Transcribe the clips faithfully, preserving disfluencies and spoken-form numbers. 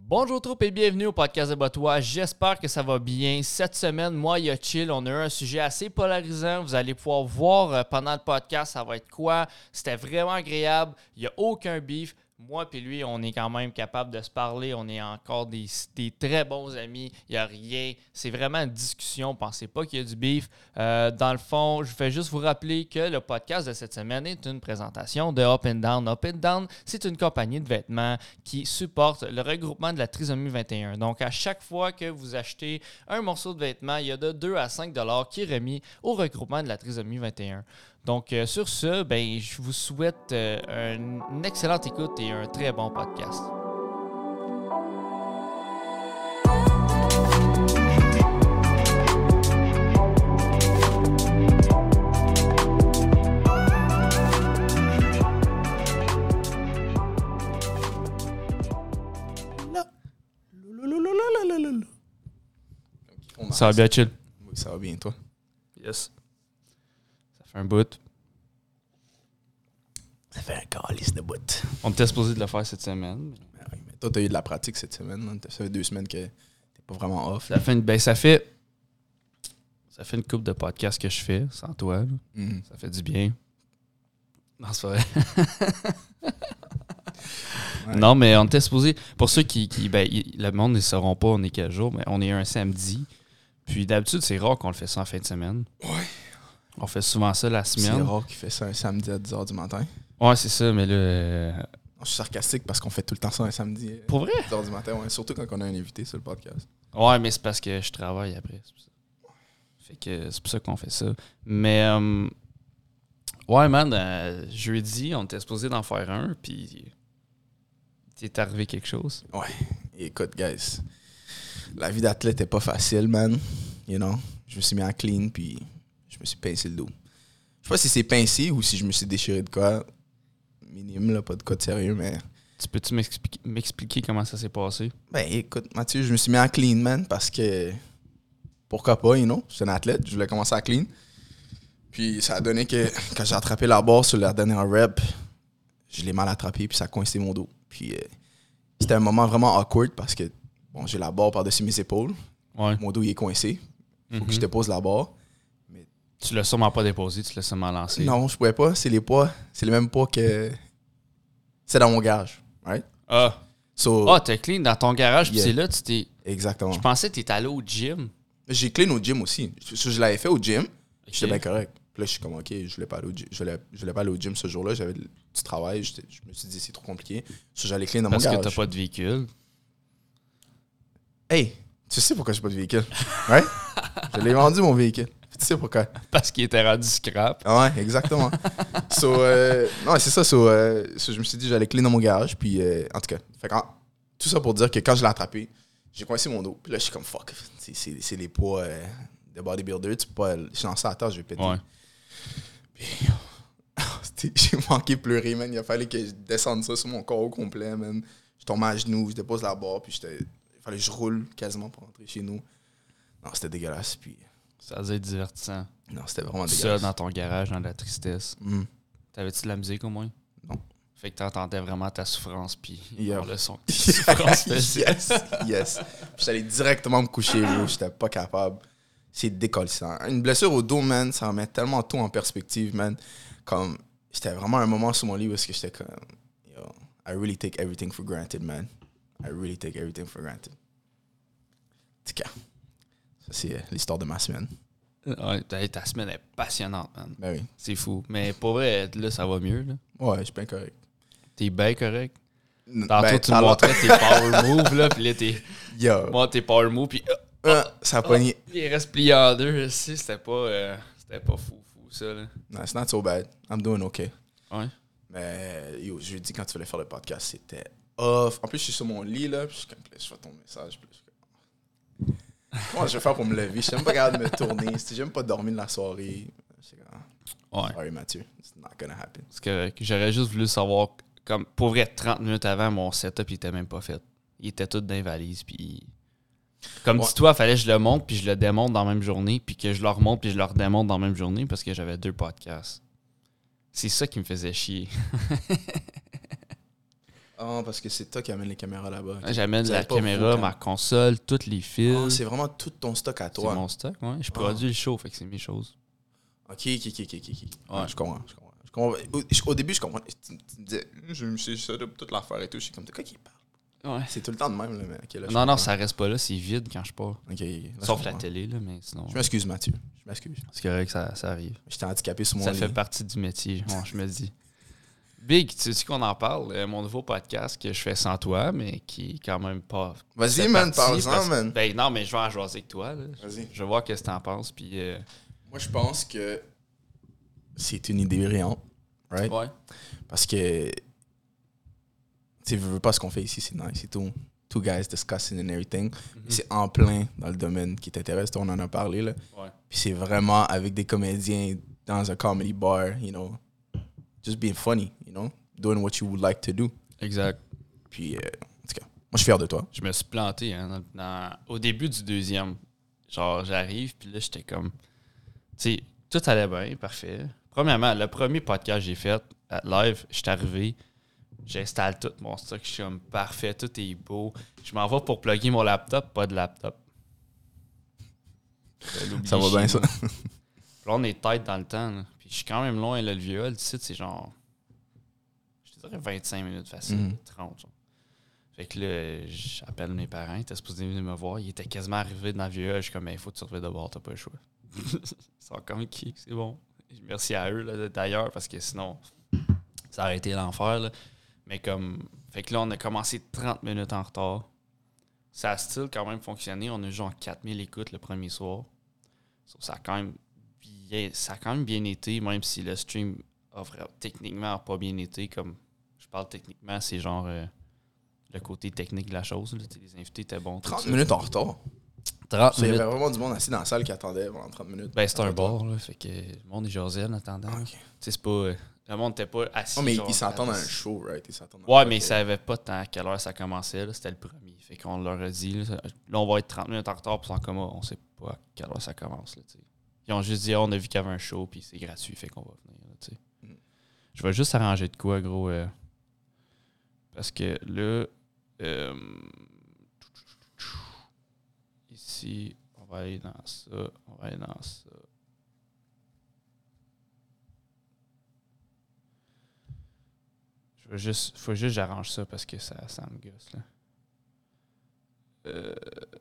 Bonjour troupe et bienvenue au podcast de Botois. J'espère que ça va bien. Cette semaine, moi et Chill, on a eu un sujet assez polarisant. Vous allez pouvoir voir euh, pendant le podcast, ça va être quoi. C'était vraiment agréable. Il n'y a aucun beef. Moi et lui, on est quand même capable de se parler. On est encore des, des très bons amis. Il n'y a rien. C'est vraiment une discussion. Pensez pas qu'il y a du beef. Euh, dans le fond, je vais juste vous rappeler que le podcast de cette semaine est une présentation de Up and Down. Up and Down, c'est une compagnie de vêtements qui supporte le regroupement de la trisomie vingt et un. Donc, à chaque fois que vous achetez un morceau de vêtement, il y a de deux à cinq dollars qui est remis au regroupement de la trisomie vingt et un. Donc, euh, sur ce, ben, je vous souhaite euh, une, une excellente écoute et un très bon podcast. Ça va bien, Chill? Oui, ça va bien, toi? Yes. Ça fait un bout. Ça fait un calice de bout. On était supposé de le faire cette semaine. Ben oui, mais toi, t'as eu de la pratique cette semaine. Hein? Ça fait deux semaines que t'es pas vraiment off. Ça fait une, ben, ça fait, ça fait une couple de podcasts que je fais sans toi. Mm. Ça fait du bien. Non, c'est pas vrai. Ouais. Non, mais on était supposé... Pour ceux qui... qui ben, y, le monde ne sauront pas on est quel jour, mais on est un samedi. Puis d'habitude, c'est rare qu'on le fait ça en fin de semaine. Ouais. On fait souvent ça la semaine. C'est rare qu'il fait ça un samedi à dix heures du matin. Ouais, c'est ça, mais là... Euh... Je suis sarcastique parce qu'on fait tout le temps ça un samedi à Pour vrai? dix heures du matin. Ouais. Surtout quand on a un invité sur le podcast. Ouais, mais c'est parce que je travaille après. C'est pour ça. Fait que c'est pour ça qu'on fait ça. Mais... Euh... Ouais, man, euh, jeudi, on était supposé d'en faire un, puis... T'est arrivé quelque chose? Ouais. Et écoute, guys, la vie d'athlète est pas facile, man. You know? Je me suis mis en clean, puis je me suis pincé le dos. Je sais pas si c'est pincé ou si je me suis déchiré de quoi. Minime, là, pas de quoi de sérieux, mais... Tu peux-tu m'expliquer, m'expliquer comment ça s'est passé? Ben, écoute, Mathieu, je me suis mis en clean, man, parce que... Pourquoi pas, you know? Je suis un athlète, je voulais commencer à clean. Puis ça a donné que quand j'ai attrapé la barre sur la dernière rep, je l'ai mal attrapé, puis ça a coincé mon dos. Puis euh, c'était un moment vraiment awkward parce que bon, j'ai la barre par-dessus mes épaules. Ouais. Mon dos il est coincé. Faut Mm-hmm. que je dépose la barre. Tu l'as sûrement pas déposé, tu l'as sûrement lancé. Non, je pouvais pas. C'est les poids. C'est le même poids que... C'est dans mon garage. Right? Ah, So, ah t'es clean dans ton garage, puis Yeah. c'est là, tu t'es... exactement. Je pensais que t'étais allé au gym. J'ai clean au gym aussi. Je, je l'avais fait au gym. J'étais Ok. bien correct. Puis là, je suis comme, OK, je voulais pas aller au gym. Je voulais, je voulais pas aller au gym ce jour-là. J'avais du travail. J'étais- Je me suis dit, c'est trop compliqué. So, j'allais clean dans Parce mon que garage. t'as pas de véhicule. Hey, tu sais pourquoi j'ai pas de véhicule? Ouais? Je l'ai vendu, mon véhicule. Tu sais pourquoi? Parce qu'il était rendu scrap. Ah ouais, exactement. so, euh, non, c'est ça. So, euh, so, je me suis dit, j'allais clean dans mon garage. Puis, euh, en tout cas, fait qu'en- tout ça pour dire que quand je l'ai attrapé, j'ai coincé mon dos. Puis là, je suis comme, fuck. C'est, c'est, c'est les poids euh, de bodybuilder. Tu peux pas. Je lance ça à terre, je vais péter. Ouais. Puis, c'était- j'ai manqué de pleurer, man. Il a fallu que je descende ça sur mon corps au complet, man. Je tombe à genoux, je dépose la barre. Puis, j'étais, il fallait que je roule quasiment pour rentrer chez nous. Non, c'était dégueulasse. Puis, Ça a dû être divertissant. non, c'était vraiment Ça, dégueulasse. dans ton garage, dans la tristesse. Mm. T'avais-tu de la musique au moins? Non. Fait que t'entendais vraiment ta souffrance, puis Yeah. le son que ta souffrance faisait. yes, yes. Puis j'allais directement me coucher, bro. J'étais pas capable. C'est décollissant. Une blessure au dos, man, ça remet tellement tout en perspective, man. Comme, c'était vraiment un moment sur mon lit où est-ce que j'étais comme, yo, I really take everything for granted, man. I really take everything for granted. En tout cas, ça c'est euh, l'histoire de ma semaine. Ouais, ta, ta semaine est passionnante, man. Ben oui. C'est fou. Mais pour vrai, là, ça va mieux, là. Ouais, je suis bien correct. T'es bien correct. N- Tantôt, ben, tu me alors- montrais tes power moves, là, puis là, t'es... Yo, Moi, tes power moves, puis... euh, ça a pogné. Il reste plié en deux, aussi. C'était pas... euh, c'était pas fou, fou, ça, là. No, it's not so bad. I'm doing okay. Ouais. Mais yo, jeudi, quand tu voulais faire le podcast, c'était off. En plus, je suis sur mon lit, là, puis je suis comme, je fais ton message. Puis je suis comme, comment je vais faire pour me lever? Je suis même pas capable de me tourner. Si j'aime pas dormir de la soirée, je suis comme, Ouais. sorry, Mathieu, it's not gonna happen. Parce que j'aurais juste voulu savoir... Comme, pour vrai, trente minutes avant, mon setup, il était même pas fait. Il était tout dans les valises, puis... Comme Ouais. dis-toi, il fallait que je le monte, puis je le démonte dans la même journée, puis que je le remonte, puis je le redémonte dans la même journée, parce que j'avais deux podcasts. C'est ça qui me faisait chier. Ah, parce que c'est toi qui amène les caméras là-bas. Ouais, j'amène Vous la avez pas caméra, vous, ma console, tous les fils. Ah, c'est vraiment tout ton stock à C'est toi. mon stock, ouais. Je Ah. produis le show, fait que c'est mes choses. Ok, ok, ok, ok, ok. Ouais. Ah, je comprends, je comprends. Je comprends. Au, je- au début, je comprends. Tu, tu me disais, je me suis set up toute l'affaire et tout. Je suis comme, de quoi qu'il parle? Ouais. C'est tout le temps de même, là. Mais, ok, là, je Non, non, comprends. ça reste pas là, c'est vide quand je pars. Ok, ok, là, je Sauf la comprends. télé, là, mais sinon. Je m'excuse, Mathieu. Je m'excuse. C'est correct que ça, ça arrive. J'étais handicapé sur mon Ça lit. fait partie du métier, bon, je me dis. Big, tu sais qu'on en parle, euh, mon nouveau podcast que je fais sans toi, mais qui est quand même pas. Vas-y, fait man, partie parle-en, parce- man. Ben non, mais je vais en jaser avec toi. Là. Vas-y. Je vais voir qu'est-ce que t'en penses. Puis, euh, Moi, je pense que c'est une idée brillante, right? ouais. Parce que, tu sais, je veux pas ce qu'on fait ici, c'est nice, c'est tout. Two guys discussing and everything. Mhm. C'est en plein dans le domaine qui t'intéresse, toi, on en a parlé, là. Ouais. Puis c'est vraiment avec des comédiens dans un comedy bar, you know, just being funny, you know, doing what you would like to do. Exact. Puis, euh, en tout cas, moi, je suis fier de toi. Je me suis planté hein, dans- dans- au début du deuxième. Genre, j'arrive, puis là, j'étais comme. Tu sais, tout allait bien, parfait. Premièrement, le premier podcast que j'ai fait à live, je suis arrivé, j'installe tout mon stock, je suis comme parfait, tout est beau. Je m'en vais pour plugger mon laptop, pas de laptop. Ça va bien, ça. Puis là, on est tête dans le temps. Là. Puis je suis quand même loin, là, le vieux hall. Ici, c'est genre. Je te dirais vingt-cinq minutes facile, Mhm. trente. Genre. Fait que là, j'appelle mes parents, ils étaient supposés venir me voir. Ils étaient quasiment arrivés dans le vieux hall. Je suis comme, il faut que tu reviennes de bord, t'as pas le choix. Ils sont comme qui, c'est bon. Merci à eux, là, d'ailleurs, parce que sinon, ça aurait été l'enfer. Là. Mais comme. Fait que là, on a commencé trente minutes en retard. Ça a style quand même fonctionné. On a eu genre quatre mille écoutes le premier soir. So, ça, a quand même bien, ça a quand même bien été, même si le stream a vraiment, techniquement pas bien été. Comme je parle techniquement, c'est genre euh, le côté technique de la chose. Là. Les invités étaient bons. tout trente ça. minutes en retard. trente Il y minutes. avait vraiment du monde assis dans la salle qui attendait pendant trente minutes. Ben, c'était un En retard. bar, là. Fait que le monde est jasé en attendant. Ah, Tu ok. sais, c'est pas. euh, Le monde n'était pas assis. Oh, mais genre, ils s'attendent à un dix. show, right? Ils s'attendent à Ouais, un mais ils show. savaient pas tant à quelle heure ça commençait. Là. C'était le premier. Fait qu'on leur a dit, là, ça- là, on va être trente minutes en retard, puis c'est en coma. On sait pas à quelle heure ça commence. Là, tu sais. Ils ont juste dit, ah, on a vu qu'il y avait un show, puis c'est gratuit, fait qu'on va venir. Là, tu sais. Mm. Je vais juste arranger de quoi, gros. euh, parce que là, euh, ici, on va aller dans ça, on va aller dans ça. Je veux juste, faut juste que j'arrange ça parce que ça, ça me gosse, là. Euh...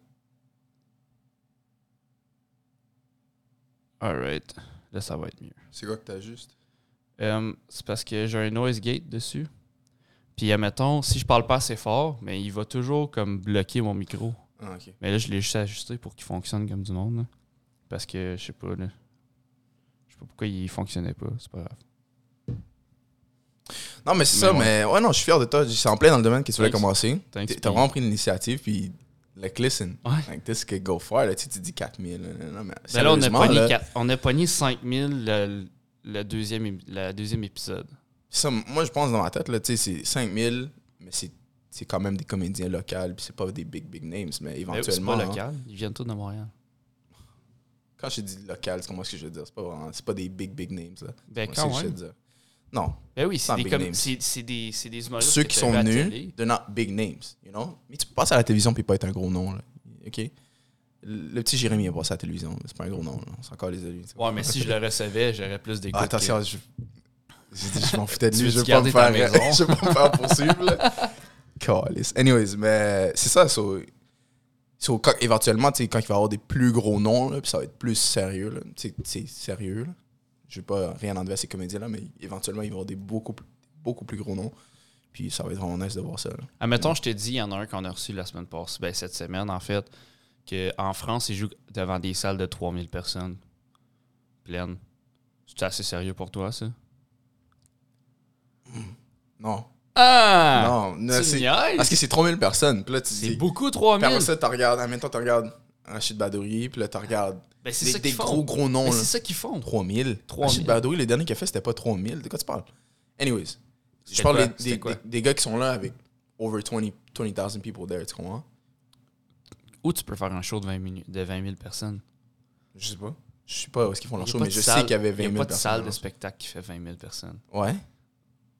Alright. Là, ça va être mieux. C'est quoi que t'as juste? Euh, c'est parce que j'ai un noise gate dessus. Puis, admettons, si je parle pas assez fort, mais il va toujours comme bloquer mon micro. Ah, ok. Mais là, je l'ai juste ajusté pour qu'il fonctionne comme du monde. Là. Parce que, je sais pas, là. Je sais pas pourquoi il fonctionnait pas. C'est pas grave. Non, mais c'est Mais ça, ouais. mais ouais, non, je suis fier de toi. C'est en plein dans le domaine que tu voulais Thanks. commencer. Thanks, T'as puis- t'as vraiment pris l'initiative, puis like, listen. Ouais. Like, this could go far. Là, tu sais, tu dis quatre mille. là, là, là, mais Ben là, on a sérieusement, pogné, là, quatre- on a pogné cinq mille le, le, deuxième, ép- le deuxième épisode. ça, moi, je pense dans ma tête, là, tu sais, c'est cinq mille, mais c'est c'est quand même des comédiens locaux, puis c'est pas des big, big names, mais Ben oui, éventuellement. c'est pas hein, local. Ils viennent tous de Montréal. quand je dis local, c'est comment ce que je veux dire? C'est pas vraiment, c'est pas des big, big names, là. Ben C'est quand ce que je même. veux dire. Non. Ben oui, c'est Pas des, big comme- names. c'est, c'est des, c'est des humoristes Ceux que qui t'as sont vus à la venus, télé. they're not big names, you know? Mais tu peux passer à la télévision puis pas être un gros nom, là. OK? Le petit Jérémy est passé à la télévision. C'est pas un gros nom, là. On s'en encore les lui. Ouais, mais si je le recevais, j'aurais plus d'écoute. Ah, attention, je... J'ai dit, je m'en foutais de Tu lui, veux-tu je veux pas me garder ta faire, maison? je veux pas me faire poursuivre, là. Calice. Anyways, mais c'est ça, so, so, quand, éventuellement, tu sais, quand il va y avoir des plus gros noms, là, puis ça va être plus sérieux, là, tu sais, c'est sérieux, là. Je veux pas rien enlever à ces comédiens-là, mais éventuellement, il va y avoir des beaucoup, plus- beaucoup plus gros noms, puis ça va être vraiment nice de voir ça, là. Admettons, je te dis, il y en a un qu'on a reçu la semaine passée, ben cette semaine, en fait, qu'en France, il joue devant des salles de trois mille personnes pleines. C'est assez sérieux pour toi, ça? Non. Ah! non, non, Tu c'est... niaises? Parce que c'est trois mille personnes, puis là, tu C'est dis... beaucoup, trois Puis après mille. ça, tu regardes, en même temps, tu regardes Rachid Badouri, puis là, tu regardes Ben, c'est des, ça des qu'ils font. gros, gros noms, Mais là. c'est ça qu'ils font. trois mille. trois Rachid mille. Badouri, le dernier qu'il a fait, c'était pas trois mille. De quoi tu parles? Anyways. Je C'était parle quoi? des, C'était des, quoi? des- des gars qui sont là avec over twenty thousand people there, tu comprends? Ou tu peux faire un show de vingt minutes, de vingt mille personnes. Je sais pas. Je sais pas où est-ce qu'ils font leur Il y a show, pas mais de je salle- sais qu'il y avait Il n'y vingt a mille pas de personnes. salle là. de spectacle qui fait vingt mille personnes. Ouais.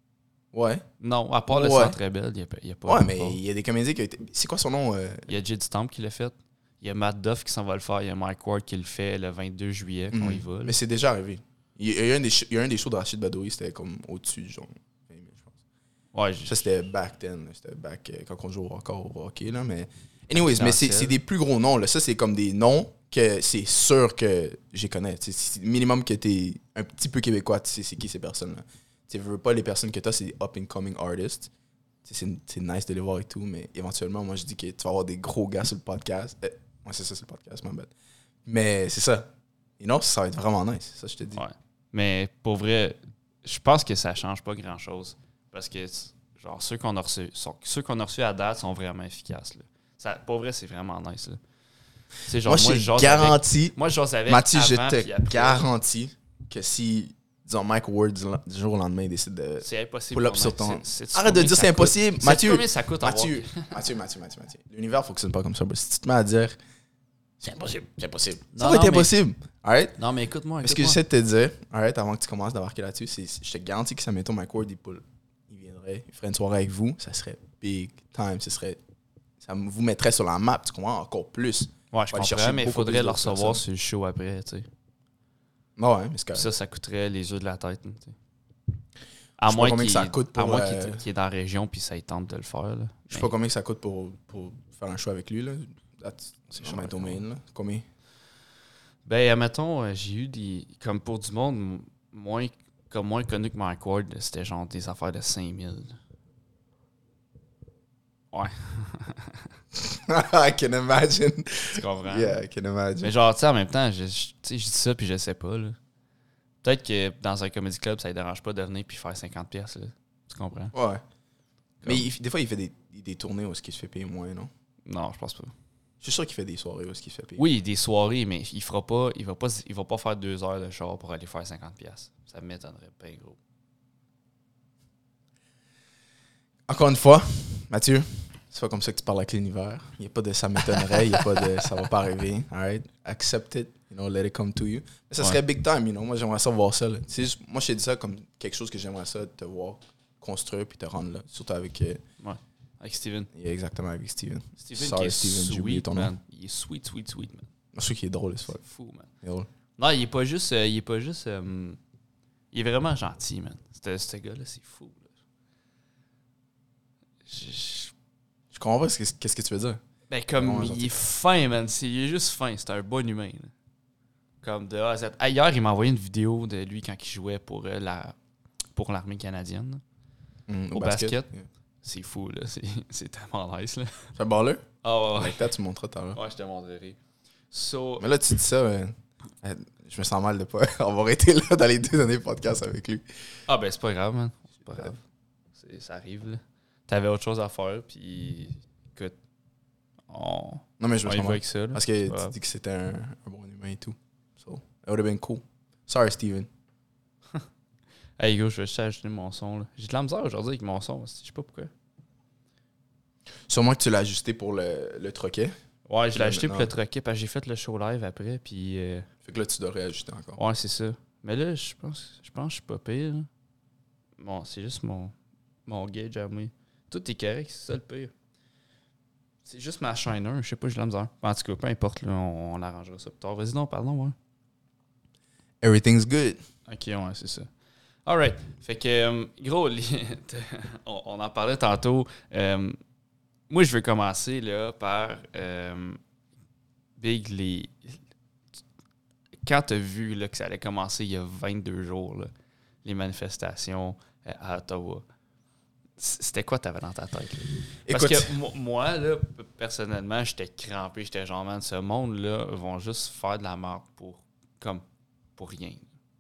Ouais. Non, à part le Ouais. Centre Bell, il n'y a, a pas. Ouais, mais il y a des comédiens qui ont été. C'est quoi son nom euh... Il y a Jay Stamp qui l'a fait. Il y a Matt Duff qui s'en va le faire. Il y a Mike Ward qui le fait le vingt-deux juillet quand mm. il va. Là. Mais c'est déjà arrivé. Il y a, il y a un des, il y a un des shows de Rachid Badouri, c'était comme au-dessus, genre vingt mille, je pense. Ouais, je... Ça, c'était back then. C'était back euh, quand on jouait encore au hockey, là. Mais. Anyways, mais c'est, c'est des plus gros noms, là. Ça, c'est comme des noms que c'est sûr que j'ai connais. C'est, c'est minimum que t'es un petit peu québécois, tu sais c'est qui ces personnes-là. Tu veux pas les personnes que t'as, c'est des up-and-coming artists. C'est, c'est nice de les voir et tout, mais éventuellement, moi, je dis que tu vas avoir des gros gars sur le podcast. Euh, ouais, c'est ça, c'est le podcast, my bad. Mais c'est ça. Et non, ça va être vraiment nice, ça, je te dis. Ouais. Mais pour vrai, je pense que ça change pas grand-chose. Parce que, genre, ceux qu'on a reçus, ceux qu'on a reçus à date sont vraiment efficaces, là. Ça, pour vrai, c'est vraiment nice, là. C'est genre, moi, moi, je garantis. Avec, moi, je j'ose avec Mathieu, avant, je te après, garantis que si, disons, Mike Ward, du jour au lendemain, il décide de c'est impossible pull up sur ton... C'est, c'est Arrête de dire c'est impossible. Coûte? Mathieu, combien ça coûte Mathieu, Mathieu, Mathieu, Mathieu, Mathieu. L'univers fonctionne pas comme ça. Si tu te mets à dire c'est impossible, c'est impossible. Ça non, va non, être mais... impossible. Alright? Non, mais écoute-moi. écoute-moi. Ce que j'essaie de te dire, alright, avant que tu commences d'embarquer là-dessus, c'est je te garantis que ça mettons Mike Ward, il, pull, il viendrait, il ferait une soirée avec vous, ça serait big time. Ce serait, ça vous mettrait sur la map, tu comprends, encore plus. Ouais, je comprends, mais il faudrait le recevoir sur le show après, tu sais. Ouais, mais c'est correct. Ça, ça coûterait les yeux de la tête, tu sais. À moins qu'il ça coûte pour, à moins euh... qu'il est dans la région puis ça tente de le faire. Là. Je sais mais... pas combien que ça coûte pour, pour faire un show avec lui. Là. C'est sur ma domaine. Là. Combien? Ben, admettons, j'ai eu des. Comme pour du monde moins, comme moins connu que Mike Ward, c'était genre des affaires de cinq mille. Ouais. I can imagine. Tu comprends? Yeah, I can imagine. Mais genre, tu sais, en même temps, je, je, je dis ça puis je sais pas, là. Peut-être que dans un comedy club, ça ne dérange pas de venir puis faire cinquante pièces. Tu comprends? Ouais. Comme... Mais il, des fois, il fait des, des tournées où il se fait payer moins, non? Non, je pense pas. Je suis sûr qu'il fait des soirées où il se fait payer. Oui, des soirées, mais il fera pas, il va pas, il va pas faire deux heures de char pour aller faire cinquante pièces. Ça m'étonnerait pas, gros. Encore une fois, Mathieu, c'est pas comme ça que tu parles avec l'univers. Il n'y a pas de ça m'étonnerait, il n'y a pas de ça va pas arriver. Alright? Accept it, you know, let it come to you. Mais ça ouais. serait big time, you know. Moi, j'aimerais ça voir ça. Là. Juste, moi, je t'ai dit ça comme quelque chose que j'aimerais ça te voir construire puis te rendre là. Surtout avec. Euh, ouais. Avec Steven. Yeah, exactement, avec Steven. Steven, Sorry, qui est Steven, j'ai oublié ton nom. Man. Il est sweet, sweet, sweet, man. Je trouve qu'il est drôle, c'est fou, man. Il est drôle. Non, il est pas juste. Euh, il est pas juste. Euh, il est vraiment gentil, man. Ce gars-là, c'est fou. Là. Je, je, je comprends pas ce que, qu'est-ce que tu veux dire. Ben, comme, il est fin, man. C'est, il est juste fin. C'est un bon humain. Là. Comme de A à Z. Ah, hier, il m'a envoyé une vidéo de lui quand il jouait pour, euh, la, pour l'armée canadienne. Mm, au, au basket. basket. Yeah. C'est fou, là. C'est, c'est tellement nice, là. C'est un baller? Ah oh, ouais, ouais. Avec toi, tu me montreras tout à l'heure. Ouais, je te montrerai. So... Mais là, tu dis ça, euh, je me sens mal de pas avoir été là dans les deux derniers podcasts avec lui. Ah ben, c'est pas grave, man. C'est pas grave. C'est, ça arrive, là. T'avais autre chose à faire, puis écoute, on, non, mais je me on sens mal. Avec ça, là. Parce que tu ouais. dis que c'était un, un bon humain et tout. So, it would have been cool. Sorry, Steven. Hey, go, je vais juste ajouter mon son, là. J'ai de la misère aujourd'hui avec mon son, je sais pas pourquoi. Sûrement que tu l'as ajusté pour le, le troquet. Ouais, je l'ai ajusté pour le troquet parce que j'ai fait le show live après, puis... Euh... Fait que là, tu dois réajuster encore. Ouais, c'est ça. Mais là, je pense je pense que je suis pas pire. Là. Bon, c'est juste mon, mon gauge à moi. Tout est correct, c'est ça le pire. C'est juste ma chaîne, je sais pas, j'ai de la misère. En tout cas, peu importe, là, on, on arrangera ça plus tard. Vas-y, non, pardon, ouais. Everything's good. Ok, ouais, c'est ça. Alright. Fait que, euh, gros, on, on en parlait tantôt. Euh, moi, je veux commencer là par euh, Big, les. Quand tu as vu là, que ça allait commencer il y a vingt-deux jours, là, les manifestations euh, à Ottawa, c'était quoi t'avais dans ta tête? Là? Parce Écoute. que moi, là, personnellement, j'étais crampé. J'étais genre, man, ce monde-là vont juste faire de la merde pour, comme, pour rien.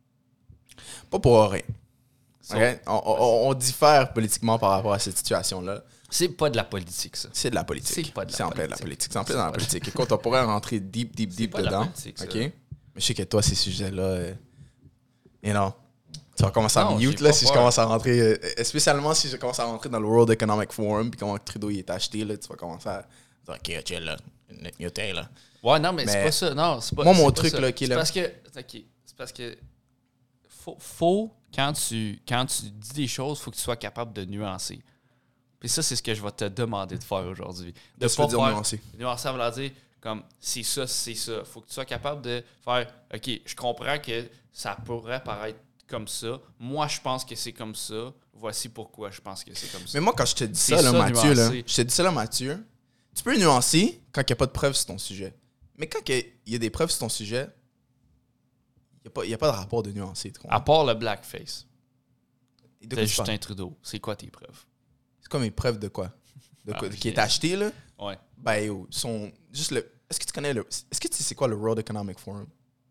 Pas pour rien. So, okay? on, on, on diffère politiquement par rapport à cette situation-là. C'est pas de la politique, ça. C'est de la politique. C'est pas de la c'est politique. en plein de la politique. C'est en plein dans la politique. Écoute, on pourrait rentrer deep, deep, deep c'est dedans. Politique, OK? Mais je sais que toi, ces sujets-là, euh, you know, tu vas commencer non, à mute là, si peur. je commence à rentrer, euh, spécialement si je commence à rentrer dans le World Economic Forum puis comment Trudeau il est acheté, là, tu vas commencer à dire, OK, chill, là, muter, là. Ouais, non, mais, mais c'est pas ça. Non, c'est pas, moi, c'est mon pas truc, ça. là, qui est c'est là. Parce que, OK, c'est parce que faut, faut quand tu, quand tu dis des choses, il faut que tu sois capable de nuancer. Puis ça, c'est ce que je vais te demander de faire aujourd'hui. De Qu'est-ce que tu veux dire nuancer? Nuancer, ça veut dire comme c'est ça, c'est ça. Faut que tu sois capable de faire OK, je comprends que ça pourrait paraître comme ça. Moi, je pense que c'est comme ça. Voici pourquoi je pense que c'est comme ça. Mais moi, quand je te dis ça, là, Mathieu, là, je te dis ça, là, Mathieu, tu peux nuancer quand il n'y a pas de preuves sur ton sujet. Mais quand il y a des preuves sur ton sujet, il n'y a, a pas de rapport de nuancer. À part le blackface. De c'est Justin Trudeau. C'est quoi tes preuves? C'est quoi mes preuves de quoi? De quoi? Ah, qui est acheté, là? Ouais. Ben, yo, sont juste le... Est-ce que tu connais le... Est-ce que tu sais c'est quoi le World Economic Forum?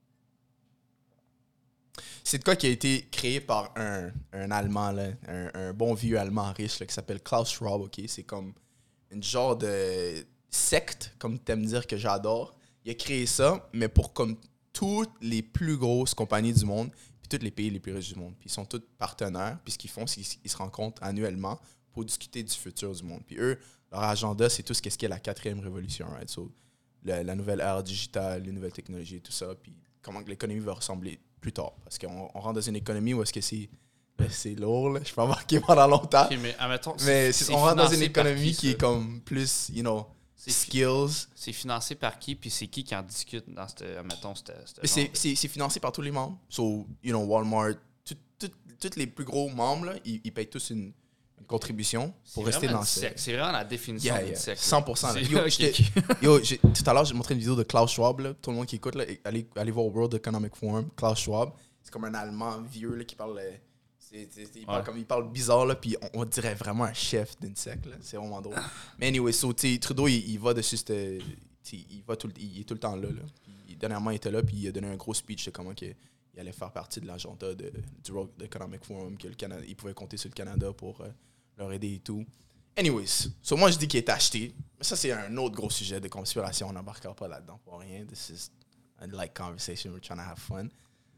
C'est de quoi qui a été créé par un, un Allemand, là, un, un bon vieux Allemand riche là, qui s'appelle Klaus Schwab, ok? C'est comme une genre de secte, comme tu aimes dire que j'adore. Il a créé ça, mais pour comme toutes les plus grosses compagnies du monde, puis tous les pays les plus riches du monde. Puis ils sont tous partenaires, puis ce qu'ils font, c'est qu'ils se rencontrent annuellement pour discuter du futur du monde. Puis eux, leur agenda, c'est tout ce qu'est la quatrième révolution, right? So, la, la nouvelle ère digitale, les nouvelles technologies, tout ça, puis comment l'économie va ressembler plus tard. Parce qu'on on rentre dans une économie où est-ce que c'est c'est lourd, là. Je peux embarquer pendant longtemps. Okay, mais admettons, mais c'est, c'est on rentre dans une qui, économie qui est comme plus, you know, c'est skills. Fi- c'est financé par qui, puis c'est qui qui en discute dans cette, admettons, cette, cette c'est, c'est, c'est financé par tous les membres. So, you know, Walmart, tous les plus gros membres, là, ils, ils payent tous une, une contribution pour c'est rester dans ce... C'est vraiment la définition yeah, d'une yeah. secte. cent pour cent. Là. Yo, okay. yo j'ai, tout à l'heure, j'ai montré une vidéo de Klaus Schwab. Là. Tout le monde qui écoute, là, allez, allez voir World Economic Forum, Klaus Schwab. C'est comme un Allemand vieux là, qui parle... C'est, c'est, il, parle ouais. comme, il parle bizarre, là, puis on, on dirait vraiment un chef d'une secte. Là. C'est vraiment drôle. Mais anyway, so, Trudeau, il, il va dessus, il, va tout, il est tout le temps là. là. Puis, dernièrement, il était là, puis il a donné un gros speech de comment il allait faire partie de l'agenda de, du World Economic Forum, que le Canada, il pouvait compter sur le Canada pour euh, leur aider et tout. Anyways, so moi, je dis qu'il est acheté. Mais ça, c'est un autre gros sujet de conspiration. On n'embarquera pas là-dedans pour rien. This is a light conversation. We're trying to have fun.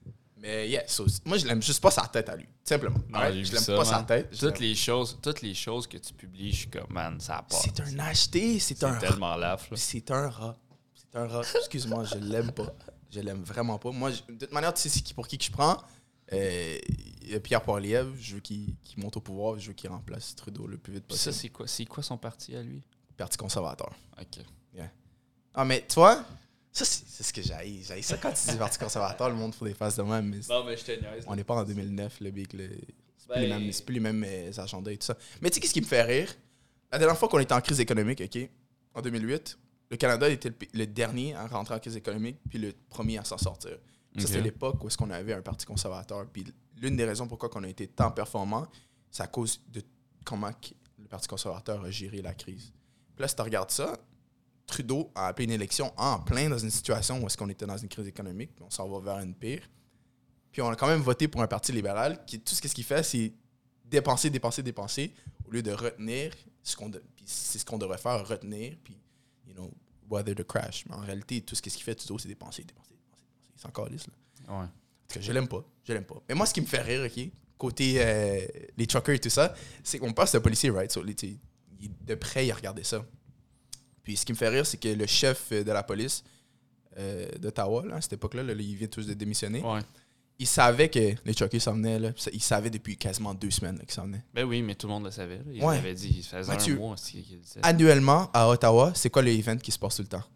Mais yeah, so, moi je l'aime juste pas sa tête à lui, simplement. Non, right? Je l'aime ça, pas man. sa tête. Toutes les choses, toutes les choses que tu publies, je suis comme man, ça a pas. C'est un acheté, c'est, c'est un tellement laf. Là. C'est un rat. C'est un rat. Excuse-moi, je l'aime pas. Je l'aime vraiment pas. Moi, je, de toute manière, tu sais c'est qui pour qui que je prends. Euh, Pierre Poilievre, je veux qu'il, qu'il monte au pouvoir, je veux qu'il remplace Trudeau le plus vite possible. Ça c'est quoi, c'est quoi son parti à lui? Parti conservateur. Ok. Yeah. Ah mais toi. Ça, c'est, c'est ce que j'haïs. J'haïs ça quand tu dis Parti conservateur, le monde fait des faces de même. Mais non, mais je te niaise. On n'est pas en deux mille neuf, le big. Le, c'est, ben... plus les mêmes, c'est plus les mêmes euh, agendas et tout ça. Mais tu sais, qu'est-ce qui me fait rire? La dernière fois qu'on était en crise économique, OK, en deux mille huit, le Canada était le, le dernier à rentrer en crise économique, puis le premier à s'en sortir. Okay. Ça, c'était l'époque où est-ce qu'on avait un Parti conservateur. Puis l'une des raisons pourquoi on a été tant performant, c'est à cause de comment le Parti conservateur a géré la crise. Puis là, si tu regardes ça, Trudeau a appelé une élection en plein dans une situation où est-ce qu'on était dans une crise économique, puis on s'en va vers une pire. Puis on a quand même voté pour un parti libéral qui, tout ce qu'il fait, c'est dépenser, dépenser, dépenser, au lieu de retenir ce qu'on de, puis c'est ce qu'on devrait faire, retenir, puis, you know, weather the crash. Mais en réalité, tout ce qu'il fait, Trudeau, c'est dépenser, dépenser, dépenser, dépenser. C'est encore lisse, là. Ouais. Parce que je l'aime pas, je l'aime pas. Mais moi, ce qui me fait rire, OK, côté euh, les truckers et tout ça, c'est qu'on passe le policier, right? So, les, de près, il a regardé ça. Puis ce qui me fait rire, c'est que le chef de la police euh, d'Ottawa, là, à cette époque-là, là, il vient tous de démissionner. Ouais. Il savait que les truckers s'en venaient. Là, il savait depuis quasiment deux semaines là, qu'ils s'en venaient. Ben oui, mais tout le monde le savait. Là. Il ouais. avait dit, il faisait Mathieu, un mois qu'il disait. Annuellement, à Ottawa, c'est quoi l'event qui se passe tout le temps?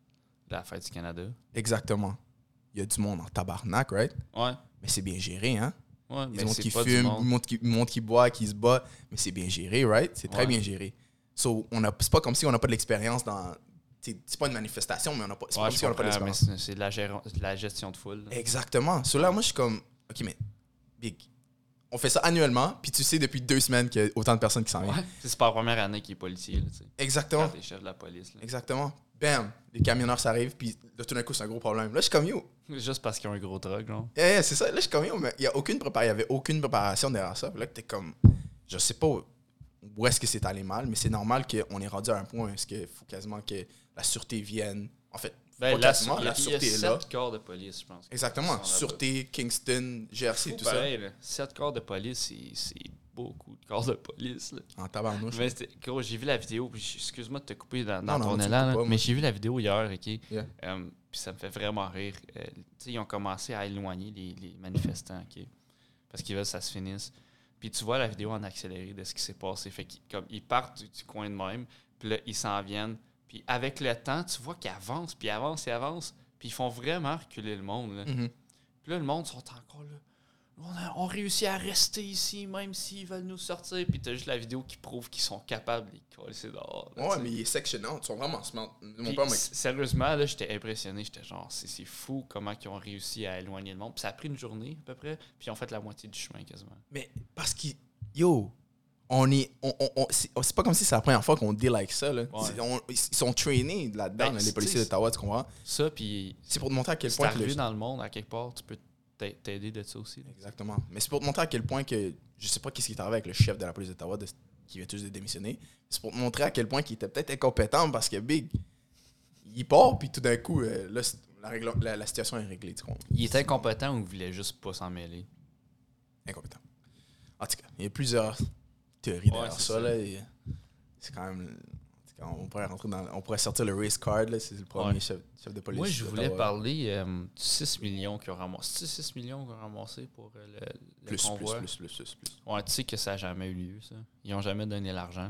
La fête du Canada. Exactement. Il y a du monde en tabarnak, right? Ouais. Mais c'est bien géré, hein? Ouais, il y mais a du monde c'est qui pas fume, du monde. il monte qui, monte qui boit, qui se bat, mais c'est bien géré, right? C'est très ouais. bien géré. So, on a, c'est pas comme si on n'a pas de l'expérience dans... C'est, c'est pas une manifestation, mais on n'a pas, c'est ouais, pas comme si on n'a pas de l'expérience. Mais c'est, c'est de la, gér- de la gestion de foule. Là. Exactement. So là, moi, je suis comme... OK, mais... Big. On fait ça annuellement, puis tu sais depuis deux semaines qu'il y a autant de personnes qui s'en viennent. Ouais. C'est pas la première année qu'il est policier. Là, exactement. Quand t'es chef de la police. Là. Exactement. Bam! Les camionneurs s'arrivent, puis là, tout d'un coup, c'est un gros problème. Là, je suis comme yo. Juste parce qu'ils ont un gros truck, genre. Yeah, yeah, c'est ça. Là, je suis comme yo, mais il y a aucune préparation. Il y avait aucune préparation derrière ça. Puis là, t'es comme... Je sais pas où est-ce que c'est allé mal, mais c'est normal qu'on est rendu à un point où est-ce qu'il faut quasiment que la sûreté vienne. En fait, ben, pas la, quasiment, il y a, la sûreté il y a est là. sept corps de police, je pense. Exactement. Sûreté, Kingston, G R C, Fou, tout pareil, ça. Là. Sept corps de police, c'est, c'est beaucoup de corps de police. Là. En tabarnouche. Mais gros, j'ai vu la vidéo, puis excuse-moi de te couper dans, dans non, ton non, élan, pas, mais j'ai vu la vidéo hier, OK? Yeah. Um, puis ça me fait vraiment rire. Euh, tu sais, ils ont commencé à éloigner les, les manifestants, OK? parce qu'ils veulent que ça se finisse. Puis tu vois la vidéo en accéléré de ce qui s'est passé. Fait qu'ils comme, ils partent du, du coin de même, puis là, ils s'en viennent. Puis avec le temps, tu vois qu'ils avancent, puis ils avancent, ils avancent, puis ils font vraiment reculer le monde. Là. Mm-hmm. Puis là, le monde sont encore là. On, a, on réussit à rester ici, même s'ils veulent nous sortir. Puis t'as juste la vidéo qui prouve qu'ils sont capables de les coller dehors. Là, ouais, mais il est sectionnant. Ils sont vraiment smart. Mon Puis, père m'a... sérieusement, là, j'étais impressionné. J'étais genre, c'est, c'est fou comment ils ont réussi à éloigner le monde. Puis ça a pris une journée, à peu près. Puis ils ont fait la moitié du chemin, quasiment. Mais parce qu'ils... Yo, on est... On, on, on, c'est, c'est pas comme si c'est la première fois qu'on deal avec ça. Là. Ouais. C'est, on, ils sont trainés là-dedans, Ben, là, les policiers c'est- d'Ottawa, tu comprends? Ça, puis C'est pour te montrer à quel si point... t'es que le- arrivé dans le monde, à quelque part, tu peux t'a- t'aider de ça aussi. Là. Exactement. Mais c'est pour te montrer à quel point que... Je sais pas qu'est-ce qui est arrivé avec le chef de la police d'Ottawa de, qui vient juste de démissionner. C'est pour te montrer à quel point qu'il était peut-être incompétent parce que Big, il part, puis tout d'un coup, euh, là, c'est- la, régla- la, la situation est réglée. Tu comprends? Il était incompétent ou il voulait juste pas s'en mêler? Incompétent. En tout cas, il y a plusieurs théories Ouais, derrière c'est ça. ça. Là, et c'est quand même... en tout cas, On pourrait, rentrer dans, on pourrait sortir le race card, là, c'est le premier Ouais. chef, chef de police. Moi, je voulais d'Ottawa. parler euh, du six millions qu'ils ont ramassé. C'est six millions qu'ils ont ramassé pour euh, le, le Plus, plus, convoi? plus, plus, plus, plus. Ouais, tu sais que ça n'a jamais eu lieu, ça. Ils n'ont jamais donné l'argent.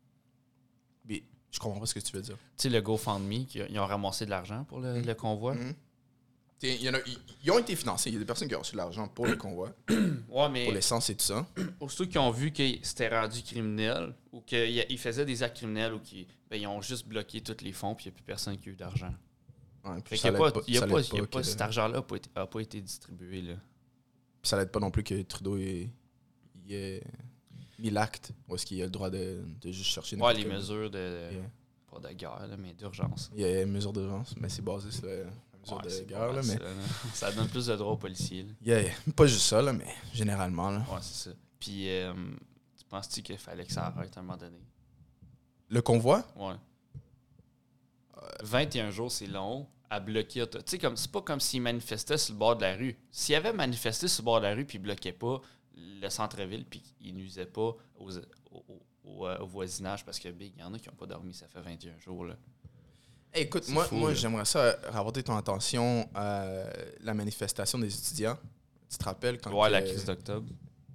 Mais je comprends pas ce que tu veux dire. Tu sais, le GoFundMe, qu'ils- ils ont ramassé de l'argent pour le, le convoi. Mhm. T'sais, il y en a- ils, ils ont été financés. Il y a des personnes qui ont reçu de l'argent pour le convoi, Ouais, mais pour l'essence et tout ça. aussitôt qu'ils ont vu que c'était rendu criminel ou qu'ils faisaient des actes criminels ou qu'ils ben, ils ont juste bloqué tous les fonds puis il n'y a plus personne qui a eu d'argent. Ouais, Fait puis qu'il ça y a pas, l'aide il y a ça pas, l'aide il y a que- pas- cet argent-là n'a pas, été- a pas été distribué. Là. puis ça l'aide pas non plus que Trudeau ait, il ait mis l'acte où est-ce qu'il a le droit de, de juste chercher Ouais, n'importe les quel- mesures de. Yeah. Pas de guerre, là, mais d'urgence. Il y a une mesure d'urgence, mais c'est basé sur la, la mesure Ouais, de c'est guerre. pas Là, mal mais ça, là. Ça donne plus de droits aux policiers. Là. yeah, yeah. Pas juste ça, là, mais généralement. Là. Ouais, c'est ça. Puis, euh, tu penses-tu qu'il fallait que ça arrête à un moment donné? Le convoi, Ouais. vingt et un jours, c'est long à bloquer. Ottawa. Tu sais, comme, c'est pas comme s'ils manifestaient sur le bord de la rue. S'ils avaient manifesté sur le bord de la rue puis ils bloquaient pas le centre-ville puis ils nuisaient pas aux, au, au- au, euh, au voisinage parce que big, il y en a qui n'ont pas dormi, ça fait vingt et un jours. Là. hey, écoute, C'est moi, fou, moi là. j'aimerais ça rapporter ton attention à la manifestation des étudiants. Tu te rappelles quand. Ouais, la que- crise d'octobre.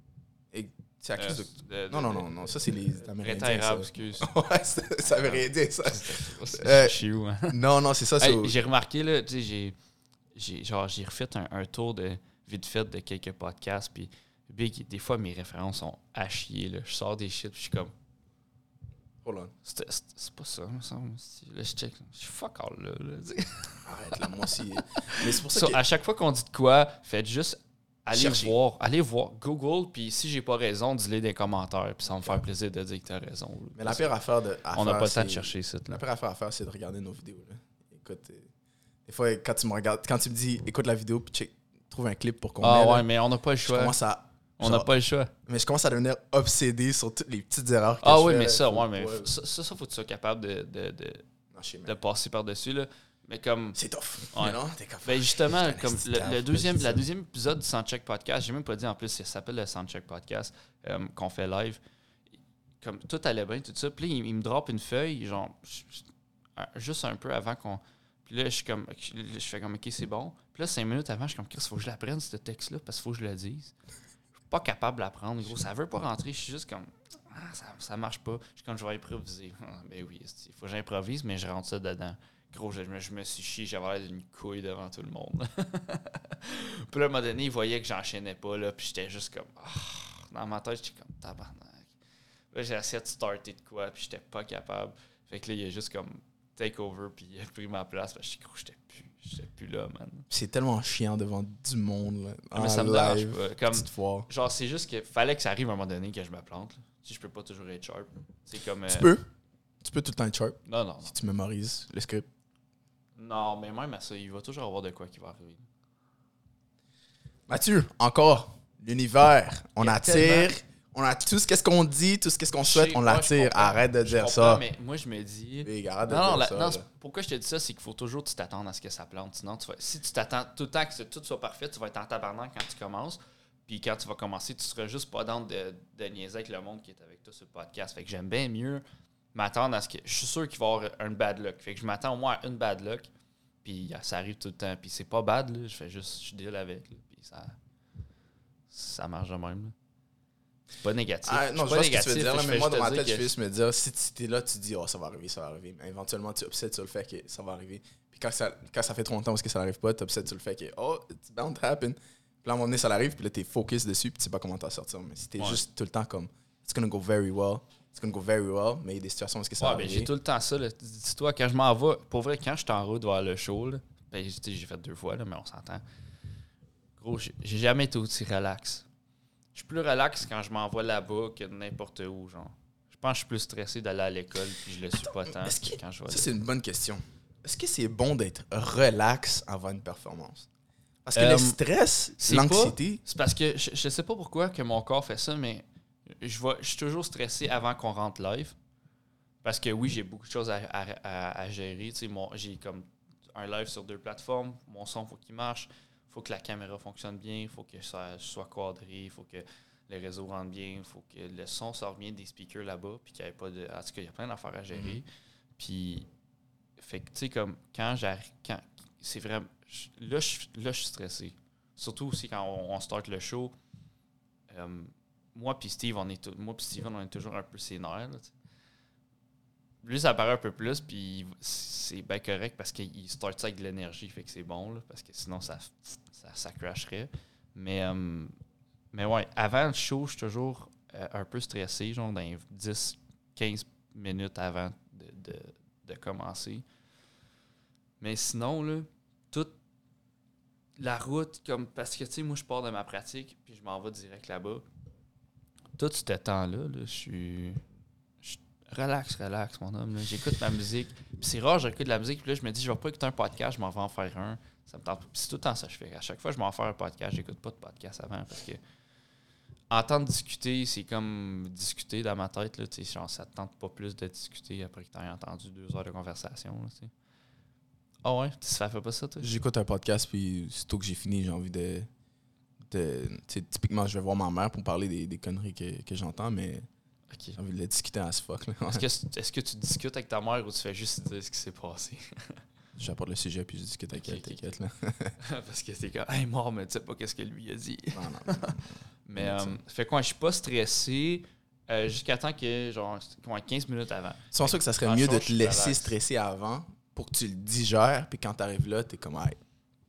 C'est la crise Euh, de. de- de- Non, non, de- non, non, ça c'est les Amérindiens. Printemps érable, ça. excuse. Ouais, ça, ça veut rien dire, ça. C'est Euh, chiou, hein. Non, non, c'est ça. c'est Hey, au- j'ai remarqué, là, tu sais, j'ai, j'ai, genre, j'ai refait un, un tour de vite fait de quelques podcasts, puis big, des fois, mes références sont à chier, là. Je sors des shit, puis je suis comme, Hold on. c'est, c'est, c'est pas ça, me semble. Là, je check, je suis fuck all, là. là, tu sais. Arrête, là, moi aussi. Mais c'est pour ça So, que. à chaque fois qu'on dit de quoi, faites juste aller Cherchez. voir, allez voir, Google, puis si j'ai pas raison, dis-les dans les commentaires, puis ça va me faire plaisir de dire que t'as raison. là. Mais la Parce pire affaire de. à on n'a faire, pas le temps de c'est- chercher ça. La Là. pire affaire à faire, c'est de regarder nos vidéos. Là. Écoute, euh, des fois, quand tu me regardes, quand tu me dis écoute la vidéo, puis check, trouve un clip pour qu'on Ah met, ouais, là, mais on n'a pas le je choix. commence à. On n'a genre, pas le choix. Mais je commence à devenir obsédé sur toutes les petites erreurs que Ah je oui, fais. mais ça, Faut- ouais, mais ouais, f- ça, ça, ça, faut que tu sois capable de, de, de, non, je sais, man. de passer par-dessus, là. Mais comme... C'est tough. Ouais. Mais non, t'es comme. Ben justement, Putain, comme c'est le, grave, le deuxième, c'est la ça. deuxième épisode du Soundcheck Podcast, j'ai même pas dit en plus, ça s'appelle le Soundcheck Podcast, euh, qu'on fait live. Comme tout allait bien, tout ça. Puis là, il, il me drop une feuille, genre, j- j- un- juste un peu avant qu'on. Puis là, je suis comme, je fais comme, ok, c'est bon. Puis là, cinq minutes avant, je suis comme, Chris, faut que je l'apprenne, ce texte-là, parce qu'il faut que je le dise. Je suis pas capable de l'apprendre, gros. Ça veut pas rentrer, je suis juste comme, ah, ça, ça marche pas. Je suis comme, je vais improviser. Ah, ben oui, il faut que j'improvise, mais je rentre ça dedans. Gros, je, me- je me suis chié, j'avais l'air d'une couille devant tout le monde. Puis là, à un moment donné, il voyait que j'enchaînais pas, là, puis j'étais juste comme, ah, dans ma tête, j'étais comme, tabarnak. Là, j'ai essayé de starter de quoi, puis j'étais pas capable. Fait que là, il a juste comme take over, puis il a pris ma place, parce que j'étais gros, j'étais plus, j'étais plus là, man. C'est tellement chiant devant du monde. Là, Mais en ça me dérange live, pas. Comme, petite foire. genre, c'est juste qu'il fallait que ça arrive à un moment donné que je me plante. Là. Si je peux pas toujours être sharp. C'est comme. Tu euh, peux. Tu peux tout le temps être sharp Non, non, non. si tu mémorises le script. Non, mais même à ça, il va toujours avoir de quoi qui va arriver. Mathieu, encore, l'univers, on Il y a attire, tellement- on a tout ce qu'est-ce qu'on dit, tout ce qu'est-ce qu'on Je souhaite, sais, on moi, je l'attire. comprends. Arrête de Je dire comprends, ça. Mais moi, je me dis. Big, arrête de Non, non, dire la- ça. non, là. c'est- pourquoi je te dis ça, c'est qu'il faut toujours que tu t'attendes à ce que ça plante. Sinon, tu vas, si tu t'attends tout le temps que tout soit parfait, tu vas être en tabarnak quand tu commences. Puis quand tu vas commencer, tu seras juste pas dans de, de niaiser avec le monde qui est avec toi sur le podcast. Fait que j'aime bien mieux m'attendre à ce que. Je suis sûr qu'il va y avoir un bad luck. Fait que je m'attends au moins à une bad luck. Puis ça arrive tout le temps. Puis c'est pas bad, là. Je fais juste. Je deal avec. Là, puis ça. ça marche de même. Là. C'est pas négatif. Ah, non, je, je vois suis pas ce que tu veux négatif, dire, là, je mais fais moi, juste dans ma te tête, dire je que- vais juste me dire, si tu es là, tu te dis, oh, ça va arriver, ça va arriver. Mais éventuellement, tu upset sur le fait que ça va arriver. Puis quand ça, quand ça fait trop longtemps parce que ça n'arrive pas, tu upset sur le fait que, oh, it's bound to happen. Puis là, à un moment donné, ça arrive, puis là, t'es focus dessus, puis tu sais pas comment t'en sortir. Mais si t'es Ouais. juste tout le temps comme, it's gonna go very well, it's gonna go very well, mais il y a des situations où est-ce que ça Ouais, va ben, arriver. j'ai tout le temps ça. Là. Dis-toi, quand je m'en vais, pour vrai, quand je suis en route vers le show, là, ben, tu sais, j'ai fait deux fois, là, mais on s'entend. Gros, j'ai j'ai jamais été aussi relax. Je suis plus relax quand je m'envoie là-bas que n'importe où, genre. Je pense que je suis plus stressé d'aller à l'école, puis je le suis pas tant est-ce que que- quand je vais Ça, là. c'est une bonne question. Est-ce que c'est bon d'être relax avant une performance? Parce que Euh, le stress, c'est l'anxiété, C'est parce que je, je sais pas pourquoi que mon corps fait ça, mais je, vais, je suis toujours stressé avant qu'on rentre live. Parce que oui, j'ai beaucoup de choses à, à, à- à gérer. Tu sais, mon- j'ai comme un live sur deux plateformes. Mon son, il faut qu'il marche. Il faut que la caméra fonctionne bien. Il faut que ça soit quadré. Il faut que le réseau rentre bien. Il faut que le son sorte bien des speakers là-bas. Puis qu'il n'y ait pas de. En tout cas, il y a plein d'affaires à gérer. Mhm. Puis, fait que, tu sais, comme quand j'arrive. Quand, c'est vraiment. je- Là, je là, je suis stressé. Surtout aussi quand on, on start le show. Euh, moi puis Steve, on est tou- moi puis Steven, on est toujours un peu ses nerfs. Là, tu sais. Lui, ça paraît un peu plus, puis c'est bien correct parce qu'il start ça avec de l'énergie, fait que c'est bon, là, parce que sinon, ça, ça, ça crasherait. Mais, euh, mais ouais, avant le show, je suis toujours euh, un peu stressé, genre dans les dix quinze minutes avant de, de, de commencer. Mais sinon, là, toute la route, comme parce que, tu sais, moi, je pars de ma pratique, puis je m'en vais direct là-bas. Tout ce temps-là, là, je suis... Relax, relax, mon homme. là. J'écoute ma musique. Puis c'est rare, j'écoute de la musique. Puis là, je me dis, je vais pas écouter un podcast, je m'en vais en faire un. Ça me tente pas. Puis c'est tout le temps ça que je fais. À chaque fois que je m'en fais un podcast, j'écoute pas de podcast avant. Parce que entendre discuter, c'est comme discuter dans ma tête. Là, genre, ça te tente pas plus de discuter après que tu aies entendu deux heures de conversation. Là, t'sais. Ah ouais? Ça fait pas ça, toi? j'écoute un podcast, puis surtout que j'ai fini, j'ai envie de. de tu sais, typiquement, je vais voir ma mère pour parler des, des conneries que, que j'entends, mais Ok. j'ai envie de le discuter à ce fuck. Là. Est-ce que, est-ce que tu discutes avec ta mère ou tu fais juste dire ce qui s'est passé? J'apporte le sujet, puis je discute avec Ok, elle, ok, t'inquiète. Là. Parce que c'est comme, hey, mort, mais tu sais pas qu'est-ce que lui a dit. Non, non, non. Mais, Ouais, euh, fait quoi, je suis pas stressé euh, jusqu'à temps que, genre, ouais, quinze minutes avant. Tu penses que ça serait Dans le mieux char, de je te suis laisser relax. stresser avant pour que tu le digères, puis quand t'arrives là, t'es comme, hey.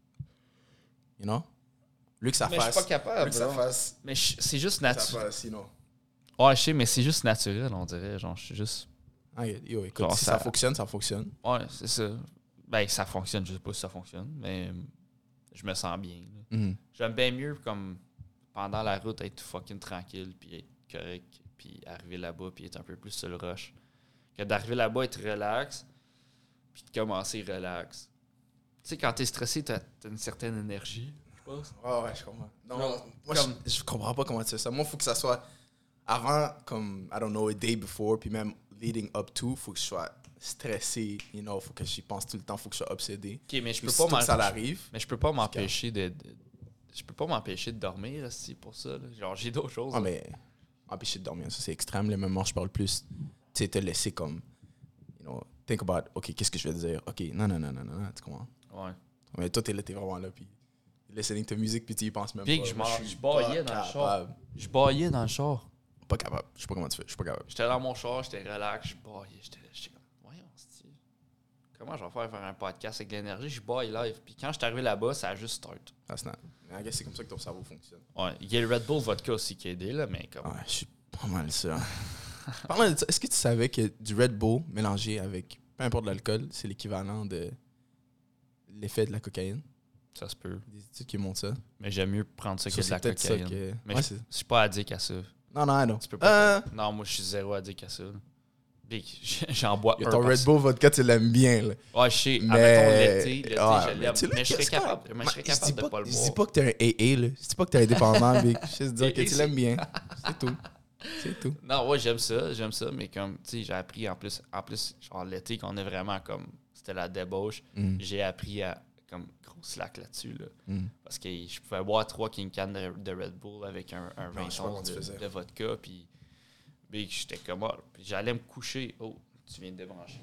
You know? Lui que ça Mais je fasse. suis pas capable, Lui que ça bro. fasse. Mais je- c'est juste Ça naturel. fasse, sinon. Ouais, je sais, mais c'est juste naturel, on dirait. Genre, je suis juste. Ah, yo, écoute, Genre, si ça- ça fonctionne, ça fonctionne. Ouais, c'est ça. Ben, ça fonctionne, je sais pas si ça fonctionne, mais euh, je me sens bien. là. Mhm. J'aime bien mieux, comme, pendant la route, être fucking tranquille, puis être correct, puis arriver là-bas, puis être un peu plus sur le rush. Que d'arriver là-bas, être relax, puis de commencer relax. Tu sais, quand t'es stressé, t'as, t'as une certaine énergie, je pense. Ouais, ouais, je comprends. Non, Genre, moi, comme- je, je comprends pas comment tu fais ça. Moi, il faut que ça soit avant, comme, I don't know, a day before, puis même leading up to, faut que je sois stressé, you know, faut que j'y pense tout le temps, faut que je sois obsédé. Ok, mais je Puis peux pas surtout que ça m'empêcher. l'arrive. Mais je peux pas m'empêcher de, de- Je peux pas m'empêcher de dormir aussi pour ça. Là. Genre, j'ai d'autres choses. Ouais, là. mais empêcher de dormir, ça c'est extrême. Le moment où je parle plus, tu sais, te laisser comme, you know, think about, OK, qu'est-ce que je vais dire? OK, non, non, non, non, non, non, tu comprends? Ouais. Mais toi, t'es là, t'es vraiment là, puis listening to music, puis tu y penses même Big, pas. je Moi, m'en- suis je baillais pas dans le char. capable. Je baillais dans le char. Pas capable. Je sais pas comment tu fais, je suis pas capable. J'étais dans mon char, j'étais relax, je baillais. J'étais j'étais comme, voyons, c'est comment je vais faire faire un podcast avec de l'énergie? Je baille live. Puis quand je suis arrivé là-bas, ça a juste start. That's not. Mais I guess c'est comme ça que ton cerveau fonctionne. Ouais, il y a le Red Bull Vodka aussi qui a aidé, là, mais comme. Ouais, je suis pas mal ça. Parlant de ça, est-ce que tu savais que du Red Bull mélangé avec peu importe l'alcool, c'est l'équivalent de l'effet de la cocaïne? Ça se peut. Des études qui montrent ça. Mais j'aime mieux prendre ça Ça, que de c'est la peut-être ça cocaïne. que- Mais Ouais, je, c'est- je suis pas addict à ça. Non, non, non. Tu peux pas. Euh, Non, moi, je suis zéro addict à ça. là. Big, j'en bois Yo, un ton par Red Bull vodka, tu l'aimes bien, là. Ouais, je sais. Mais- Admettons l'été, l'été, Ouais, je mais l'aime. tu sais, là, Mais je serais c'est correct. capable, mais je serais Je dis capable de pas- pas le Je dis boire. pas que t'es un A A, là. Je dis pas que t'es indépendant, Big. Je sais dire que A A, tu c'est- l'aimes bien. C'est tout. C'est tout. Non, ouais, j'aime ça, j'aime ça, mais comme, tu sais, j'ai appris en plus, en plus, genre l'été, qu'on est vraiment comme, c'était la débauche, Mm. j'ai appris à, comme, gros slack là-dessus, là. Mm. Parce que je pouvais boire trois King Can de, de Red Bull avec un, un Non, vingt je sais pas comment onces tu de, faisais. de vodka, puis, big, j'étais comme, ah, puis j'allais me coucher. Oh, tu viens de débrancher.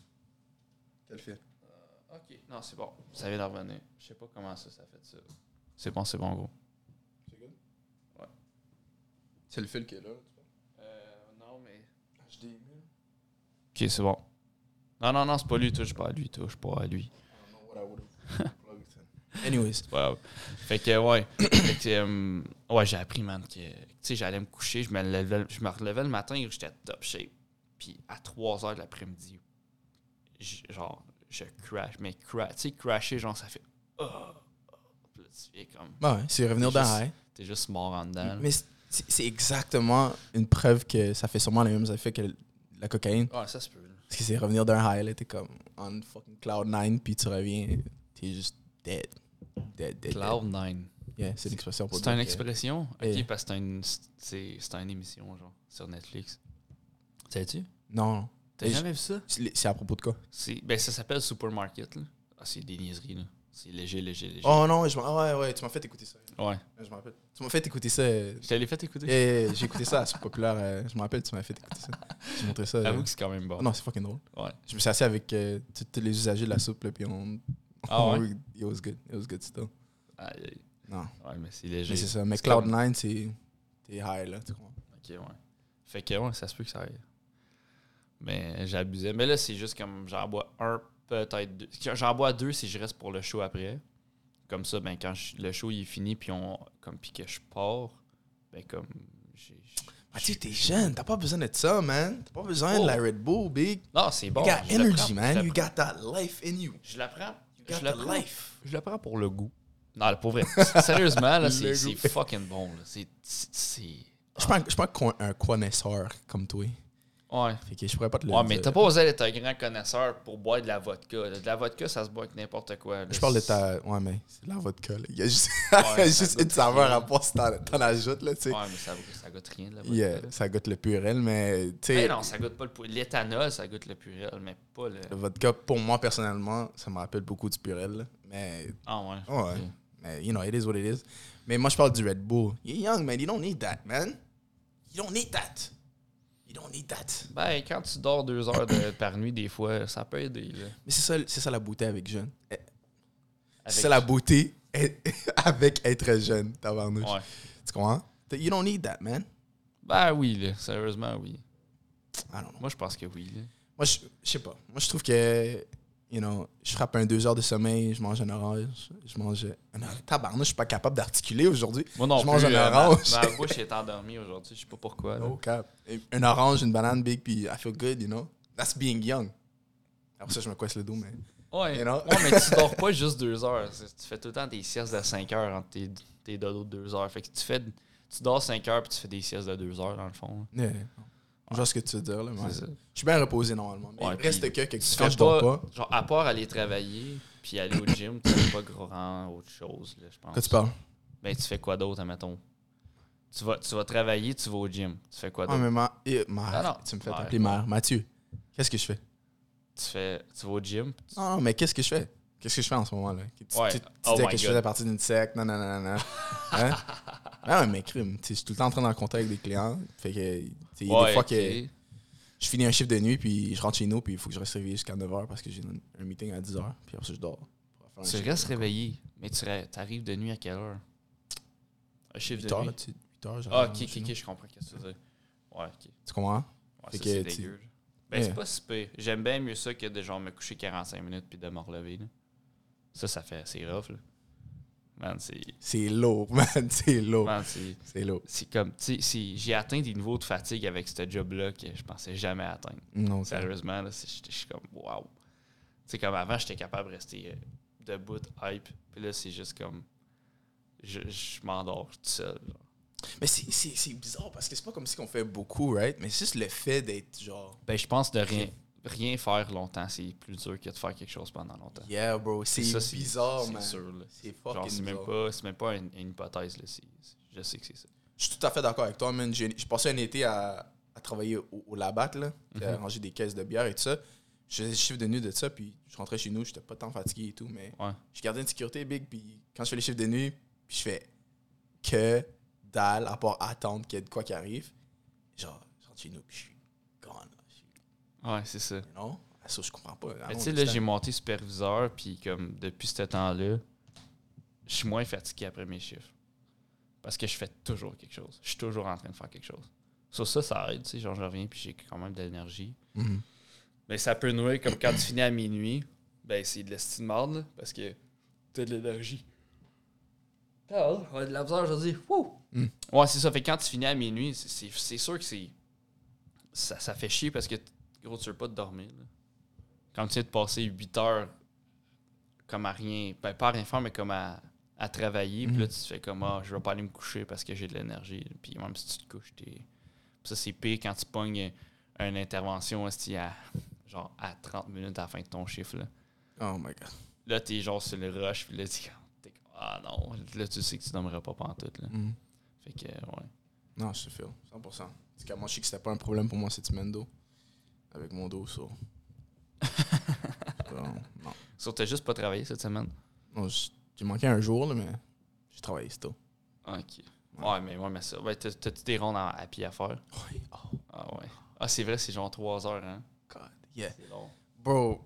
Quel fait? Ok, non, c'est bon, ça vient d'en revenir. Je sais pas comment ça, ça fait ça. C'est bon, c'est bon, gros. C'est good? C'est le fil qui est là. Euh, non, mais... H D M I. Ok, c'est bon. Non, non, non, c'est pas lui, touche pas à lui, touche pas à lui. I don't know what I would've plugged in. Anyways. C'est pas grave. Fait que, ouais. fait que, euh, ouais, j'ai appris, man, que, tu sais, j'allais me coucher, je me, levais, je me relevais le matin, j'étais top shape. Puis à trois heures de l'après-midi, genre, je crash, mais crash, tu sais, crasher, genre, ça fait... Oh, oh. Puis là, tu fais comme... Bah ouais, c'est revenir dans juste, high. T'es juste mort en dedans. Mais c'est, c'est exactement une preuve que ça fait sûrement les mêmes effets que la cocaïne. Ouais, ça se peut. Parce que c'est revenir d'un high, là, t'es comme on fucking cloud nine, puis tu reviens, t'es juste dead. Dead, dead, Cloud nine. dead. Yeah, c'est l'expression pour C'est dire une que- expression? Ok, Yeah. parce que c'est une, c'est, c'est une émission, genre, sur Netflix. Sais-tu? Non, non. T'as Mais jamais vu ça? C'est c'est à propos de quoi? C'est, ben, ça s'appelle Supermarket, là. Ah, c'est des niaiseries, là. C'est léger, léger, léger. Oh non, je m'en- ah ouais, ouais, tu m'as fait écouter ça. Ouais. Ouais, je me rappelle. Tu m'as fait écouter ça. euh, Je t'avais fait écouter? eh, j'ai écouté ça, c'est populaire. euh, je me rappelle, tu m'as fait écouter ça. J'ai montré ça. euh, Avoue que c'est quand même bon. Non, c'est fucking drôle. Ouais. Je me suis assis avec euh, tous tous les usagers de la soupe, là, puis on. Ah ouais? on- It was good. It was good still. Aïe, aïe. Non. Ouais, mais c'est léger. Mais c'est ça. Mais C'est Cloud comme- nine, c'est. T'es high, là, tu comprends? Ok, ouais. Fait que, ouais, ça se peut que ça aille. Mais j'abusais. Mais là, c'est juste comme j'en bois un, peut-être deux. J'en bois deux si je reste pour le show après. Comme ça, ben, quand je- le show il est fini, puis on, comme, puis que je pars, ben, comme. j'ai- j'ai- Ah, tu sais, t'es jeune, t'as pas besoin de ça, man. T'as pas besoin Oh. de la Red Bull, big. Non, c'est bon. You got je le energy, prends- man. Je You le, got that life in you. je le prends. You got Je le the prends. life. Je le prends pour le goût. Non, pour vrai. Sérieusement, là, Le c'est, goût. c'est fucking bon. Là. C'est. c'est, c'est- Je suis pas un- je suis pas un un connaisseur comme toi. Ouais. Fait que je pourrais pas te le Ouais, mais dire. t'as pas osé d'être un grand connaisseur pour boire de la vodka. là. De la vodka, ça se boit avec n'importe quoi. là. Je parle de ta. Ouais, mais c'est de la vodka, là. Il y a juste, Ouais, il y a ça juste goûte une saveur rien. à part si t'en, t'en ajoutes, là, tu sais. Ouais, mais ça, ça goûte rien de la vodka. Yeah, là. ça goûte le purel, mais tu sais. Ben non, ça goûte pas le purel. L'éthanol, ça goûte le purel, mais pas le. Le vodka, pour moi, personnellement, ça me rappelle beaucoup du purel, là. Mais, Ah ouais. ouais. Ok. mais, you know, it is what it is. Mais moi, je parle du Red Bull. You're young, man. You don't need that, man. You don't need that. You don't need that. Ben, quand tu dors deux heures de- par nuit, des fois, ça peut aider. Là. Mais c'est ça, c'est ça la beauté avec jeune. Eh, Avec- C'est ça la beauté eh, avec être jeune, tabarnouche. Ouais. Tu comprends? You don't need that, man. Ben oui, là. Sérieusement, oui. I don't know. Moi, je pense que oui. Là. Moi, je je sais pas. Moi, je trouve que, you know, je frappe un deux heures de sommeil, je mange un orange, je mange un orange. Tabarnouche, je suis pas capable d'articuler aujourd'hui. Moi non Je mange plus, un euh, ma- orange. Ma, bouche est endormie aujourd'hui. Je sais pas pourquoi. là. No cap. Un orange, une banane big, puis I feel good, you know? That's being young. Après ça, je me coince le dos, mais... Ouais. You know? Ouais, mais tu dors pas juste deux heures. C'est- Tu fais tout le temps des siestes de cinq heures entre tes, tes dodos de deux heures. Fait que tu fais... Tu dors cinq heures puis tu fais des siestes de deux heures, dans le fond. là. Yeah. Je vois ce que tu veux dire, là. mais C'est ça. Je suis bien reposé, normalement. Mais Ouais, il reste puis que, que Tu quand fais je dors pas, pas... genre, à part aller travailler puis aller au gym, tu fais pas grand autre chose, là, je pense. Quand tu parles? Ben, tu fais quoi d'autre, admettons? Tu vas, tu vas travailler, tu vas au gym. Tu fais quoi Ah, d'autre? mais ma... eh, mère, Ah non. tu me fais Ouais. appeler mère. Mathieu, qu'est-ce que je fais? Tu fais, tu vas au gym. tu- Non, non, mais qu'est-ce que je fais? Qu'est-ce que je fais en ce moment-là? Tu, Ouais. tu, tu Oh disais my que je God. faisais partie d'une secte, non, non, non, non, non. Hein? Ah, mais crime, tu sais, je suis tout le temps en train d'en contact avec des clients. Fait que, tu sais, il y a Ouais, des fois ok. que je finis un chiffre de nuit, puis je rentre chez nous, puis il faut que je reste réveillé jusqu'à neuf heures parce que j'ai un, un meeting à dix heures, puis après ça, je dors. pour faire un Tu chiffre. restes réveillé, mais tu arrives de nuit à quelle heure? Un chiffre huit de heures, nuit? tu sais, huit heures, Ah, j'arrive ok, chez ok, nous. ok, je comprends ce que tu veux dire. Ouais, ok. Tu comprends? Ouais, Fait ça, que c'est tu- dégueu. Ben, Yeah. c'est pas si pire. J'aime bien mieux ça que de genre me coucher quarante-cinq minutes puis de me relever. Là. Ça, ça fait... C'est rough, là. Man, c'est... C'est lourd, man, c'est lourd. Man, c'est... C'est lourd. C'est comme... Tu sais, c'est- j'ai atteint des niveaux de fatigue avec ce job-là que je pensais jamais atteindre. Non, c'est Sérieusement, là, c'est- j'étais- je suis comme... Wow. Tu sais, comme avant, j'étais capable de rester euh, debout, hype. Puis là, c'est juste comme... Je, je m'endors tout seul. genre. Mais c'est- c'est c'est bizarre parce que c'est pas comme si on fait beaucoup, right? Mais c'est juste le fait d'être genre. Ben, je pense de rien, rien faire longtemps, c'est plus dur que de faire quelque chose pendant longtemps. Yeah, bro, c'est Ça, c'est- bizarre, c'est man. sûr, là. C'est Genre, fucking c'est même bizarre. pas, c'est même pas une, une hypothèse, là. c'est- c'est- je sais que c'est ça. Je suis tout à fait d'accord avec toi, man. J'ai j'ai passé un été à, à travailler au, au Labatt, là, puis à Mhm. ranger des caisses de bière et tout ça. Je faisais des chiffres de nuit de ça, puis je rentrais chez nous, j'étais pas tant fatigué et tout, mais Ouais. je gardais une sécurité big, puis quand je fais les chiffres de nuit, puis je fais que dalle, à part attendre qu'il y ait de quoi qui arrive, genre, je rentre chez nous, puis je suis gone, là. Je suis, Ouais, c'est ça. you know? Ah, ça, je comprends pas. I Mais don't tu sais, là, understand. j'ai monté superviseur, puis comme depuis ce temps-là, je suis moins fatigué après mes chiffres. Parce que je fais toujours quelque chose. Je suis toujours en train de faire quelque chose. Sur ça, ça aide, tu sais. Genre, je reviens puis j'ai quand même de l'énergie. Mm-hmm. Mais ça peut nuire, comme quand tu finis à minuit, ben c'est de l'estime marde, là, parce que t'as de l'énergie. Ah, on a de la misère aujourd'hui. Wouh! Mm. Ouais, c'est ça. Fait que quand tu finis à minuit, c'est, c'est, c'est sûr que c'est. Ça, ça fait chier parce que, gros, tu veux pas te dormir. Là. Quand tu viens de passer huit heures comme à rien. Ben, pas à rien faire, mais comme à, à travailler. Mm. Puis là, tu te fais comme, ah, je vais pas aller me coucher parce que j'ai de l'énergie. Puis même si tu te couches, t'es. Puis ça, c'est pire quand tu pognes une intervention aussi à, genre, à trente minutes à la fin de ton chiffre. Là. Oh my God. Là, t'es genre sur le rush. Puis là, t'es ah non, là tu sais que tu dormiras pas pantoute là. Mm. Fait que ouais. Non, je te file, cent pour cent. Parce que moi je sais que c'était pas un problème pour moi cette semaine d'eau. Avec mon dos, ça. non. non. So, t'as juste pas travaillé cette semaine? Non, j'ai manqué un jour là, mais j'ai travaillé c'est tout. Ok. Ouais, ouais mais ouais, mais ça. Ouais, t'as, t'as-tu des rondes à, à pied à faire? Oui. Oh. Ah ouais. Ah c'est vrai, c'est genre trois heures, hein? God, yeah. C'est long. Bro.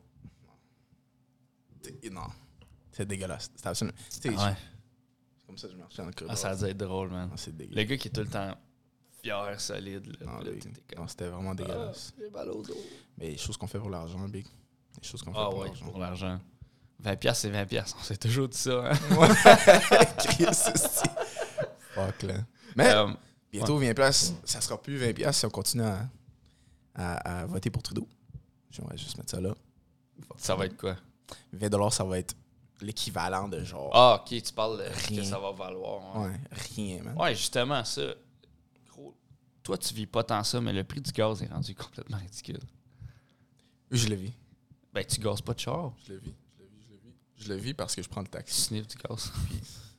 T'es, non. C'est dégueulasse. C'est absolument. C'est, ouais. c'est comme ça que je marchais dans le corridor. Ah, ça a dû être drôle, man. Non, c'est dégueulasse. Le gars qui est tout le temps fier, solide. Là, non, là, lui, comme... non, c'était vraiment dégueulasse. Ah, j'ai mal au dos. Mais les choses qu'on fait pour l'argent, Big. Les choses qu'on fait ah, pour ouais, l'argent. pour l'argent. vingt piastres, c'est vingt piastres. On s'est toujours dit ça. Hein? Fuck, là. Mais um, bientôt, ouais. vingt piastres, ça sera plus vingt piastres si on continue à, à, à voter pour Trudeau. J'aimerais juste mettre ça là. Fuck. Ça va être quoi? vingt dollars, ça va être l'équivalent de genre... Ah, OK, tu parles de rien. Que ça va valoir. Ouais, ouais rien, man. Ouais, justement, ça. Gros, toi, tu vis pas tant ça, mais le prix du gaz est rendu complètement ridicule. Je le vis. Ben, tu gazes pas de char. Je le vis, je le vis, je le vis. Je le vis parce que je prends le taxi. Tu sniffes du gaz. Puis...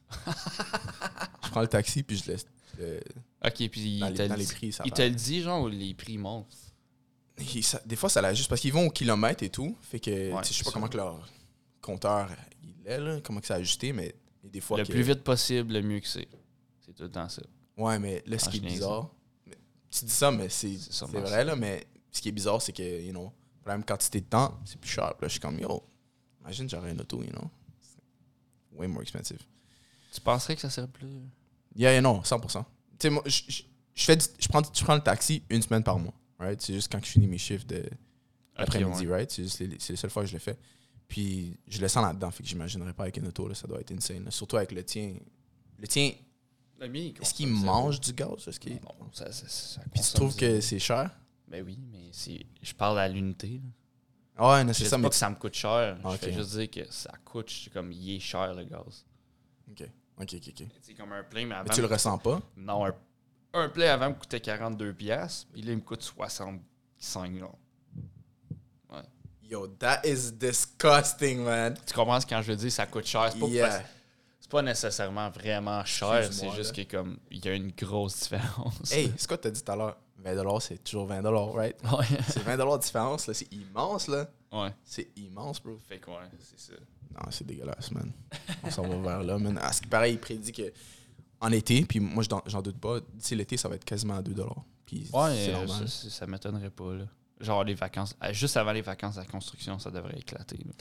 je prends le taxi, puis je laisse... Euh, OK, puis dans il, les, te, dans les prix, ça il te le dit, genre, où les prix montent? Et ça, des fois, ça l'a juste parce qu'ils vont au kilomètre et tout. Fait que, ouais, je sais pas comment que leur compteur il est, là, comment que ça a ajusté, mais des fois. Le que... plus vite possible, le mieux que c'est. C'est tout le temps ça. Ouais, mais là, ce ah, qui est bizarre. Mais, tu dis ça, mais c'est, c'est, c'est vrai, ça. Là, mais ce qui est bizarre, c'est que, you know, pour la même quantité de temps, c'est plus cher. Puis là, je suis comme, yo, imagine, j'aurais un auto, you know. C'est way more expensive. Tu penserais que ça serait plus. Yeah, yeah, non, cent pour cent. Tu sais, moi, je, je, je, fais du, je, prends, je prends le taxi une semaine par mois. Right? C'est juste quand je finis mes chiffres de l'après-midi, okay, ouais. Right? C'est, juste les, c'est les seules fois que je le fais. Puis je le sens là-dedans, fait que j'imaginerais pas avec une auto, là, ça doit être insane. Là. Surtout avec le tien. Le tien, le mien, est-ce qu'il mange du gaz? Est-ce qu'il... Non, ça, ça, ça Puis tu trouves que c'est cher? Ben oui, mais c'est... je parle à l'unité. Ah ouais, non, c'est je ça. dis mais pas que ça me coûte cher. Okay. Je fais juste dire que ça coûte, c'est comme il est cher le gaz. OK, OK, OK. okay. C'est comme un plein, mais avant... Mais tu le ressens pas? Non, un, un plein avant me coûtait quarante-deux piastres, puis là, il me coûte soixante-cinq, là. Ouais. Yo, that is disgusting, man. Tu comprends ce que quand je veux dire, ça coûte cher. C'est pas, yeah. parce, c'est pas nécessairement vraiment cher, Excuse-moi, c'est juste là. Que comme il y a une grosse différence. Hey, c'est quoi que t'as dit tout à l'heure? vingt dollars, c'est toujours vingt dollars, right? Ouais. C'est vingt dollars de différence, là. C'est immense, là. Ouais. C'est immense, bro. Fait que ouais, c'est ça. Non, c'est dégueulasse, man. On s'en va vers là, man. À ce qui paraît, il prédit que en été, puis moi, j'en, j'en doute pas, d'ici l'été, ça va être quasiment à deux dollars. Puis ouais, c'est normal. Ça, ça m'étonnerait pas, là. Genre, les vacances, juste avant les vacances de la construction, ça devrait éclater, là.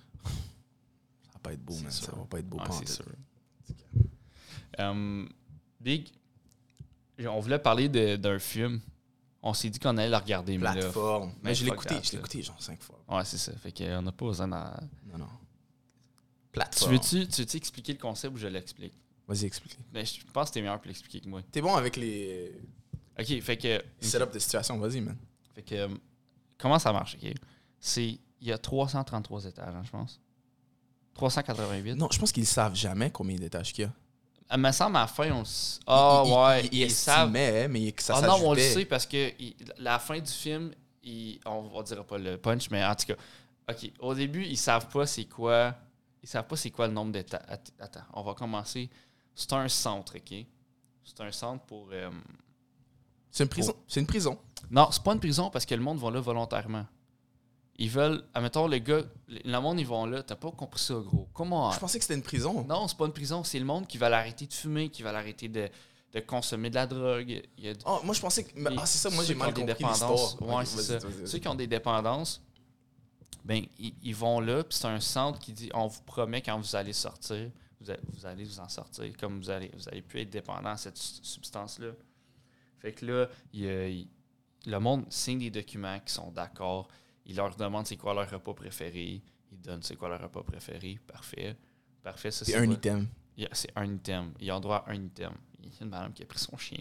Ça va pas être beau, c'est man. Sûr. Ça va pas être beau, ouais, c'est sûr. Okay. Um, Big, on voulait parler de, d'un film. On s'est dit qu'on allait le regarder. Plateforme. Mais, là, mais je l'ai écouté, je l'ai écouté genre cinq fois. Ouais, c'est ça. Fait qu'on n'a pas besoin d'en... Non, non. Plateforme. Tu veux-tu, tu veux-tu expliquer le concept ou je l'explique? Vas-y, explique. Ben, je pense que t'es meilleur pour l'expliquer que moi. T'es bon avec les... OK, fait que... Setup de situation, vas-y, man. Fait que... Comment ça marche, OK? C'est... Il y a trois cent trente-trois étages, hein, je pense. trois cent quatre-vingt-huit. Non, je pense qu'ils savent jamais combien d'étages qu'il y a. Elle me semble à la fin, on le sait. Ah oh, ouais, ils, ils, ils savent. Mais que ça ah non, on le sait parce que il, la fin du film, il, on ne dira pas le punch, mais en tout cas, OK, au début, ils savent pas c'est quoi. Ils savent pas c'est quoi le nombre d'étages. Attends, on va commencer. C'est un centre, OK? C'est un centre pour. Euh, c'est une prison. Pour... C'est une prison. Non, c'est pas une prison parce que le monde va là volontairement. Ils veulent, admettons, le gars, le monde, ils vont là. T'as pas compris ça, gros. Comment? Je pensais que c'était une prison. Non, c'est pas une prison. C'est le monde qui va l'arrêter de fumer, qui va l'arrêter de, de consommer de la drogue. Il y a... Oh, moi, je pensais que. Ah, c'est ça, moi, j'ai mal compris l'histoire. Ouais, okay, c'est ça. Vas-y, vas-y. Ceux qui ont des dépendances, ben, ils, ils vont là, puis c'est un centre qui dit on vous promet, quand vous allez sortir, vous, a, vous allez vous en sortir. Comme vous allez, vous allez plus être dépendant à cette substance-là. Fait que là, il, il, le monde signe des documents qui sont d'accord. Il leur demande c'est quoi leur repas préféré. Ils donnent c'est quoi leur repas préféré. Parfait. Parfait. Ça, c'est, c'est un quoi? item. Yeah, c'est un item. Ils ont droit à un item. Il y a une madame qui a pris son chien.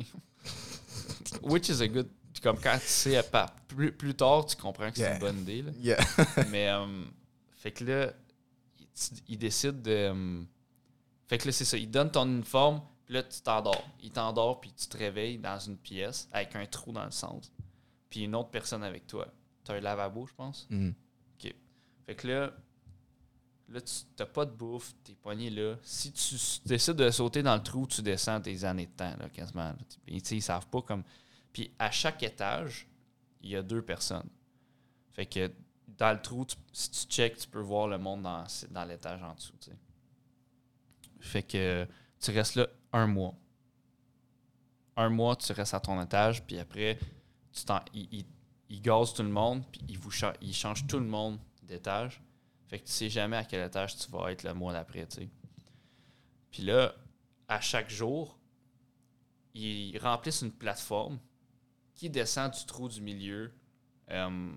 Which is a good... Comme quand tu sais, pas, plus, plus tard, tu comprends que c'est yeah. une bonne idée. Là. Yeah. Mais, um, fait que là, il, il décide de... Um, fait que là, c'est ça. Il donne ton uniforme, puis là, tu t'endors. Il t'endort, puis tu te réveilles dans une pièce avec un trou dans le centre. Puis une autre personne avec toi. T'as un lavabo, je pense? Mm. OK. Fait que là, là tu n'as pas de bouffe, t'es poigné là. Si tu décides de sauter dans le trou, tu descends tes années de temps, là, quasiment. Là. Puis, ils savent pas comme... Puis à chaque étage, il y a deux personnes. Fait que dans le trou, tu, si tu checkes, tu peux voir le monde dans, dans l'étage en dessous. T'sais. Fait que tu restes là un mois. Un mois, tu restes à ton étage, puis après, tu t'en, il, il, il gaze tout le monde, puis il, vous cha- il change tout le monde d'étage. Fait que tu sais jamais à quel étage tu vas être le mois d'après. T'sais. Puis là, à chaque jour, ils remplissent une plateforme qui descend du trou du milieu euh,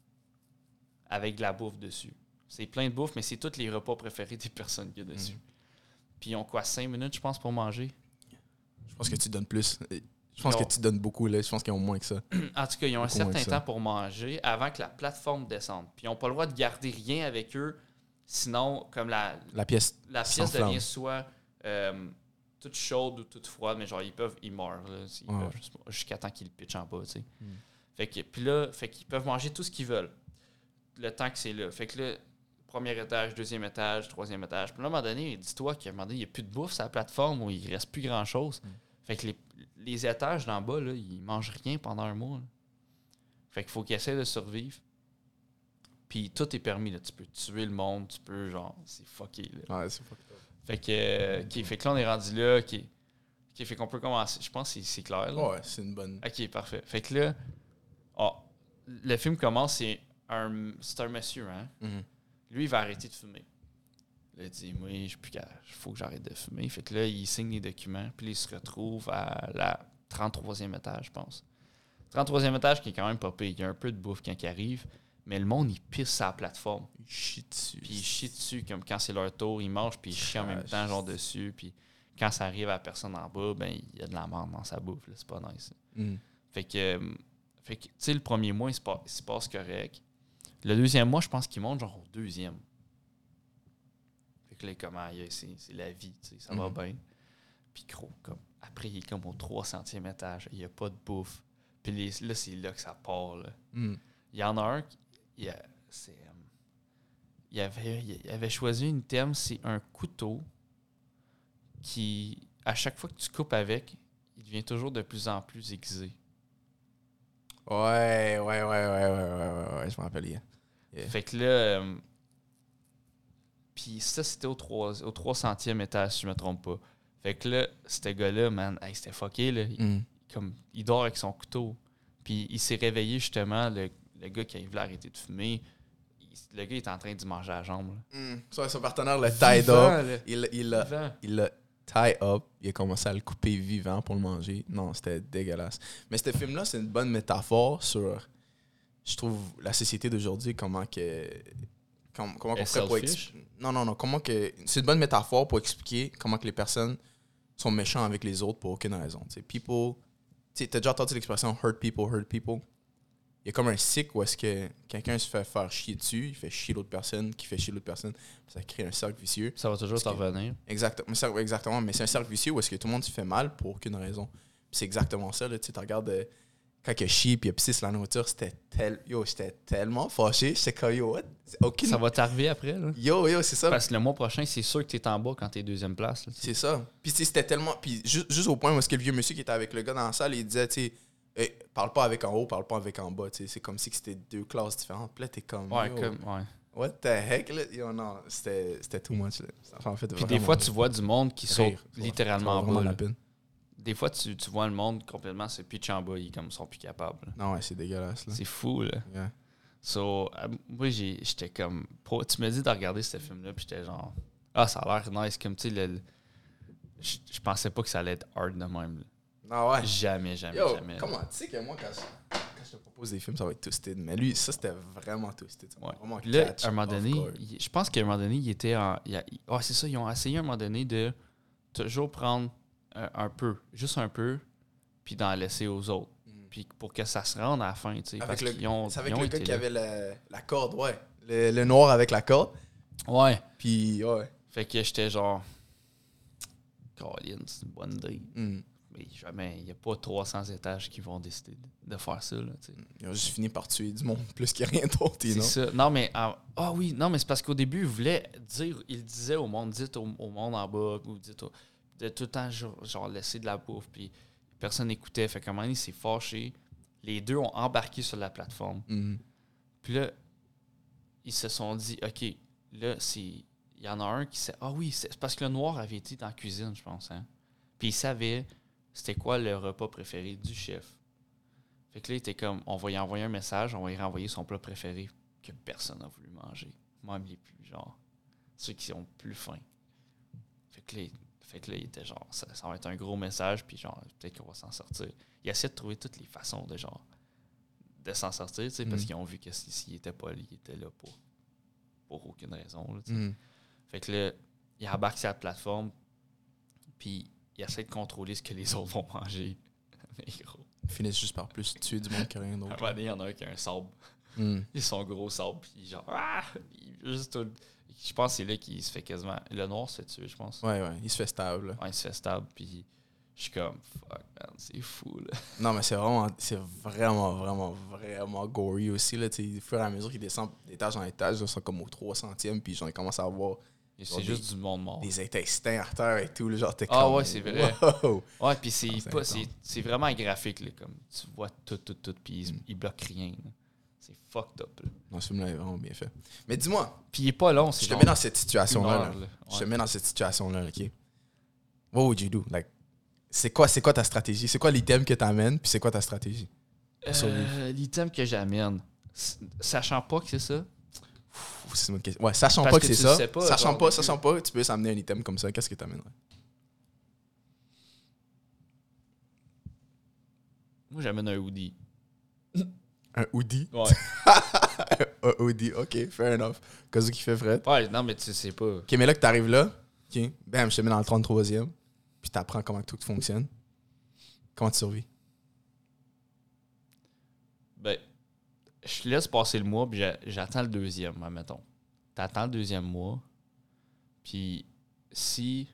avec de la bouffe dessus. C'est plein de bouffe, mais c'est tous les repas préférés des personnes qu'il y a dessus. Mm. Puis ils ont quoi, cinq minutes, je pense, pour manger? Je pense que tu donnes plus. Je pense ont... que tu donnes beaucoup, là. Je pense qu'ils ont moins que ça. En tout cas, ils ont beaucoup un certain temps pour manger avant que la plateforme descende. Puis ils n'ont pas le droit de garder rien avec eux, sinon, comme la, la pièce, la pièce devient soit... Euh, toute chaude ou toute froide, mais genre, ils peuvent, ils meurent, là, ils ouais. peuvent, jusqu'à temps qu'ils le pitchent en bas, tu sais. Mm. Fait que, puis là, fait qu'ils peuvent manger tout ce qu'ils veulent, le temps que c'est là. Fait que là, premier étage, deuxième étage, troisième étage. Puis là, à un moment donné, dis-toi qu'à un moment donné, il n'y a plus de bouffe sur la plateforme où il ne reste plus grand-chose. Mm. Fait que les, les étages d'en bas, là, ils mangent rien pendant un mois. Là. Fait qu'il faut qu'ils essaient de survivre. Puis tout est permis, là. Tu peux tuer le monde, tu peux, genre, c'est fucké, là. Ouais, c'est fucké. Fait que, euh, okay, fait que là, on est rendu là. Okay. Okay, fait qu'on peut commencer. Je pense que c'est, c'est clair. Là. Ouais, c'est une bonne... OK, parfait. Fait que là, oh, le film commence, c'est un, c'est un monsieur, hein? Mm-hmm. Lui, il va arrêter de fumer. Là, il dit, moi, je il faut que j'arrête de fumer. Fait que là, il signe les documents, puis il se retrouve à la trente-troisième étage, je pense. trente-troisième étage qui est quand même pas pire. Il y a un peu de bouffe quand il arrive. Mais le monde, il pisse sur la plateforme. Il chie dessus. Puis il chie dessus, comme quand c'est leur tour, ils mangent, puis ils chient en même temps, genre dessus. Puis quand ça arrive à la personne en bas, ben il y a de la merde dans sa bouffe. Là, c'est pas nice. Mm. Fait que, fait que tu sais, le premier mois, il se, passe, il se passe correct. Le deuxième mois, je pense qu'il monte genre au deuxième. Fait que là, comment, c'est, c'est la vie, tu sais, ça mm. va bien. Puis gros, comme, après, il est comme au trois centième étage. Il n'y a pas de bouffe. Puis les, là, c'est là que ça part. Là. Mm. Il y en a un qui... Il, a, c'est, um, il, avait, il avait choisi une thème, c'est un couteau qui, à chaque fois que tu coupes avec, il devient toujours de plus en plus aiguisé. Ouais, ouais, ouais, ouais, ouais, ouais, ouais, ouais, je m'en rappelle. Yeah. Yeah. Fait que là, um, puis ça, c'était au, trois, au trois centième étage, si je me trompe pas. Fait que là, ce gars-là, man, hey, c'était fucké, là. Il, mm. comme, il dort avec son couteau. Puis il s'est réveillé, justement, le Le gars qui voulait arrêter de fumer, il, le gars est en train d'y manger à la jambe. Mm. Son, son partenaire l'a tied up. Il, il, l'a, il l'a tie up. Il a commencé à le couper vivant pour le manger. Non, c'était dégueulasse. Mais ce film-là, c'est une bonne métaphore sur, je trouve, la société d'aujourd'hui, comment que... Comment, comment qu'on ferait pour expliquer... Non, non, non. Comment que... C'est une bonne métaphore pour expliquer comment que les personnes sont méchants avec les autres pour aucune raison. T'sais, people... T'sais, t'as déjà entendu l'expression « hurt people, hurt people ». Il y a comme un cycle où est-ce que quelqu'un se fait faire chier dessus, il fait chier l'autre personne, qui fait chier l'autre personne, ça crée un cercle vicieux. Ça va toujours t'en revenir. Exactement, exactement, mais c'est un cercle vicieux où est-ce que tout le monde se fait mal pour aucune raison. Puis c'est exactement ça, là, tu sais, regardes euh, quand il a chié puis il a pissé sur la nourriture, c'était tel... yo, j'étais tellement fâché, j'étais comme yo, what? Aucune... Ça va t'arriver après, là. Yo, yo, c'est ça. Parce que le mois prochain, c'est sûr que t'es en bas quand t'es deuxième place. Là, c'est ça. Puis c'était tellement... Puis juste, juste au point où est-ce que le vieux monsieur qui était avec le gars dans la salle, il disait, tu sais, hey, parle pas avec en haut, parle pas avec en bas. T'sais. C'est comme si c'était deux classes différentes. Puis là, t'es comme. Ouais, comme. Ouais. What the heck? Là? Yo, non, c'était, c'était too much. Là. En fait, puis des fois, tu vois du monde qui saute littéralement en bas. La peine. Des fois, tu, tu vois le monde complètement se pitch en bas. Ils comme, sont plus capables. Là. Non, ouais, c'est dégueulasse. Là. C'est fou, là. Yeah. So, euh, moi, j'ai, j'étais comme. Pro, tu me dis de regarder ce film-là, puis j'étais genre. Ah, ça a l'air nice. Comme, tu sais, le... le- je je pensais pas que ça allait être hard de même. Là. Ah ouais. Jamais, jamais, Yo, jamais. comment? Tu sais que moi, quand je, quand je te propose des films, ça va être twisted. Mais lui, ça, c'était vraiment twisted. Ça m'a Ouais. vraiment Puis là, catch à un moment off donné, guard. il- je pense qu'à un moment donné, il était en. il a- il- Ah, c'est ça, ils ont essayé à un moment donné de toujours prendre un, un peu, juste un peu, puis d'en laisser aux autres. Mm. Puis pour que ça se rende à la fin, tu sais. Avec Parce le, qu'ils ont. c'est avec ils ont le gars été qui là. avait la, la corde, ouais. Le, le noir avec la corde. Ouais. Puis, ouais. Fait que j'étais genre. Colin, c'est une bonne idée. Mm. Mais jamais, il n'y a pas trois cents étages qui vont décider de, de faire ça, là, tu sais. Ils ont juste fini par tuer du monde plus que rien d'autre, C'est non? ça. Non, mais. Ah ah oui, non, mais c'est parce qu'au début, il voulait dire. Il disait au monde, dites au, au monde en bas, ou dites au- de tout le temps, genre, genre, laisser de la bouffe, puis personne n'écoutait. Fait qu'à un moment donné, il s'est fâché. Les deux ont embarqué sur la plateforme. Mm. Puis là, ils se sont dit, OK, là, c'est. Il y en a un qui sait. Ah oui, c'est c'est parce que le noir avait été dans la cuisine, je pense. Hein? Puis il savait c'était quoi le repas préféré du chef. Fait que là, il était comme, on va y envoyer un message, on va y renvoyer son plat préféré que personne n'a voulu manger. Même les plus, genre, ceux qui ont plus faim. Fait que là, il- fait que là, il était genre, ça, ça va être un gros message, puis genre, peut-être qu'on va s'en sortir. Il essaie de trouver toutes les façons de genre, de s'en sortir, tu sais, parce Mm. qu'ils ont vu que s'il si, était pas là, il était là pour, pour aucune raison, là, tu sais. Mm. Fait que là, il embarque sur la plateforme, puis il essaie de contrôler ce que les autres vont manger. Mais gros, Ils finissent juste par plus tuer du monde que rien à un d'autre. moment donné, il y en a un qui a un sabre. Mm. Ils sont gros sabre, puis genre, ah! Il- juste tout- je pense que c'est là qu'il se fait quasiment. Le noir se fait tuer, je pense. Ouais, ouais, il se fait stable. là. Ouais, il se fait stable, puis je suis comme, fuck, man, c'est fou, là. Non, mais c'est vraiment, c'est vraiment, vraiment, vraiment gory aussi. Là, tu sais, au fur et à mesure qu'ils descendent d'étage en étage, ils sont comme au trois centième, puis genre, ils commencent à avoir Et Genre c'est juste du monde mort. des intestins à terre et tout. Là, genre, t'es Ah comme, ouais, c'est vrai. wow. Ouais, puis c'est Ah, c'est pas, intense. c'est, c'est vraiment graphique, là, comme tu vois tout, tout, tout, puis il, Mm. il bloque rien. là. C'est fucked up, là. Non, ce film-là est vraiment bien fait. Mais dis-moi, Puis il est pas long, c'est je te genre mets dans cette une situation-là. heure, là. là. Je te Ouais. mets dans cette situation-là, OK? What would you do? Like, c'est quoi, c'est quoi ta stratégie? C'est quoi l'item que t'amènes? Puis c'est quoi ta stratégie? pour survivre? Euh, l'item que j'amène, s- sachant pas que c'est ça, Ouh, c'est une bonne question. Ouais, sachant Parce pas que que c'est tu le ça, sais pas, sachant genre, pas, au sachant pas, tu peux juste amener un item comme ça. Qu'est-ce que t'amènerais? moi j'amène un hoodie. Un hoodie? Ouais. Un hoodie, OK, fair enough. Cas où qui fait fret. Ouais, non, mais tu sais pas. OK, mais là que t'arrives là, OK, bam, je te mets dans le trente-troisième, puis t'apprends comment tout fonctionne. Comment tu survis? Ben, je laisse passer le mois, puis j'a- j'attends le deuxième, admettons. T'attends le deuxième mois, puis si.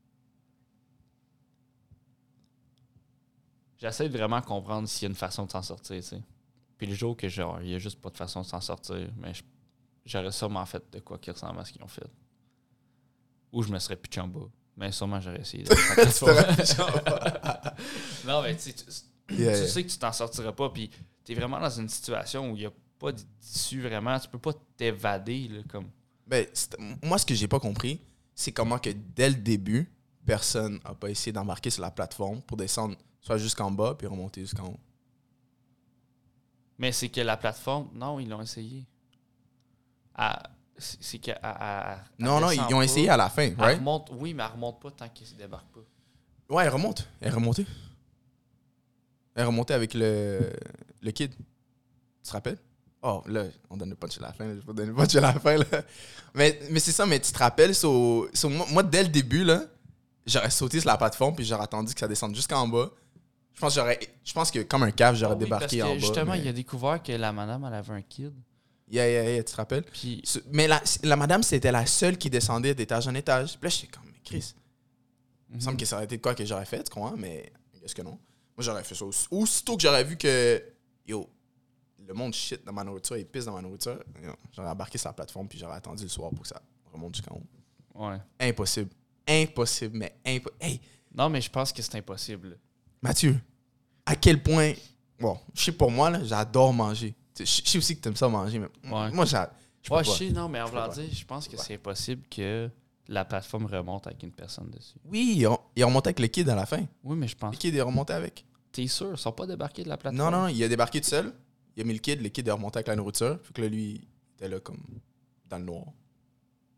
J'essaie de vraiment comprendre s'il y a une façon de s'en sortir, tu sais. Puis le jour que genre, il n'y a juste pas de façon de s'en sortir, mais je- j'aurais sûrement fait de quoi qui ressemble à ce qu'ils ont fait. Ou je me serais pitché en bas. Mais sûrement j'aurais essayé de Tu t'aurais pitché en bas. Non, mais tu sais, tu- Yeah, tu yeah. sais que tu t'en sortiras pas, puis t'es vraiment dans une situation où il n'y a pas d'issue vraiment. Tu peux pas t'évader, là, comme. Ben, c'est- moi, ce que j'ai pas compris, c'est comment que dès le début, personne n'a pas essayé d'embarquer sur la plateforme pour descendre soit jusqu'en bas puis remonter jusqu'en haut. Mais c'est que la plateforme, non, ils l'ont essayé. À- C'est c'est que. à- à- à- Non, elle non, descend ils ont pas. essayé à la fin, Elle right? remonte, oui, mais elle remonte pas tant qu'elle ne débarque pas. Ouais, elle remonte. Elle est remontée. Elle est remontée avec le, le kid. Tu te rappelles? Oh, là, on donne le punch à la fin. Là. Je vais pas donner le punch à la fin. Là. Mais, mais c'est ça, mais tu te rappelles, so, so, moi, moi, dès le début, là, j'aurais sauté sur la plateforme puis j'aurais attendu que ça descende jusqu'en bas. Je pense, que j'aurais, je pense que comme un cave, j'aurais Ah oui, débarqué parce que en bas. justement, mais- il a découvert que la madame, elle avait un kid. Yeah, yeah, yeah, tu te rappelles? Puis, Ce- Mais la, la madame, c'était la seule qui descendait d'étage en étage. Puis là, j'étais comme, mais Chris, il me semble que ça aurait été de quoi que j'aurais fait, tu comprends? Mais est-ce que non? Moi, j'aurais fait ça. Aussi- Aussitôt que j'aurais vu que, yo, le monde shit dans ma nourriture, il pisse dans ma nourriture, yo, j'aurais embarqué sur la plateforme puis j'aurais attendu le soir pour que ça remonte jusqu'en haut. ouais. Impossible. Impossible, mais impossible. Hey, Non, mais je pense que c'est impossible. Mathieu, à quel point. Bon, je sais pour moi, là, j'adore manger. Tu sais, Je sais aussi que t'aimes ça manger, mais Ouais. moi, j'a- je peux Ouais, pas. je sais, non, mais en Je peux voulant pas. dire, je pense que Ouais. c'est impossible que la plateforme remonte avec une personne dessus. Oui, il a, il a remonté avec le kid à la fin. Oui, mais je pense. Le kid est remonté avec. T'es sûr? Ils sont pas débarqués de la Non, plateforme? non, il a débarqué tout seul. Il a mis le kid, le kid est remonté avec la nourriture. Fait que là, lui, il était là comme dans le noir.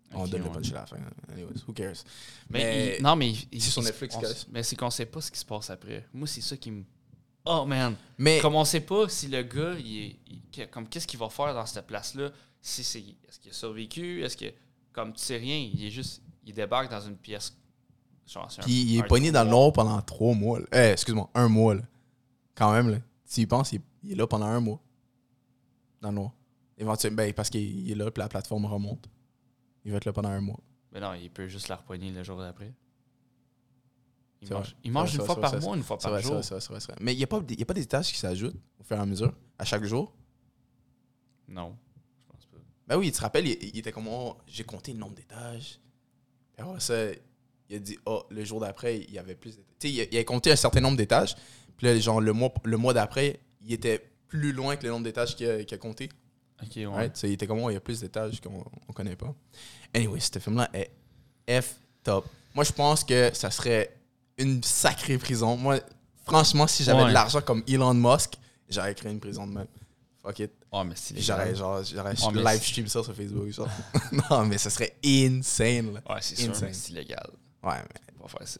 On Ok, donne le ouais. punch à la fin. Anyways, who cares? Mais, Mais il- non, mais il- c'est sur il- Netflix, on- guys. mais c'est qu'on sait pas ce qui se passe après. Moi, c'est ça qui me. Oh man! Mais Comme on sait pas si le gars, il est, il- que- comme qu'est-ce qu'il va faire dans cette place-là, si c'est, est-ce qu'il a survécu, est-ce que, comme tu sais rien, il est juste, il débarque dans une pièce. Genre, c'est un- puis il est un pogné dans le trou noir. noir pendant trois mois. là. Eh, excuse-moi, un mois. Là. Quand même, là. Tu y penses, il est, il est là pendant un mois. Dans le noir. Éventuellement, ben, parce qu'il il est là, puis la plateforme remonte. Il va être là pendant un mois. Mais non, il peut juste la repogner le jour d'après. Il C'est mange, vrai. il mange C'est une vrai, fois c'est par vrai, mois, une fois C'est par vrai, c'est jour. vrai, c'est vrai, c'est vrai, c'est vrai. Mais il n'y a, pas des- il y a pas des étages qui s'ajoutent au fur et à mesure, à chaque jour. Non, je pense pas. Ben oui, tu te rappelles, il, il était comme, oh, j'ai compté le nombre d'étages. Puis après ça, il a dit, oh, le jour d'après, il y avait plus d'étages. Tu sais, il, a- il a compté un certain nombre d'étages. Puis là, genre, le mois, le mois d'après, il était plus loin que le nombre d'étages qu'il a, qu'il a compté. Ok, ouais. Right? So, il était comme, oh, il y a plus d'étages qu'on on connaît pas. Anyway, ce film-là est F-top. Moi, je pense que ça serait une sacrée prison. Moi, franchement, si j'avais Ouais. de l'argent comme Elon Musk, j'aurais créé une prison de même. Fuck it. Oh, mais c'est J'aurais, genre, j'aurais Oh, mais live c'est- stream ça sur Facebook. Genre. Non, mais ça serait insane. Là. Ouais, c'est sûr, Insane. mais c'est illégal. Ouais, mais. Faut pas faire ça.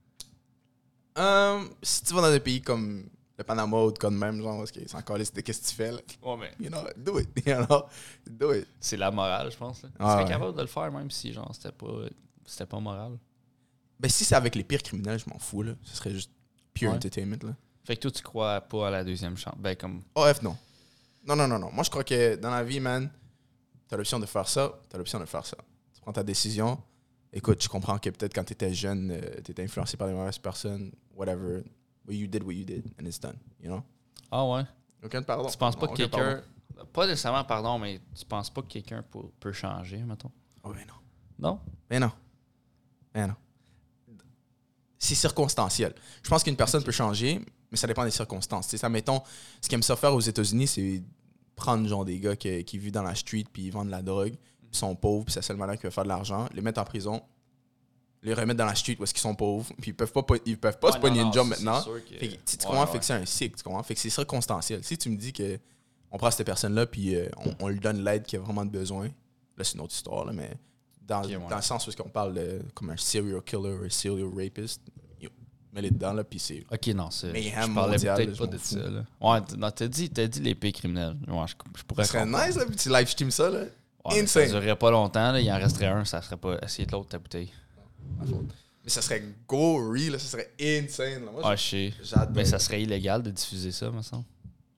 Euh, si tu vas dans des pays comme le Panama ou de quoi de même, genre, parce que c'est encore liste de qu'est-ce que tu fais, là. Ouais, mais You know, do it. You know, do it. c'est la morale, je pense. Là. Tu Ah, serais ouais. capable de le faire même si, genre, c'était pas, c'était pas moral. Ben, si c'est avec les pires criminels, je m'en fous, là. Ce serait juste pure Ouais. entertainment, là. Fait que toi, tu crois pas à la deuxième chance. Ben, comme. O F, non. Non, non, non, non. Moi, je crois que dans la vie, man, t'as l'option de faire ça, t'as l'option de faire ça. Tu prends ta décision. Écoute, je comprends que peut-être quand t'étais jeune, euh, t'étais influencé par les mauvaises personnes, whatever. But you did what you did, and it's done, you know? Ah ouais? Aucun pardon. Tu penses pas Non, que aucun quelqu'un. Pas nécessairement, pardon, mais tu penses pas que quelqu'un peut, peut changer, mettons? pardon. Oh, mais non. Non? Mais non. Mais non. C'est circonstanciel. Je pense qu'une personne Ok. peut changer, mais ça dépend des circonstances. Tu sais, ça, mettons, ce qu'ils aiment ça faire aux États-Unis, c'est prendre genre des gars qui, qui vivent dans la street puis ils vendent de la drogue, puis sont pauvres, puis c'est le seul malin qui veut faire de l'argent, les mettre en prison, les remettre dans la street où est-ce qu'ils sont pauvres, puis ils peuvent pas, ils peuvent pas se pogner une job maintenant. Fait que, tu sais, tu comprends? Fait que c'est un cycle, tu comprends? Fait que c'est circonstanciel. Si tu me dis que on prend cette personne-là puis euh, on, on lui donne l'aide qu'il a vraiment besoin, là, c'est une autre histoire, là, mais dans, Ok, ouais. dans le sens où on parle de comme un serial killer ou un serial rapist, yo, mets-les dedans, là, puis c'est... Ok, non, c'est. Mayhem Je parlais mondial, peut-être je pas m'en de fous. ça, là. Ouais, t- non, t'as dit, t'as dit l'épée criminelle. Ouais, je, je pourrais. Ça serait comprendre. nice, là, puis tu live stream ça, là. Ouais, mais ça Insane. durerait pas longtemps, là. Il en resterait un, ça serait pas. Essayer de l'autre ta bouteille. Ma faute. Mais ça serait gory, là, ça serait insane, là. Moi, Ah, je sais. j'adore. Mais ça serait illégal de diffuser ça, me semble.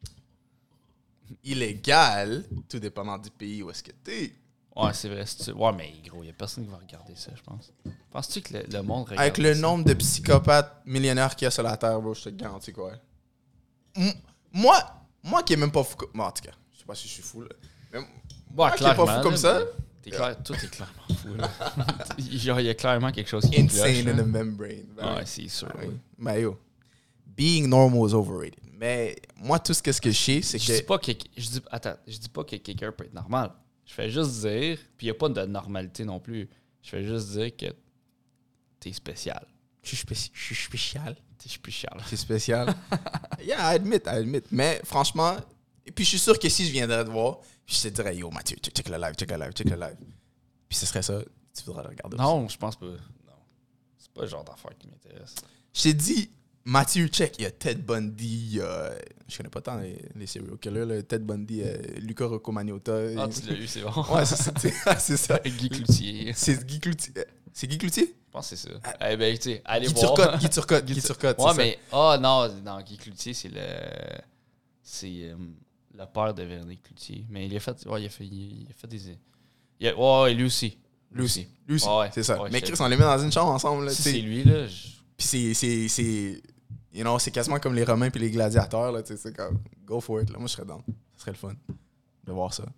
Illégal, tout dépendant du pays où est-ce que t'es. Ouais, c'est vrai. c'est- Ouais, mais gros, y a personne qui va regarder ça, je pense. Penses-tu que le, le monde regarde Avec le ça? nombre de psychopathes millionnaires qu'il y a sur la Terre, bro, je te garantis quoi. M- moi, moi qui est même pas fou comme... Bon, en tout cas, je sais pas si je suis fou, là. Mais Ouais, moi qui est pas clairement, fou comme là, ça, mais T'es clair, toi, t'es clairement fou, là. Genre, il y a clairement quelque chose qui insane cloche, in là. the membrane. Ben Ouais, oui. c'est sûr. Ben oui. oui. Ben yo, being normal is overrated. Mais moi, tout ce que, ce que je sais, c'est Je dis que... pas que je dis attends, je dis pas que quelqu'un peut être normal. Je fais juste dire, puis il y a pas de normalité non plus. Je fais juste dire que t'es spécial. Je suis spéci- je suis spécial. T'es spécial. C'est spécial. Yeah, I admit, I admit. Mais franchement, et puis je suis sûr que si je viendrais te voir, je te dirais, yo, Mathieu, check check le live, check le live, check le live. Puis ce serait ça, tu voudrais le regarder aussi. Non, je pense pas. Non. C'est pas le genre d'affaire qui m'intéresse. Je t'ai dit, Mathieu, check, il y a Ted Bundy, il y a... Je connais pas tant les, les serial killers, là. Ted Bundy, euh, Luca Rocco Magnotta. Ah, tu l'as eu, c'est bon. Ouais, c'est ça. tu sais, c'est ça. Guy Cloutier. C'est Guy Cloutier. Euh, C'est Guy Cloutier? Je pense que c'est ça. Eh ben, tu sais, allez Guy voir. Turcotte, Guy Turcotte, Guy Guy Tur- Turcotte, Ouais, c'est mais. Ah, non, non, Guy Cloutier, c'est le. C'est euh, le père de Véronique Cloutier. Mais il a fait. Ouais, il a fait, il a fait des. Il a, ouais, ouais, lui aussi. Lui aussi. Lui aussi, Ouais, c'est ça. ouais, mais je Chris, sais. on les met dans une chambre ensemble, là, Si tu sais. c'est lui, là. je- Puis c'est, c'est, c'est, you know, c'est quasiment comme les Romains puis les gladiateurs, là, tu sais, c'est comme, go for it, là. Moi, je serais down. Ce serait le fun de voir ça.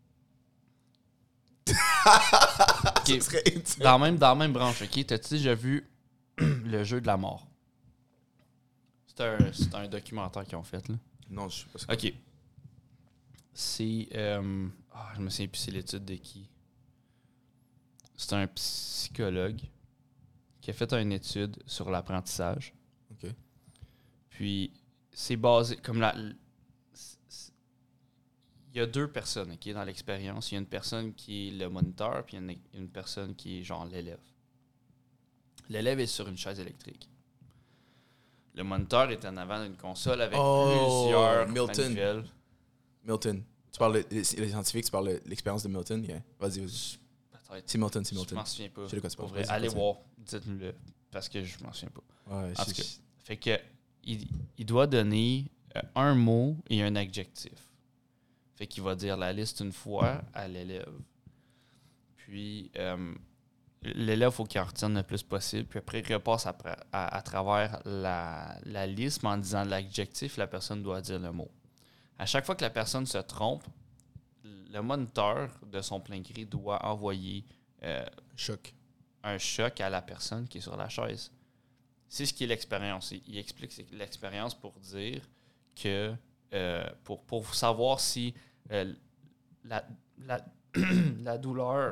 Ok. Ça serait insane. Dans, même, dans la même branche, ok? T'as-tu déjà vu le jeu de la mort? C'est un, c'est un documentaire qu'ils ont fait, là. Non, je sais pas ce que Ok. C'est. euh, ah, je me souviens plus, c'est l'étude de qui. C'est un psychologue qui a fait une étude sur l'apprentissage. Ok. Puis, c'est basé. Comme la. c'est- c'est- il y a deux personnes qui okay, dans l'expérience. Il y a une personne qui est le moniteur, puis il y a une, une personne qui est genre l'élève. L'élève est sur une chaise électrique. Le moniteur est en avant d'une console avec oh, plusieurs Milton. manuels. Milton. Tu parles de, les, les scientifiques, tu parles de l'expérience de Milton? Yeah. Vas-y, vas-y. Peut-être. C'est Milton, c'est Milton. Je m'en souviens pas. Je sais de quoi tu parles. Vrai, allez voir, dites-nous-le, parce que je m'en souviens pas. Ouais, en tout cas, fait que il, il doit donner euh, un mot et un adjectif. Fait qu'il va dire la liste une fois à l'élève. Puis, euh, l'élève, il faut qu'il en retienne le plus possible. Puis après, il repasse à, à, à travers la, la liste, mais en disant l'adjectif, la personne doit dire le mot. À chaque fois que la personne se trompe, le moniteur de son plein gré doit envoyer euh, choc. un choc à la personne qui est sur la chaise. C'est ce qui est l'expérience. Il explique c'est l'expérience pour dire que, euh, pour, pour savoir si euh, la, la, la douleur,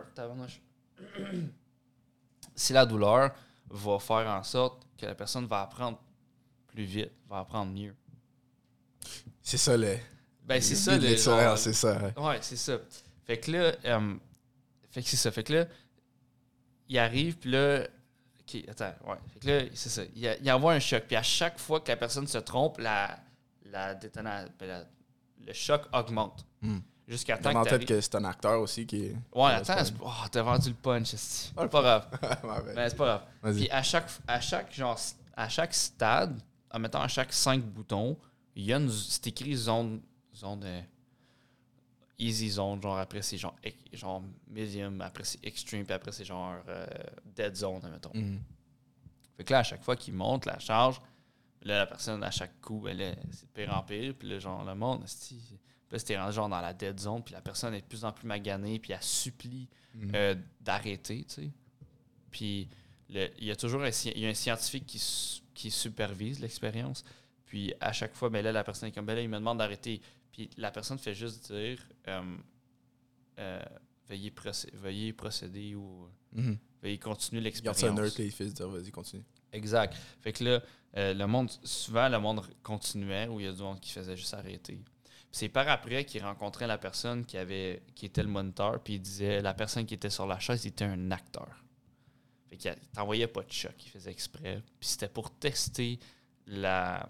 si la douleur va faire en sorte que la personne va apprendre plus vite, va apprendre mieux. C'est ça, le... Ben, c'est ça, le genre... c'est ça. Ouais, ouais c'est ça. Fait que là, euh, fait que c'est ça. Fait que là, il arrive, puis là, OK, attends, ouais. Fait que là, c'est ça. Il, il envoie un choc, puis à chaque fois que la personne se trompe, la, la détonation, la, le choc augmente. Mm. Jusqu'à temps que en tête que c'est un acteur aussi qui est... Ouais, attends, c'est... oh, t'as vendu le punch, c'est pas grave. ouais, ben, c'est pas grave. Vas-y. Puis à chaque, à chaque, genre, à chaque stade, en mettant à chaque cinq boutons, il y a une... C'est écrit zone... Zone de... Easy zone, genre après c'est genre, genre medium, après c'est extreme, puis après c'est genre euh, dead zone, admettons. Mm. Fait que là, à chaque fois qu'il monte la charge, là, la personne, à chaque coup, elle est, c'est de pire en pire, puis là, genre, le monde, c'est... Puis là, c'était rendu genre dans la dead zone, puis la personne est de plus en plus maganée, puis elle supplie Mm. euh, d'arrêter, tu sais. Puis le, il y a toujours un, il y a un scientifique qui, qui supervise l'expérience. Puis à chaque fois, ben là, la personne est comme, ben là, il me demande d'arrêter. Puis la personne fait juste dire, euh, euh, veuillez, procé- veuillez procéder ou Mm-hmm. veuillez continuer l'expérience. Garde ça neutre, les fils, dire, vas-y, continue. Exact. Fait que là, euh, le monde, souvent, le monde continuait, ou il y a du monde qui faisait juste arrêter. C'est par après qu'il rencontrait la personne qui avait qui était le moniteur, puis il disait la personne qui était sur la chaise était un acteur. Fait qu'il t'envoyait pas de choc, il faisait exprès. Puis c'était pour tester la.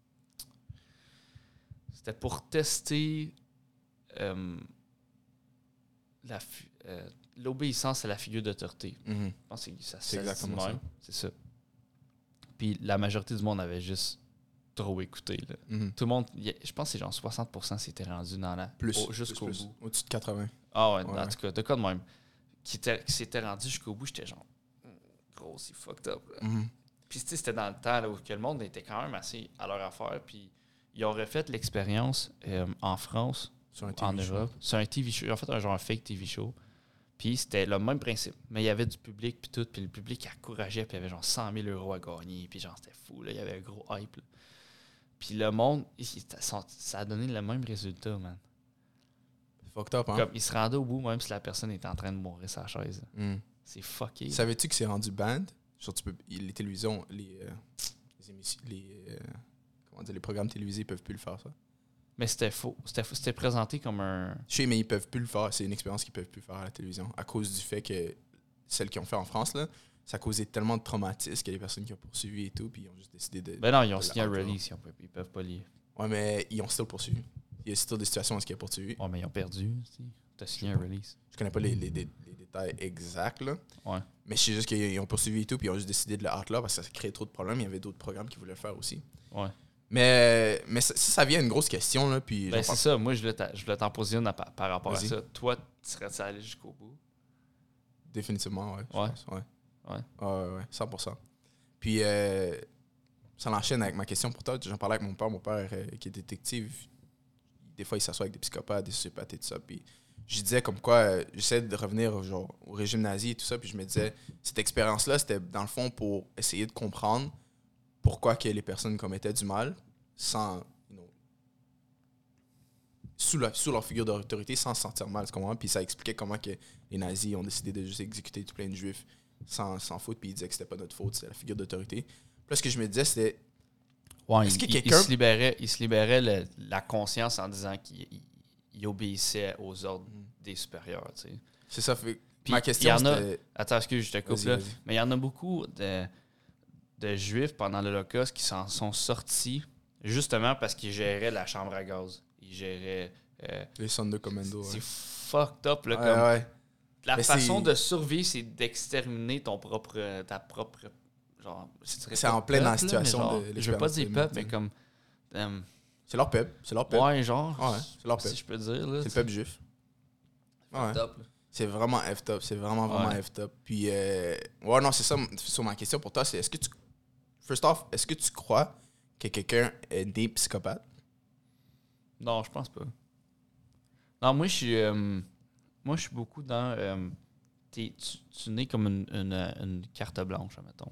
C'était pour tester euh, la, euh, l'obéissance à la figure d'autorité. Mm-hmm. Je pense que ça C'est se dit exactement même. ça. C'est ça. Puis la majorité du monde avait juste trop écouté. Là. Mm-hmm. Tout le monde, y a, je pense que c'est genre soixante pour cent s'était rendu dans la. Plus. Au, jusqu'au plus, plus. bout. Au-dessus de quatre-vingts. Ah ouais, Ouais. en tout cas, de quoi de même. Qui, était, qui s'était rendu jusqu'au bout, j'étais genre. Gros, c'est fucked up. Là. Mm-hmm. Puis tu sais, c'était dans le temps là, où que le monde était quand même assez à leur affaire. Puis ils ont refait l'expérience euh, en France, Sur un T V en show. Europe. C'est un T V show. Ils ont fait un genre un fake T V show. Puis c'était le même principe. Mais il y avait du public, puis tout. Puis le public encourageait, puis il y avait genre cent mille euros à gagner. Puis genre, c'était fou. Là. Il y avait un gros hype. Là. Puis le monde, il, ça a donné le même résultat, man. Fucked up, hein? Comme, il se rendait au bout, même si la personne était en train de mourir sa chaise. Mm. C'est fucké. Savais-tu que c'est rendu band? Genre, tu peux, les télévisions, les, euh, les émissions, les, euh, comment dire, les programmes télévisés, ils peuvent plus le faire, ça. Mais c'était faux. C'était, faux. C'était présenté comme un... Je sais, mais ils peuvent plus le faire. C'est une expérience qu'ils peuvent plus faire à la télévision. À cause du fait que celles qu'ils ont fait en France, là, ça a causé tellement de traumatisme qu'il y a des personnes qui ont poursuivi et tout, puis ils ont juste décidé de... Ben non, ils ont de signé un l'enlever. release. Ils, ont, ils peuvent pas lire. Ouais, mais ils ont still poursuivi. Il y a still des situations où ils ont poursuivi. Ouais, mais ils ont perdu. Tu as signé un release. Je connais pas les, les, les, les détails exacts, là. Ouais. Mais je sais juste qu'ils ont poursuivi et tout, puis ils ont juste décidé de le hâte là parce que ça créait trop de problèmes. Il y avait d'autres programmes qui voulaient le faire aussi. Ouais. Mais, mais ça, ça vient à une grosse question, là, puis... Ben j'en c'est parle- ça. Moi, je voulais, je voulais t'en poser une à, par rapport Vas-y. à ça. Toi, tu serais-tu allé jusqu'au bout? Définitivement, ouais. je Ouais. pense, ouais. Ouais. Ouais, ouais, ouais, cent pour cent. Puis, euh, ça l'enchaîne avec ma question pour toi. J'en parlais avec mon père. Mon père, euh, qui est détective, des fois, il s'assoit avec des psychopathes, des sociopathes et tout ça. Puis, je disais comme quoi, euh, j'essaie de revenir genre, au régime nazi et tout ça. Puis, je me disais, cette expérience-là, c'était dans le fond pour essayer de comprendre pourquoi que les personnes commettaient du mal sans, you know, sous, la, sous leur figure d'autorité, sans se sentir mal, tu comprends? Puis, ça expliquait comment que les nazis ont décidé de juste exécuter tout plein de juifs sans, sans faute. Puis, ils disaient que c'était pas notre faute, c'était la figure d'autorité. Puis là, ce que je me disais, c'était... Ouais, Est-ce il, que il- quelqu'un- il se libérait, il se libérait le- la conscience en disant qu'il il- il obéissait aux ordres Mm. des supérieurs, tu sais. C'est ça. Fait... Puis, Ma il y question, en a- c'était... Attends, excuse, je te coupe Vas-y, là. vas-y. Mais il y en a beaucoup de, de Juifs pendant l'Holocauste qui s'en sont sortis justement parce qu'ils géraient la chambre à gaz. Ils géraient... euh, Les centres de commando. c'est Ouais. fucked up, là, Ouais, comme... ouais. La Mais façon c'est- de survivre, c'est d'exterminer ton propre... ta propre... genre... je dirais C'est pas en plein dans la peuple, là, mais situation genre, de je veux pas l'expérience dire de peuple, mais Milton. comme... euh, C'est leur peuple. C'est leur peuple. ouais, genre... Ouais, c'est leur si peuple. je peux dire, là. C'est le peuple juif. Ouais. Top, là. C'est vraiment F-top. C'est vraiment, vraiment Ouais. F-top. Puis, euh, ouais, non, c'est ça. Sur ma question pour toi, c'est est-ce que tu. First off, est-ce que tu crois que quelqu'un est né psychopathe? Non, je pense pas. Non, moi, je suis... euh, moi, je suis beaucoup dans... euh, t'es- tu, tu nais comme une, une, une carte blanche, mettons.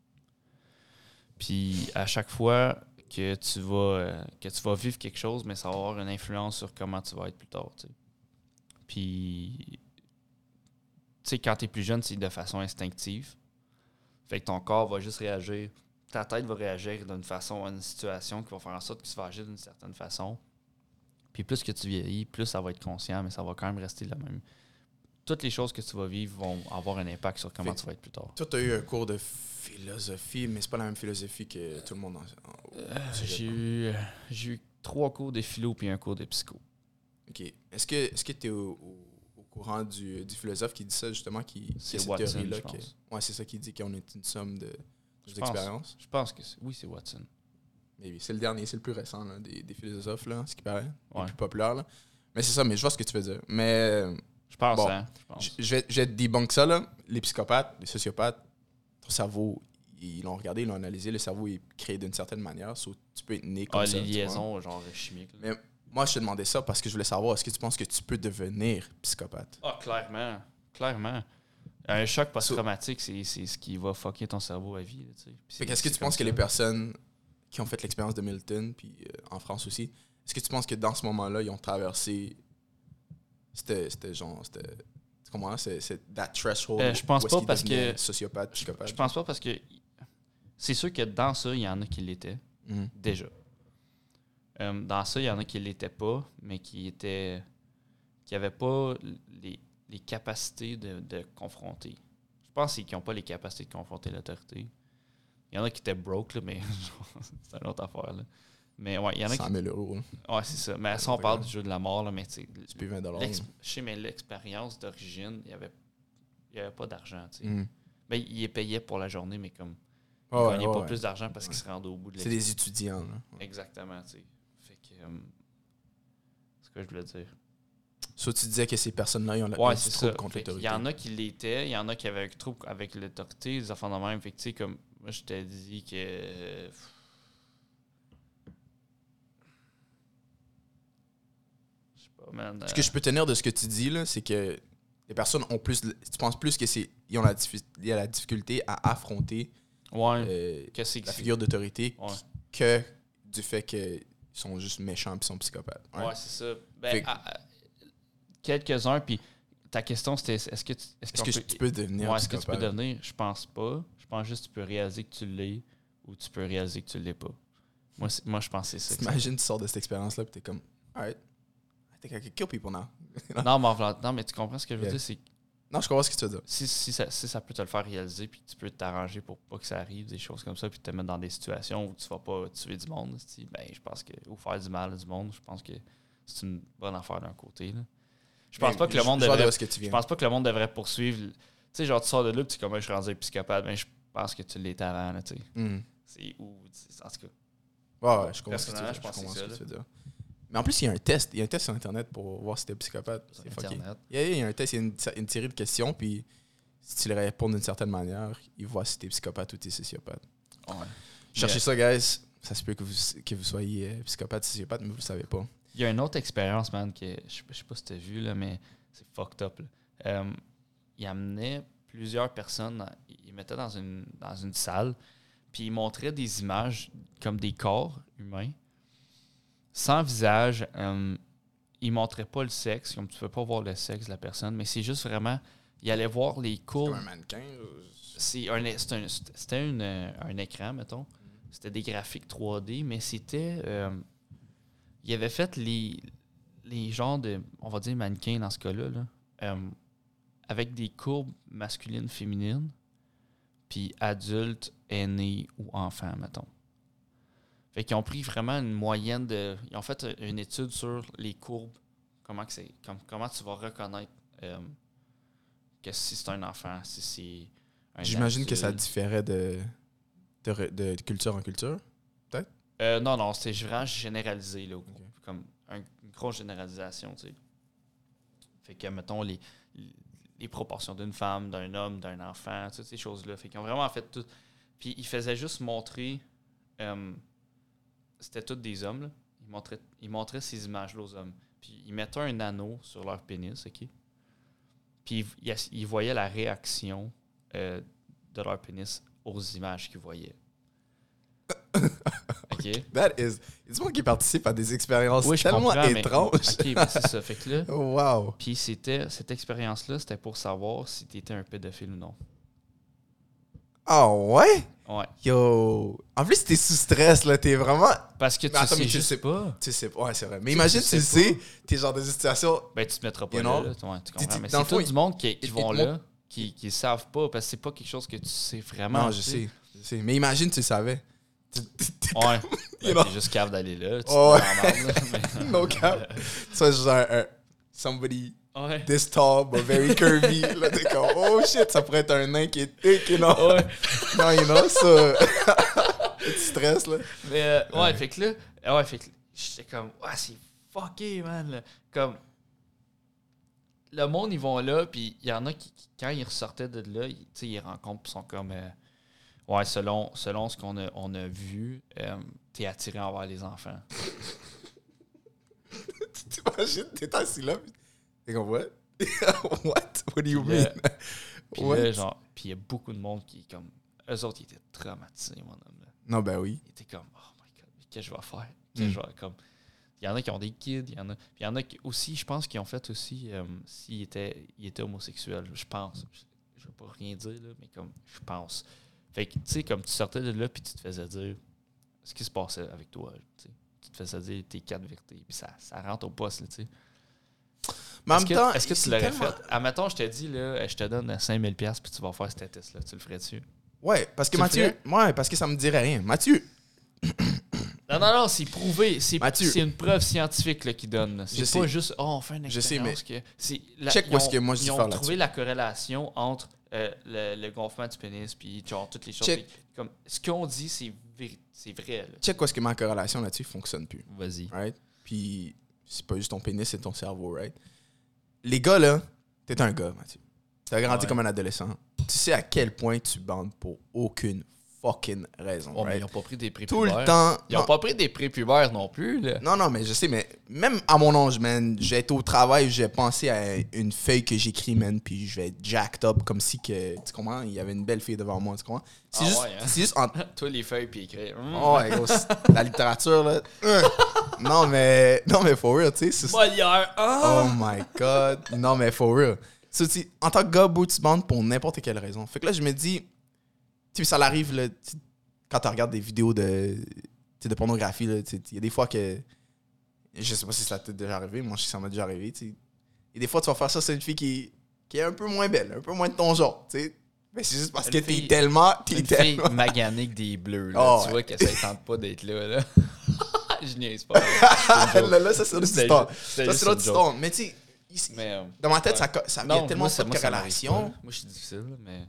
Puis, à chaque fois que tu vas euh, que tu vas vivre quelque chose, mais ça va avoir une influence sur comment tu vas être plus tard, tu sais. Puis, tu sais, quand t'es plus jeune, c'est de façon instinctive. Fait que ton corps va juste réagir. Ta tête va réagir d'une façon à une situation qui va faire en sorte que tu vas agir d'une certaine façon. Puis plus que tu vieillis, plus ça va être conscient, mais ça va quand même rester la même. Toutes les choses que tu vas vivre vont avoir un impact sur comment Fait- tu vas être plus tard. Toi, tu as eu un cours de philosophie, mais c'est pas la même philosophie que tout le monde en, en- au Euh, cégep. j'ai eu, j'ai eu trois cours de philo puis un cours de psycho. OK. Est-ce que est-ce que tu es au, au- au courant du, du philosophe qui dit ça, justement, qui, qui a C'est cette Watson, théorie-là? je que- pense. Ouais, c'est ça qui dit qu'on est une somme de, Je de pense. expériences. Je pense que c'est, oui, c'est Watson. Maybe. C'est le dernier, c'est le plus récent là, des, des philosophes, là, ce qui paraît. Ouais. Le plus populaire. Là. Mais c'est ça, mais je vois ce que tu veux dire. Mais Je pense, Bon. hein. Je pense. je je vais, je vais te débunk ça, là. Les psychopathes, les sociopathes, ton cerveau, ils l'ont regardé, ils l'ont analysé, le cerveau est créé d'une certaine manière. So, tu peux être né comme Ah, ça. les tu vois. liaisons, genre chimiques. là. Mais moi, je te demandais ça parce que je voulais savoir, est-ce que tu penses que tu peux devenir psychopathe? Ah, clairement. Clairement. Un choc post-traumatique, c'est, c'est ce qui va fucker ton cerveau à vie. là, tu sais. Puis Fait c'est- qu'est-ce que c'est tu comme penses que ça. les personnes qui ont fait l'expérience de Milton, puis euh, en France aussi, est-ce que tu penses que dans ce moment-là, ils ont traversé c'était, c'était genre, c'était, tu comprends, c'est, c'est that threshold Euh, je pense où est-ce pas qu'ils parce devenaient que- sociopathe, psychopathe? Je pense pas parce que c'est sûr que dans ça, il y en a qui l'étaient, Mhm. déjà. Euh, dans ça, il y en a qui l'étaient pas, mais qui étaient. qui n'avaient pas les, les capacités de, de confronter. Je pense qu'ils n'ont pas les capacités de confronter l'autorité. Il y en a qui étaient broke, là, mais c'est une autre affaire. Là. Mais ouais, il y en a qui. cent mille euros, là. Ouais, c'est ça. Mais ça, on parle du jeu de la mort, là, mais tu sais. Tu payes vingt dollars. l'ex- Je sais, mais l'expérience d'origine, il n'y avait, il y avait pas d'argent, tu sais. Mhm. Ben, il est payé pour la journée, mais comme. Il Ouais, gagnait ouais, pas ouais. plus d'argent parce Ouais. qu'il se rendait au bout de C'est des étudiants, là. Ouais. Exactement, tu sais. Fait que. euh, c'est ce que je voulais dire. Soit tu disais que ces personnes-là, ils ont la Ouais, du c'est trouble ça. contre Fait qu'il l'autorité. y en a qui l'étaient, il y en a qui avaient un trouble avec l'autorité, des enfants de même. Fait que, tu sais, comme. Moi, je t'ai dit que. euh, Je sais pas, man. Ce que je peux tenir de ce que tu dis, là, c'est que les personnes ont plus. Tu penses plus que c'est ils ont la, diffi- il y a la difficulté à affronter euh, Ouais. euh, Qu'est-ce que la c'est? figure d'autorité Ouais. que du fait qu'ils sont juste méchants et sont psychopathes. Ouais. Ouais, c'est ça. Ben, Fait- à- à- quelques-uns, puis ta question c'était est-ce que tu, est-ce Est-ce qu'on que peut- tu peux devenir ouais, est-ce que tu peux psychopathe? devenir? Je pense pas. Je pense juste que tu peux réaliser que tu l'es ou tu peux réaliser que tu l'es pas. Moi, c'est- moi je pense que c'est ça. que ça- T'imagines, tu sors de cette expérience-là et t'es comme, alright, I think I can kill people now. Non, mais, en voulant- non, mais tu comprends ce que je veux Yeah. dire? C'est que Non, je comprends ce que tu veux dire. si, si, ça, si ça peut te le faire réaliser, puis tu peux t'arranger pour pas que ça arrive, des choses comme ça, puis te mettre dans des situations où tu vas pas tuer du monde, c'ti, ben, je pense que. Ou faire du mal à du monde, je pense que c'est une bonne affaire d'un côté. Là. Je pense Mais pas que le je- monde je vois de devrait. où est-ce que tu Je viens. pense pas que le monde devrait poursuivre. Tu sais, genre, tu sors de là, puis tu es comme, je suis rendu un psychopathe. Mais je pense que tu l'étais avant, là, tu sais. Mhm. C'est où. En tout cas. Ouais, ouais, je comprends ce que tu veux Personnellement, dire. je pense Je comprends que ce c'est que ça, tu veux dire. Mais en plus, il y a un test. Il y a un test sur Internet pour voir si t'es psychopathe. Sur C'est fucké. Internet. Il y, a, il y a un test, il y a une, une série de questions, puis si tu les réponds d'une certaine manière, ils voient si t'es psychopathe ou t'es sociopathe. Ouais. Cherchez Mais- ça, guys. Ça se peut que vous, que vous soyez euh, psychopathe, sociopathe, mais vous le savez pas. Il y a une autre expérience, man, que je sais pas- je sais pas si tu as vu, là, mais c'est fucked up. Là. Euh, il amenait plusieurs personnes, dans- il mettait dans une, dans une salle, puis il montrait des images comme des corps humains, sans visage. Euh, il montrait pas le sexe, comme tu peux pas voir le sexe de la personne, mais c'est juste vraiment, il allait voir les courbes. Comme un mannequin. euh, C'est un, c'est un- c'était une, euh, un écran, mettons. C'était des graphiques trois D, mais c'était. euh, il avait fait les, les genres de, on va dire mannequins dans ce cas-là, là, euh, avec des courbes masculines, féminines, puis adultes, aînés ou enfants, mettons. Fait qu'ils ont pris vraiment une moyenne de... Ils ont fait une étude sur les courbes, comment, que c'est, comme, comment tu vas reconnaître euh, que si c'est un enfant, si c'est un J'imagine adulte. que ça différait de, de, de, de culture en culture, peut-être? Euh, non, non, c'était vraiment généralisé, là, okay. Comme un, une grosse généralisation, tu sais. Fait que, mettons, les, les proportions d'une femme, d'un homme, d'un enfant, toutes ces choses-là. Fait qu'ils ont vraiment fait tout. Puis ils faisaient juste montrer... Euh, c'était tous des hommes, là. Ils montraient, ils montraient ces images-là aux hommes. Puis ils mettaient un anneau sur leur pénis, OK? Puis ils, ils voyaient la réaction euh, de leur pénis aux images qu'ils voyaient. OK? That is... Il y a du monde qui participe à des expériences oui, je tellement comprends, étranges. Mais, OK, mais c'est ça. Fait que là... Wow! Puis c'était, cette expérience-là, c'était pour savoir si tu étais un pédophile ou non. Ah oh, ouais? Ouais. Yo! En plus, t'es sous stress, là. T'es vraiment... Parce que tu attends, sais tu juste sais pas. Tu sais pas. Ouais, c'est vrai. Mais imagine, tu, tu sais, sais t'es genre dans des situations... Ben, tu te mettras pas you là, know? là. Ouais, tu comprends. Mais dans c'est le fond, tout du monde qui, qui il, vont il, là, qui, qui savent pas, parce que c'est pas quelque chose que tu sais vraiment. Non, je sais. Je sais. Mais imagine, tu le savais. Ouais. Ben, Ben, t'es juste cave d'aller là. Tu oh, te mets en marde, là, mais... No cap. Ça, genre un... Somebody... Ouais. This tall, but very curvy. Là, t'es comme, oh shit, ça pourrait être un nain qui est thick, you know? Ouais. Non, you know, ça... Tu stresses, là. Mais, euh, ouais, ouais, fait que là... Ouais, fait que j'étais comme, ouais, c'est fucké, man. Là. Comme... Le monde, ils vont là, puis il y en a qui, qui, quand ils ressortaient de là, ils, ils rencontrent, puis sont comme... Euh, ouais, selon, selon ce qu'on a, on a vu, euh, t'es attiré envers les enfants. Tu t'imagines, t'es assis là, puis t'es comme, what? What? What do you puis mean? Là, puis là, genre, puis il y a beaucoup de monde qui, comme, eux autres, ils étaient traumatisés, mon homme. Là. Non, ben oui. Ils étaient comme, oh my god, qu'est-ce que je vais faire? Qu'est-ce que je vais, comme... Il y en a qui ont des kids, il y en a... Puis il y en a qui aussi, je pense, qui ont fait aussi, euh, s'ils étaient, ils étaient homosexuels, je pense. Je, je veux pas rien dire, là, mais comme, je pense. Fait que, tu sais, comme tu sortais de là, puis tu te faisais dire ce qui se passait avec toi, tu sais. Tu te faisais dire tes quatre vérités, puis ça, ça rentre au poste, là, tu sais. Mais en est-ce même que, temps, est-ce que tu c'est l'aurais tellement... fait? Admettons, je te dis, là, je te donne cinq mille dollars puis tu vas faire cet test-là. Tu le ferais-tu? Ouais, parce que Tu le Mathieu... Ouais, parce que ça me dirait rien. Mathieu... Non, non, non, c'est prouvé. C'est, Mathieu. c'est une preuve scientifique là, qui donne. Là. C'est Je pas sais. juste, oh, on fait une Je sais, expérience. Que c'est, la, check ils où est-ce ont- que moi je Ils ont diffère trouvé là-dessus. la corrélation entre euh, le, le gonflement du pénis puis genre toutes les choses. Check. Puis, comme, ce qu'on dit, c'est, véri- c'est vrai. Là. Check où est-ce que ma corrélation là-dessus fonctionne plus. Vas-y. Right? Puis c'est pas juste ton pénis, c'est ton cerveau, right? Les gars, là, t'es un gars, Mathieu. T'as grandi Ouais. comme un adolescent. Tu sais à quel point tu bandes pour aucune fucking raison, Oh, mais right? ils ont pas pris des Tout prépubères. le temps... Ils ont non. pas pris des prépubères non plus. Là. Non, non, mais je sais, mais même à mon âge, man, j'ai été au travail, j'ai pensé à une feuille que j'écris, man, puis je vais être jacked up comme si que, tu comprends, il y avait une belle fille devant moi, tu comprends? C'est Ah juste, ouais, hein? c'est juste entre... Toi, les feuilles puis écrire. Mm. Oh, ouais, gros, c'est- la littérature, là. Euh. non, mais, non, mais for real, tu sais. c'est- Molière. Ah! Oh my God. Non, mais for real. So, tu sais, en tant que gars, bro, tu bandes pour n'importe quelle raison. Fait que là, je me dis, tu sais, ça l'arrive, là, tu- quand tu regardes des vidéos de, tu sais, de pornographie, là, tu sais, il y a des fois que, je sais pas si ça t'est déjà arrivé, moi, je sais que ça m'a déjà arrivé, tu sais. Et des fois, tu vas faire ça sur une fille qui, qui est un peu moins belle, un peu moins de ton genre, tu sais. Mais c'est juste parce Une que t'es fille- tellement, t'es Une fille tellement... maganée avec des bleus. Là. Oh, tu ouais. vois qu'elle ne tente pas d'être là. là. Je niaise pas. là, là, ça, c'est une autre C'était histoire. ju- c'était Ça, juste c'est une autre une joke. histoire. Mais tu sais, ici- Mais, euh, dans ma tête, ouais. ça, co- ça, il y a non, tellement moi, ça, pas de moi, ça m'arrive corrélation. pas. Moi, je suis difficile, là, mais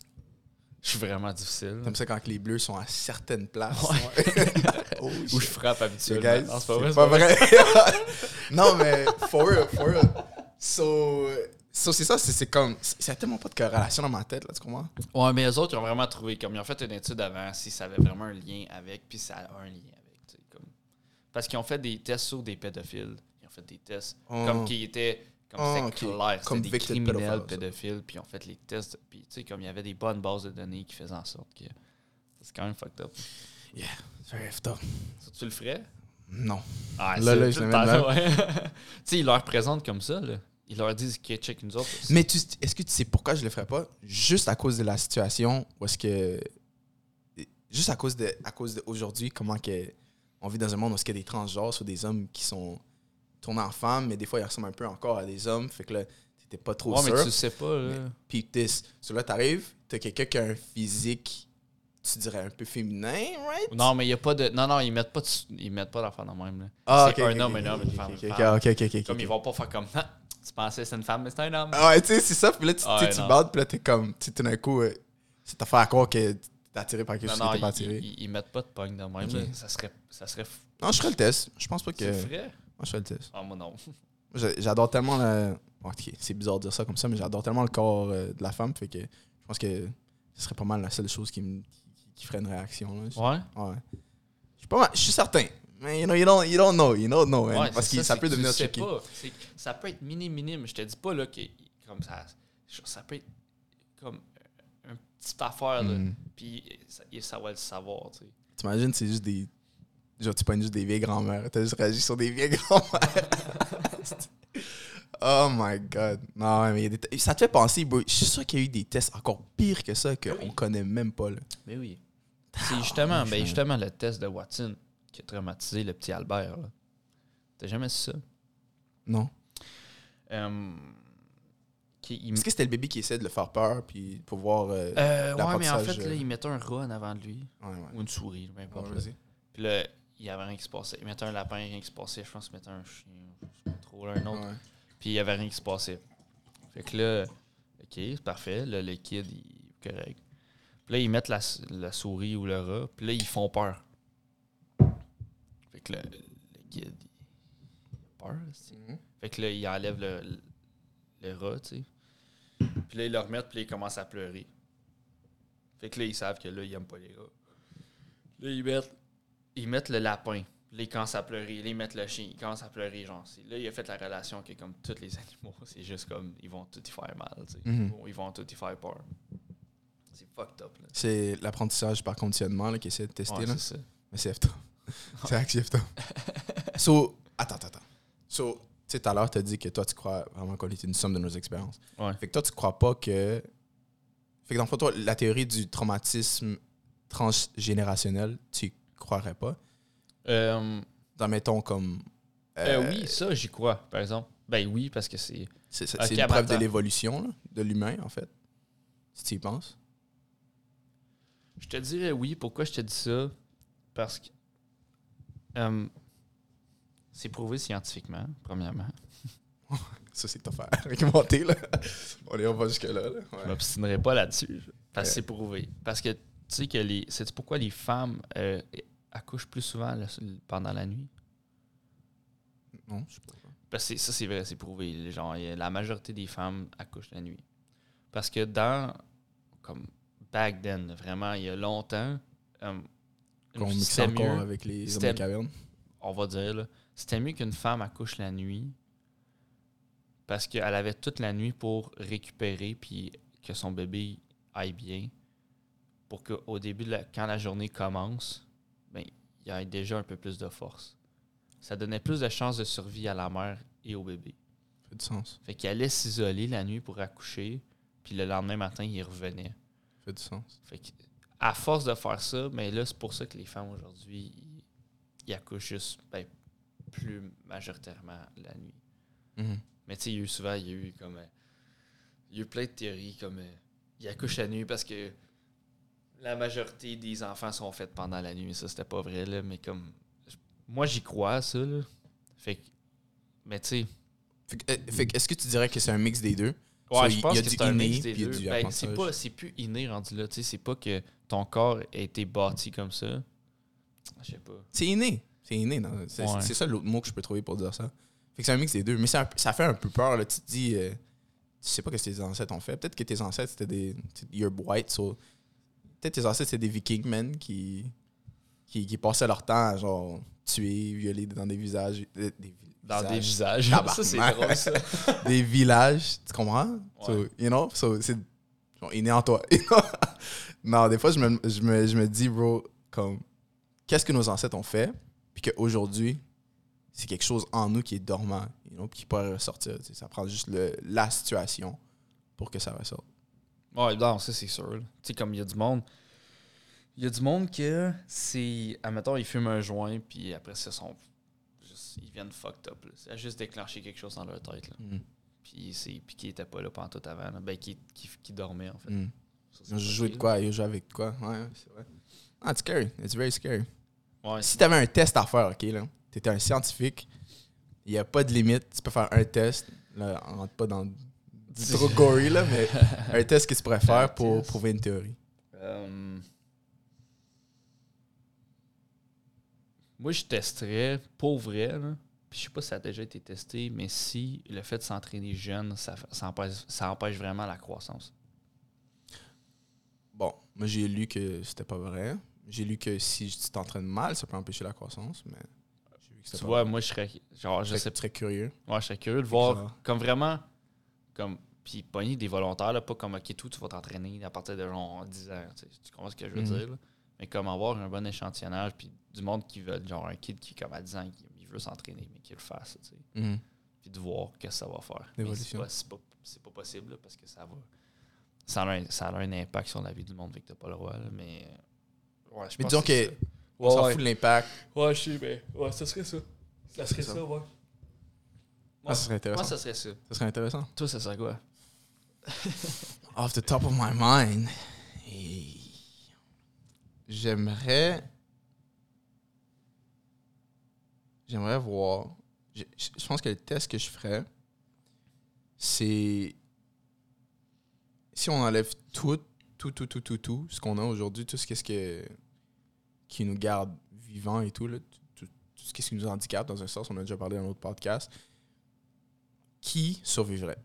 je suis vraiment difficile. Comme ça, quand les bleus sont à certaines places. Ouais. Ouais. oh, Où shit. je frappe You habituellement. guys, Non, c'est c'est pas vrai. pas c'est vrai. non, mais for real, for real. So, so c'est ça, c'est, c'est comme... Il y a tellement pas de corrélation dans ma tête, là, tu comprends? Ouais, mais les autres, ils ont vraiment trouvé, comme ils ont fait une étude avant, si ça avait vraiment un lien avec, puis ça a un lien avec. Tu sais, comme... Parce qu'ils ont fait des tests sur des pédophiles. Ils ont fait des tests Oh. comme qui étaient. Comme Oh, c'était ok. clair, c'était des Convicted criminels pedophiles, ça. pédophiles, puis ils ont fait les tests, puis tu sais, comme il y avait des bonnes bases de données qui faisaient en sorte que c'est quand même fucked up. Yeah, c'est very effed up. Ça, tu le ferais? Non. Ah, Là, c'est là, tout je le le temps mets ça, ouais. Tu sais, ils leur présentent comme ça, là. Ils leur disent qu'ils check nous autres. Mais tu, est-ce que tu sais pourquoi je le ferais pas? Juste à cause de la situation où est-ce que... Juste à cause de, à cause d'aujourd'hui, comment que on vit dans un monde où est-ce qu'il y a des transgenres ou des hommes qui sont... tourné en femme, mais des fois, il ressemble un peu encore à des hommes. Fait que là, t'étais pas trop Ouais, sûr. mais tu le sais pas, là. Mais, puis this. So là, t'arrives, t'as quelqu'un qui a un physique, tu dirais, un peu féminin, right? Non, mais il y a pas de. Non, non, ils mettent pas de... ils mettent pas d'enfant dans le même. Là. Ah, c'est ok, un ok, homme, ok, un homme, ok, une femme, ok, une ok, femme. ok, ok, ok, Comme ok. ils vont pas faire comme. Ah, tu pensais que c'était une femme, mais c'est un homme. Ah ouais, tu sais, c'est ça. Puis là, tu, Ah tu ouais, sais, tu non. battes, puis là, t'es comme, tu sais, tout d'un coup, euh, c'est ta faire à croire que t'es attiré par quelque Non, chose non, que t'es pas ils, attiré. ils, ils mettent pas de pogne de même. Ok. Là. Ça serait. Ça serait. f- Non, je ferais le test. Je pense pas que. C'est vrai? Moi, je ferais le test. Ah, moi non. J'ai- J'adore tellement le. Bon, ok, c'est bizarre de dire ça comme ça, mais j'adore tellement le corps euh, de la femme, fait que je pense que ce serait pas mal la seule chose qui, me, qui, qui ferait une réaction. Là. Je- Ouais? Ouais. Je suis pas mal, je suis certain. Mais you know, you don't, you don't know, you don't know, man. Ouais, parce c'est que ça, c'est peut que tu devenir le sais tricky. pas. C'est- Ça peut être minime, minime. Je te dis pas là que comme ça. Ça peut être comme un petite affaire là. Mm. Puis ça, ça va le savoir, tu sais. T'imagines, c'est juste des. Genre, tu pognes juste des vieilles grand-mères. T'as juste réagi sur des vieilles grand-mères. Oh my god. Non, ouais, mais il y a des te- ça te fait penser, bro. Je suis sûr qu'il y a eu des tests encore pires que ça qu'on Oui. connaît même pas, là. Mais oui. C'est justement, oui, ben je- justement le test de Watson qui a traumatisé le petit Albert. là. T'as jamais su ça? Non. Euh, qui, il- Est-ce que c'était le bébé qui essaie de le faire peur, puis pour voir. Euh, Euh, ouais, mais en l'apprentissage, fait, là, euh, il mettait un rat en avant de lui. Ouais, ouais. Ou une souris, peu importe. Ouais, là. vas-y. Puis là, il y avait rien qui se passait. Il mettait un lapin, rien qui se passait. Je pense qu'il mettait un chien, je sais pas trop, là, un autre. Ouais. Puis il y avait rien qui se passait. Fait que là, OK, c'est parfait. Là, le kid, il est correct. Puis là, ils mettent la, la souris ou le rat. Puis là, ils font peur. Fait que là, le kid, il a peur. c'est- Mhm. Fait que là, il enlève le, le, le rat, tu sais. Puis là, ils le remettent, puis là, il commence à pleurer. Fait que là, ils savent que là, ils aiment pas les rats. Là, ils mettent, ils mettent le lapin. Là, ils commencent à pleurer. Là, ils mettent le chien. Ils commencent à pleurer, genre. c'est- Là, il a fait la relation que, comme tous les animaux, c'est juste comme, ils vont tout y faire mal, tu sais. Mhm. Ils vont- Ils vont tout y faire peur. C'est fucked up, là. C'est l'apprentissage par conditionnement là, qui essaie de tester. Ouais, là. c'est ça. Mais c'est F-top. C'est actually F-top. So, attends, attends, attends. So, tu sais, tout à l'heure, tu as dit que toi, tu crois vraiment qu'on est une somme de nos expériences. Ouais. Fait que toi, tu crois pas que. Fait que dans le fond, toi, la théorie du traumatisme transgénérationnel, tu y croirais pas. Euh, Dans, mettons, comme. euh, euh, oui, ça, j'y crois, par exemple. Ben oui, parce que c'est... C'est c'est- Ok, c'est ben une preuve attends. de l'évolution là, de l'humain, en fait. Si tu y penses. Je te dirais oui. Pourquoi je te dis ça? Parce que euh, c'est prouvé scientifiquement, premièrement. Ça, c'est tough à argumenter, là. On est pas jusque-là, là. Je Ouais. m'obstinerai pas là-dessus. Parce que Ouais. c'est prouvé. Parce que tu sais que les. Sais-tu pourquoi les femmes euh, accouchent plus souvent le- pendant la nuit? Non, je sais pas. Parce que c'est- ça, c'est vrai, c'est prouvé. Genre, y a- la majorité des femmes accouchent la nuit. Parce que dans. Comme back then, vraiment, il y a longtemps. euh, Qu'on c'était mixe encore mieux- avec les hommes c'était- de caverne. on va dire, là, c'était mieux qu'une femme accouche la nuit parce qu'elle avait toute la nuit pour récupérer puis que son bébé aille bien pour qu'au début, de la- quand la journée commence, ben, il y ait déjà un peu plus de force. Ça donnait plus de chances de survie à la mère et au bébé. Ça fait du sens. Fait qu'elle allait s'isoler la nuit pour accoucher puis le lendemain matin, il revenait. Ça fait du sens. Fait que, à force de faire ça, mais là, c'est pour ça que les femmes aujourd'hui, ils, ils accouchent juste ben, plus majoritairement la nuit. Mhm. Mais tu sais, il y a eu souvent, il y a eu comme. euh, il y a eu plein de théories comme. euh, ils accouchent la nuit parce que la majorité des enfants sont faits pendant la nuit. Mais ça, c'était pas vrai, là. Mais comme. Moi, j'y crois, ça, là. Fait que. Mais tu sais. Fait que, euh, fait que est-ce que tu dirais que c'est un mix des deux? Ouais, So, je il- pense il y a que du c'est un inné, mix des puis il y a deux. du Ben, c'est apprentissage. pas, c'est plus inné rendu là. Tu sais, c'est pas que ton corps a été bâti comme ça. Je sais pas. C'est inné. C'est inné. non? C'est Ouais. c'est ça l'autre mot que je peux trouver pour dire ça. Fait que c'est un mix des deux. Mais c'est un- ça fait un peu peur. Là. Tu te dis, euh, tu sais pas ce que tes ancêtres ont fait. Peut-être que tes ancêtres, c'était des. You're white, so. Peut-être tes ancêtres, c'était des vikings, man, qui, qui, qui passaient leur temps à genre tuer, violer dans des visages. Des, des Dans des visages. visages. Tabarnak. Ça, c'est drôle, ça. Des villages. Tu comprends? So, Ouais. you know? So, c'est genre inné en toi. Non, des fois, je me, je me, je me dis, bro, comme, qu'est-ce que nos ancêtres ont fait, puis qu'aujourd'hui, c'est quelque chose en nous qui est dormant, you know, puis qui pourrait ressortir. Tu sais, ça prend juste le, la situation pour que ça ressorte. Ouais, non, ça, c'est sûr. là. Tu sais, comme il y a du monde. Il y a du monde que c'est. Admettons, ils fument un joint, puis après ça, sont juste ils viennent fucked up. Là. Ça a juste déclenché quelque chose dans leur tête. Là. Mm. Puis, c'est, puis qui était pas là pendant tout avant. Là. Ben, qui, qui, qui dormait, en fait. Mm. Ça, Ils ont joué de quoi? Ils ont joué avec de quoi? Ouais, c'est vrai. Ah, it's scary. It's very scary. Ouais, Si t'avais un test à faire, OK, là, t'étais un scientifique, il n'y a pas de limite, tu peux faire un test, là, on rentre pas dans du trop gory, là, mais un test que tu pourrais faire pour test. prouver une théorie. Euh, Moi, je testerais, pour vrai, là. Puis je sais pas si ça a déjà été testé, mais si le fait de s'entraîner jeune, ça, ça, empêche, ça empêche vraiment la croissance. Bon, moi, j'ai lu que c'était pas vrai. J'ai lu que si tu t'entraînes mal, ça peut empêcher la croissance, mais j'ai vu que c'était Tu pas vois, vrai. moi, je serais. Genre, je Je sais serais curieux. Ouais, je serais curieux de voir, Bizarre. comme vraiment, comme, puis pogner des volontaires, là, pas comme, ok, tout, tu vas t'entraîner à partir de genre dix ans, tu sais, tu comprends ce que je veux Mhm. dire, là? Mais comme avoir un bon échantillonnage, puis du monde qui veut, genre un kid qui, comme à dix ans, qui, il veut s'entraîner, mais qu'il le fasse, tu sais, Mhm. puis de voir ce que ça va faire. Mais c'est L'évolution. pas, c'est pas, c'est pas possible, là, parce que ça va, ça a, un, ça a un impact sur la vie du monde, vu que t'as pas le droit, là, mais, ouais, je Mais pense disons c'est que ça. on s'en Ouais, fout de l'impact. ouais, je sais, mais, ouais, ça serait ça. Ça serait ça. ça, ouais. Ah, ça serait intéressant. Moi, ça serait ça. Ça serait intéressant. Toi, ça serait quoi? Off the top of my mind, hey, j'aimerais... J'aimerais voir... Je, je pense que le test que je ferais, c'est... Si on enlève tout, tout, tout, tout, tout, tout, ce qu'on a aujourd'hui, tout ce qu'est-ce que, qui nous garde vivants et tout, là, tout, tout, tout ce qui nous handicape, dans un sens, on a déjà parlé dans un autre podcast, qui survivrait?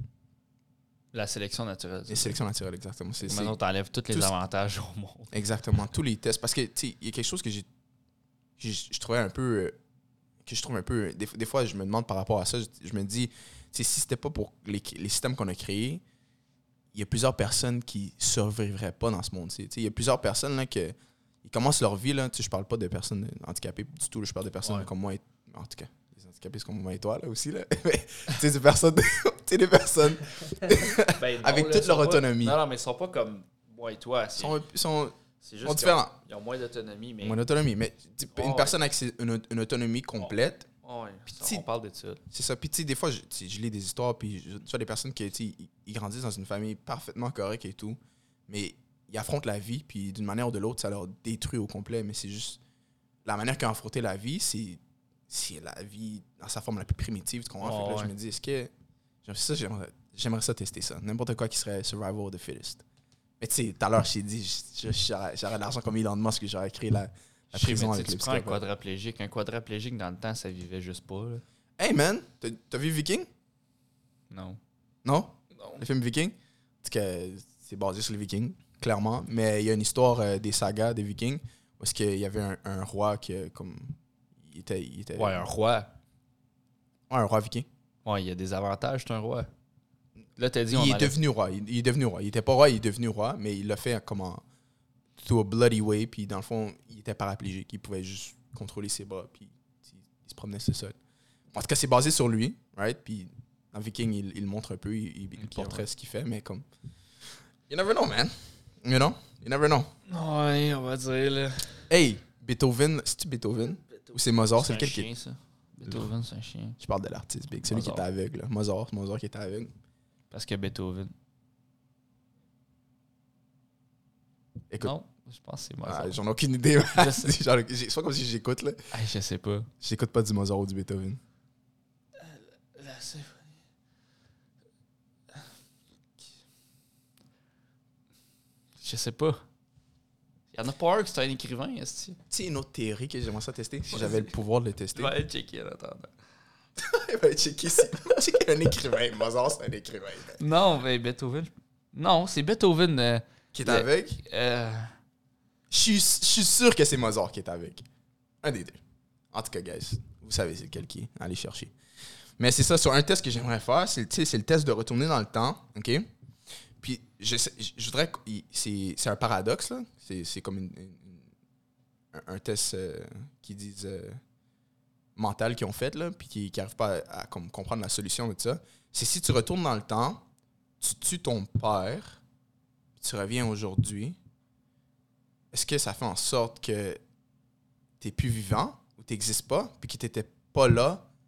La sélection naturelle. Les sélections naturelles, exactement. C'est, c'est Maintenant, t'enlèves tous les tout ce- avantages au monde. exactement tous les tests. Parce que, tu sais, il y a quelque chose que j'ai, j'ai- je trouvais un peu... euh, que je trouve un peu... Des, des fois, je me demande par rapport à ça, je, je me dis, tu sais, si c'était pas pour les, les systèmes qu'on a créés, il y a plusieurs personnes qui survivraient pas dans ce monde-ci. Tu sais, il y a plusieurs personnes là, que ils commencent leur vie, là, tu sais, je parle pas de personnes handicapées du tout, là, je parle de personnes Ouais. comme moi, et, en tout cas, les handicapés, c'est comme moi et toi, là, aussi, là. Mais, tu sais, des personnes, tu sais, des personnes Ben, non, avec là, toute ils leur sont pas- autonomie. Non, non, mais ils sont pas comme moi et toi. C'est, sont, sont, c'est sont juste qu'ils différents. ont, ils ont moins d'autonomie, mais... Mon autonomie, mais tu sais, Ouais, une ouais. personne avec ses- une, une autonomie complète, Ouais, ça, si- on parle de ça. c'est ça. Puis, tu sais, des fois, je, tu sais, je lis des histoires, puis je tu vois des personnes qui, tu sais, ils, ils grandissent dans une famille parfaitement correcte et tout, mais ils affrontent la vie, puis d'une manière ou de l'autre, ça leur détruit au complet. Mais c'est juste la manière qu'ils ont affronté la vie, c'est, c'est la vie dans sa forme la plus primitive. Tu comprends? Oh, Fait que là, ouais. je me dis, est-ce que. j'aimerais ça, j'aimerais, j'aimerais ça tester ça. N'importe quoi qui serait survival of the fittest. Mais tu sais, tout à l'heure, je t'ai dit, je- je- j'aurais, j'aurais de l'argent comme Elon Musk, que j'aurais créé la, la Je sais, prison mais tu avec sais, le tu prends un psychopathe. quadriplégique. Un quadriplégique, dans le temps, ça vivait juste pas. Là. Hey man, t'as, t'as vu Viking? Non. Non? Non. Le film Viking? Parce que c'est basé sur les Vikings, clairement. Mais il y a une histoire euh, des sagas des Vikings où est-ce qu'il y avait un, un roi qui, euh, comme, il était, il était Ouais, un roi. Ouais, un roi viking. Ouais, il y a des avantages, c'est un roi. Là, t'as dit, on Il est enlève- devenu roi. Il, il est devenu roi. Il était pas roi, il est devenu roi, mais il l'a fait comme en, through a bloody way. Puis dans le fond, il était paraplégique. Il pouvait juste contrôler ses bras. Puis il, il se promenait sur le sol. En tout cas, c'est basé sur lui, right? Puis dans Viking, il, il le montre un peu. Il, il, il Ok, portrait ouais. ce qu'il fait, mais comme. You never know, man. You know? You never know. Ouais, on va dire, là. Hey, Beethoven, c'est-tu Beethoven? Ou c'est Mozart? C'est un lequel qui. chien, ça. Beethoven, c'est un chien. Je parle de l'artiste, Big. Celui qui Mozart. était aveugle. Là. Mozart, c'est Mozart qui était aveugle. Parce que Beethoven. Écoute, Non, je pense que c'est Mozart. ah, j'en ai aucune idée. Je sais. Genre, j'ai- c'est pas comme si j'écoute, là. Hey, je sais pas. J'écoute pas du Mozart ou du Beethoven. La symphonie. Je sais pas. Il y en a pas un qui c'est un écrivain, est-ce que Tu sais, une autre théorie que j'aimerais ça tester, si Ouais, j'avais le c'est- pouvoir de le tester. tu vas aller checker en attendant. Il va checker si. Checker un écrivain. Mozart, c'est un écrivain. man. Non, mais Beethoven. Non, c'est Beethoven. euh, Qui est Le- avec euh, Je suis je suis sûr que c'est Mozart qui est avec. Un des deux. En tout cas, guys, vous savez c'est lequel qui est. Allez chercher. Mais c'est ça, sur un test que j'aimerais faire, c'est, tu sais, c'est le test de retourner dans le temps, OK? Puis, je, sais- je, je voudrais... qu'il- C'est, c'est un paradoxe, là. C'est, c'est comme une, une- un, un test euh, qui disent... euh, mental qu'ils ont fait, là, puis qui n'arrivent pas à, à comme, comprendre la solution de ça. C'est si tu retournes dans le temps, tu tues ton père, puis tu reviens aujourd'hui, est-ce que ça fait en sorte que tu n'es plus vivant ou tu n'existes pas, puis que tu n'étais pas là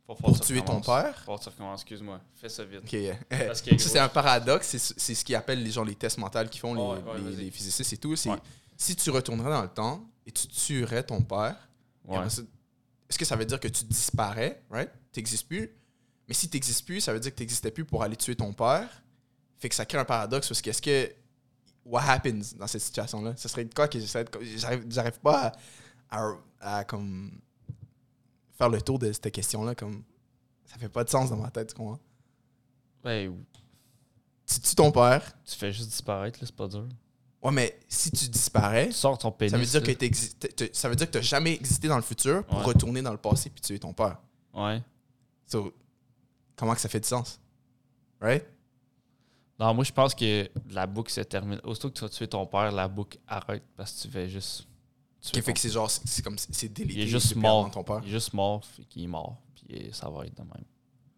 Faut, faut pour que tu tuer ton recommences. père. Faut que tu recommences, excuse-moi. Fais ça vite. Ok, yeah. Parce que, Ça, c'est un paradoxe. C'est, c'est ce qu'ils appellent les, gens, les tests mentaux qui font les, Ouais, ouais, les, vas-y. les physiciens et tout. C'est Ouais. si tu retournerais dans le temps et tu tuerais ton père, et Ouais. après ça, est-ce que ça veut dire que tu disparais, right? Tu n'existes plus. Mais si tu n'existes plus, ça veut dire que tu n'existais plus pour aller tuer ton père. Fait que ça crée un paradoxe parce que est-ce que. What happens dans cette situation-là? Ce serait quoi que j'essaie de. J'arrive, j'arrive pas à, à, à comme. faire le tour de cette question-là. Comme. Ça fait pas de sens dans ma tête, tu comprends? Ben, Tu tues ton père. tu fais juste disparaître, là, c'est pas dur. Ouais, mais si tu disparais, Tu sors ton pénis. ça veut dire là. que t'exi- t'as- t'as- ça veut dire que t'as jamais existé dans le futur pour Ouais. retourner dans le passé puis tuer ton père. Ouais. So, comment que ça fait du sens? Right? Non, moi, je pense que la boucle se termine. Aussitôt que tu vas tuer ton père, la boucle arrête parce que tu fais juste. tuer Qui fait ton- que c'est genre, c'est c'est comme, c'est délégué. Il est juste depuis mort. avant ton père. Il est juste mort, fait qu'il est mort. Puis ça va être de même.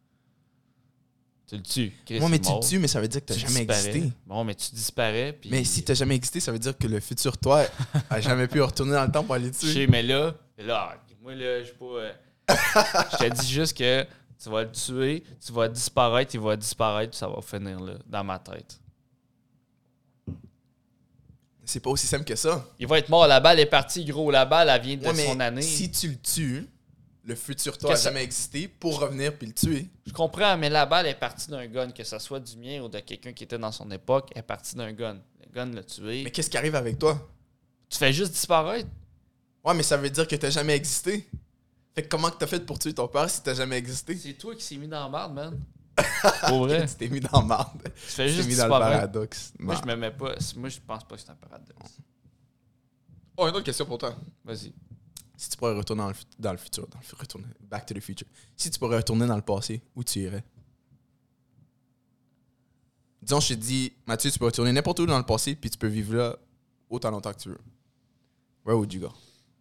Tu le tues. Chris, Moi, mais il est tu le mort. tues, mais ça veut dire que t'as Tu jamais disparais. existé. Bon, mais tu disparais. Puis... Mais si t'as jamais existé, ça veut dire que le futur toi a jamais pu retourner dans le temps pour aller te Je sais, tuer. mais là, là, moi, là, je suis pas. euh, je te dis juste que tu vas le tuer, tu vas disparaître, il va disparaître, puis ça va finir là, dans ma tête. C'est pas aussi simple que ça. Il va être mort, la balle est partie, gros. La balle, elle vient de Ouais, mais son année. si tu le tues, le futur toi a Qu'est-ce que jamais existé pour revenir puis le tuer. Je comprends, mais la balle est partie d'un gun, que ce soit du mien ou de quelqu'un qui était dans son époque, elle est partie d'un gun. Le gun l'a tué. Mais qu'est-ce qui arrive avec toi? Tu fais juste disparaître. Ouais, mais ça veut dire que t'as jamais existé. Fait que comment que t'as fait pour tuer ton père si t'as jamais existé? C'est toi qui s'est mis dans la merde, man. Pour vrai. Tu t'es mis dans le marde. Tu fais Tu t'es juste mis dans le disparaître. paradoxe. Moi, Non. je me mets pas. Moi, je pense pas que c'est un paradoxe. Oh, une autre question pour toi. Vas-y. Si tu pourrais retourner dans le, fu- dans le futur, dans le fu- retourner, back to the future. Si tu pourrais retourner dans le passé, où tu irais? Disons, je te dis, Mathieu, tu peux retourner n'importe où dans le passé, puis tu peux vivre là autant longtemps que tu veux. Where would you go?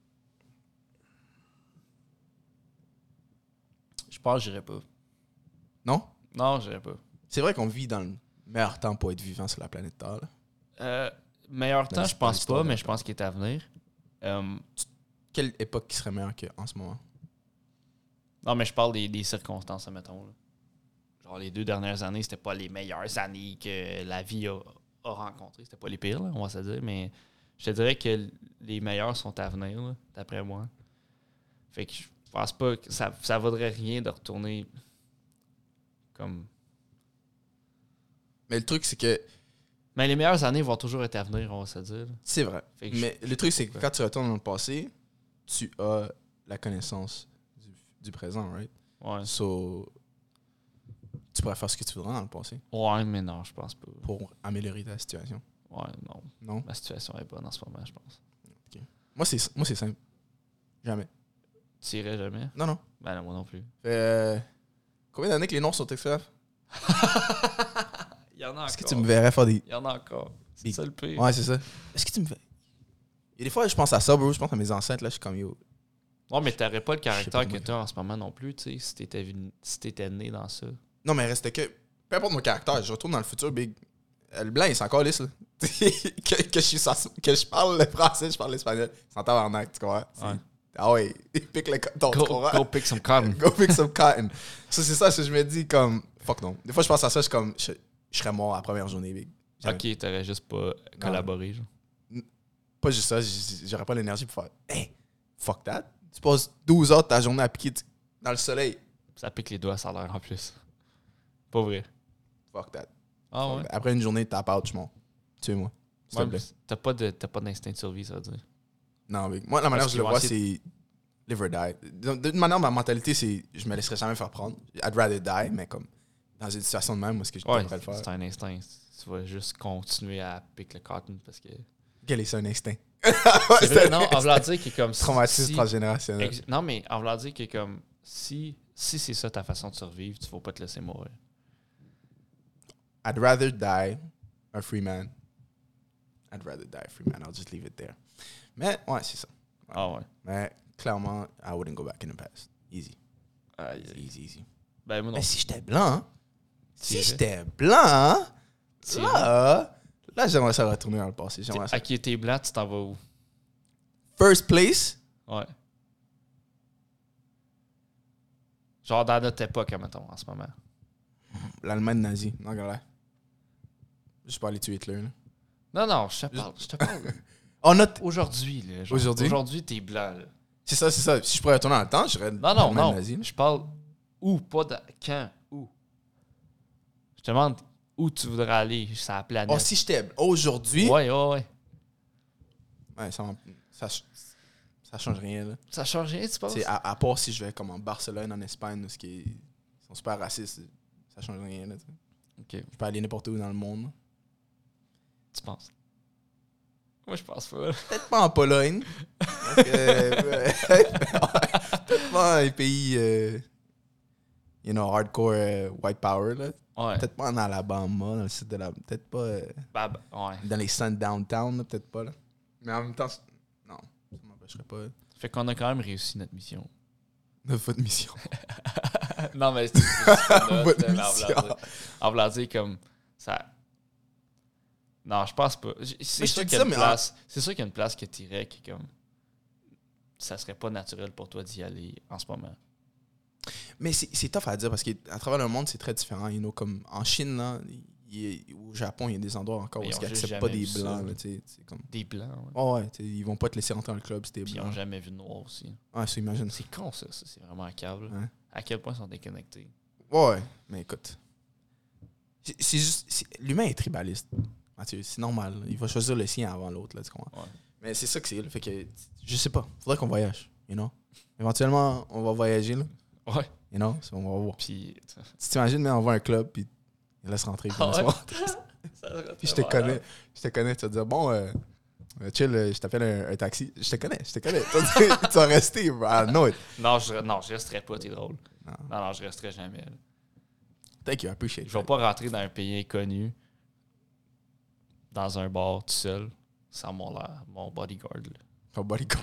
Je pense que j'irai pas. Non? Non, j'irai pas. C'est vrai qu'on vit dans le meilleur temps pour être vivant sur la planète Terre. là. Euh, meilleur temps, c'est je pas pense l'histoire pas, de mais la je pense qu'il est à venir. Euh, Quelle époque qui serait meilleure qu'en ce moment? non, mais je parle des, des circonstances, mettons. Là. Genre, les deux dernières années, c'était pas les meilleures années que la vie a, a rencontrées. C'était pas les pires, là, on va se dire, mais je te dirais que les meilleurs sont à venir, là, d'après moi. Fait que je pense pas que ça, ça vaudrait rien de retourner comme... Mais le truc, c'est que Mais les meilleures années vont toujours être à venir, on va se dire. c'est vrai. Fait que Mais je- le truc, c'est que Ouais. quand tu retournes dans le passé, tu as la connaissance du, du présent, right? Ouais. So, tu pourrais faire ce que tu voudrais dans le passé Ouais, mais non, je pense pas. pour améliorer ta situation. Ouais, non. Non? Ma situation est bonne en ce moment, je pense. Moi, c'est, moi, c'est simple. Jamais. Tu irais jamais? Non, non. Ben non, moi non plus. Fait, euh, combien d'années que les noms sont esclaves? Il y en a encore. Est-ce que tu me verrais faire des. Il y en a encore. C'est Big. ça le pire. Ouais, c'est ça. Est-ce que tu me fais. Il y a des fois, je pense à ça, bro. Je pense à mes ancêtres, là. Je suis comme yo. Ouais, mais t'aurais pas le caractère pas que moi. tu as en ce moment non plus, tu sais, si t'étais venu- si t'étais né dans ça. Non, mais reste que. Peu importe mon caractère, je retourne dans le futur, big. Euh, Le blanc, il s'en calisse, là. que, que, je suis sens- que je parle le français, je parle l'espagnol. C'est en tabarnak, tu comprends? C'est- Ouais. Ah ouais, pique le coton, tu Go, comprends? go pick some cotton. Go pick some cotton. Ça, c'est ça, que je me dis comme. Fuck non. Des fois, je pense à ça, je suis comme. Je, je serais mort à la première journée, big. Jamais. Ok, t'aurais juste pas collaboré, genre. Pas juste ça, j- j'aurais pas l'énergie pour faire. Hey, fuck that. Tu passes douze heures de ta journée à piquer t- dans le soleil. Ça pique les doigts, ça a l'air en plus. Pas vrai. Fuck that. Ah ouais? Après une journée de tap out, je m'en. Tuez-moi. S'il te Ouais, plaît. mais t'as pas de- t'as pas d'instinct de survie, ça veut dire. Non, mais moi, la manière Parce dont je le qu'ils vont vois, c'est live or die. D'une manière, ma mentalité, c'est je me laisserai jamais faire prendre. I'd rather die, mais comme dans une situation de même, moi, ce que je Ouais, devrais le faire. c'est un instinct. Tu vas juste continuer à pick le cotton parce que... Quel est ça, un instinct? C'est vrai, non, en voulant dire qu'il est comme... si- Traumatisme si- transgénérationnel. Ex- Non, mais en voulant dire qu'il est comme... Si, si c'est ça ta façon de survivre, tu vas pas te laisser mourir. I'd rather die a free man. I'd rather die a free man. I'll just leave it there. Mais, ouais, c'est ça. Ah ouais. Mais, clairement, I wouldn't go back in the past. Easy. Aïe, Easy, aïe. easy, easy. Ben moi non. Mais si j'étais blanc, hein, si T'irais. j'étais blanc, T'irais. là, là, j'aimerais ça retourner dans le passé. J'aimerais ça. À qui était blanc, tu t'en vas où? First place, Ouais. Genre dans notre époque, mettons, en ce moment. L'Allemagne nazie, non, gars. Je peux aller tuer Hitler, là. Non, non, je te parle. Je te parle. On note. Aujourd'hui, là. Genre, Aujourd'hui? Aujourd'hui, t'es blanc, là. C'est ça, c'est ça. Si je pourrais retourner dans le temps, je serais Non, non, non. nazie. Je parle où, pas de... quand, où. Je te demande où tu voudrais aller sur la planète. Oh, si j'étais aujourd'hui. Ouais, ouais, ouais. Ouais, ça, ça, ça change rien, là. Ça change rien, tu penses? C'est à, à part si je vais comme en Barcelone, en Espagne, où ce qui est, ils sont super racistes, ça change rien, là, tu sais. Ok. Je peux aller n'importe où dans le monde, là. Tu penses? Moi, je pense pas. Peut-être pas en Pologne. Parce que, euh, peut-être pas dans les pays, euh, you know, hardcore euh, white power, là. Ouais. Peut-être pas en Alabama, dans le sud de la... Peut-être pas euh, Bah, bah, ouais. dans les centres downtown, là, peut-être pas, là. Mais en même temps, c'est- non, ça m'empêcherait pas Fait qu'on a quand même réussi notre mission. de votre mission. Non, mais c'est c'est pas Votre notre, là, en mission. voulant dire- En voulant dire comme ça. Non, je pense pas. J- C'est Mais je sûr te qu'il dis y a ça, une mais place. C'est sûr qu'il y a une place que tu irais qui comme. Ça serait pas naturel pour toi d'y aller en ce moment. Mais c'est c'est tough à dire parce qu'à travers le monde, c'est très différent. You know, comme en Chine, là, il y a- au Japon, il y a des endroits encore où Mais ils ils ont n'acceptent juste pas jamais des vu ça, blancs. là. Là, tu sais, c'est comme... Des blancs, ouais. Oh, ouais, tu sais, ils vont pas te laisser rentrer dans le club si t'es Puis ils blanc. ont jamais vu de noir aussi. Ouais, ça, imagine. C'est con, ça. ça c'est vraiment un câble. Ouais. À quel point ils sont déconnectés. Ouais, mais écoute. C'est c'est juste. c'est- L'humain est tribaliste. Mathieu, c'est normal. Là. Il va choisir le sien avant l'autre, là, tu comprends? Ouais. Mais c'est ça que c'est. Là. Fait que, je sais pas. Faudrait qu'on voyage, you know? Éventuellement, on va voyager, là. Ouais. You know? So, on va voir. Puis. Si t'imagines, mais on va à un club, puis il laisse rentrer. Puis Ah on laisse ouais? voir. Ça serait Puis je te tellement connais. malade. Je te connais. Tu vas te dire, bon, euh, euh, chill, euh, je t'appelle un, un taxi. Je te connais, je te connais. Tu vas dire, tu vas rester, bro. I know it. Non, je, non, je resterais pas, t'es drôle. Non. Non, non, je resterais jamais. là. Thank you, I appreciate Je vais it. pas rentrer dans un pays inconnu, dans un bar tout seul, sans mon, la- mon bodyguard. Là. Ton bodyguard.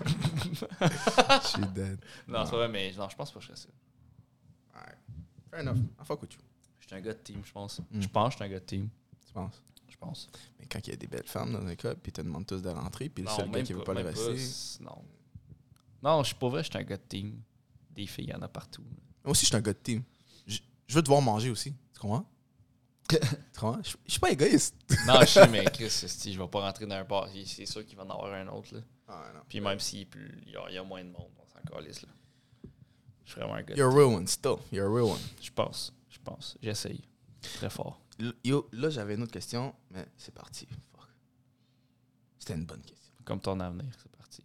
Je suis dead. Non, c'est pas vrai, mais non, je pense pas que je serais ça. Alright. Fair enough. I fuck with you. Je suis un gars de team, je pense. Mm. Je pense que je suis un gars de team. Tu penses? Je pense. Mais quand il y a des belles femmes dans un club, puis ils te demandent tous de rentrer, puis le Non, seul gars même qui veut pas le même rester. c'est- Non. Non, je suis pas vrai, je suis un gars de team. Des filles, il y en a partout. là. Moi aussi, je suis un gars de team. Je, je veux devoir manger aussi. Tu comprends? tu comprends? Je, je suis pas égoïste. Non, je sais, mais Chris, si je vais pas rentrer dans un bar, c'est sûr qu'il va en avoir un autre. Là. Ah, non. Puis même s'il est plus- il y, a- il y a moins de monde, on s'en calisse. Là. Je suis vraiment un gars de You're a team. real one, still. You're a real one. Je pense, je pense. J'essaye. Très fort. L- Yo, là, j'avais une autre question, mais c'est parti. Fuck. C'était une bonne question. Comme ton avenir, c'est parti.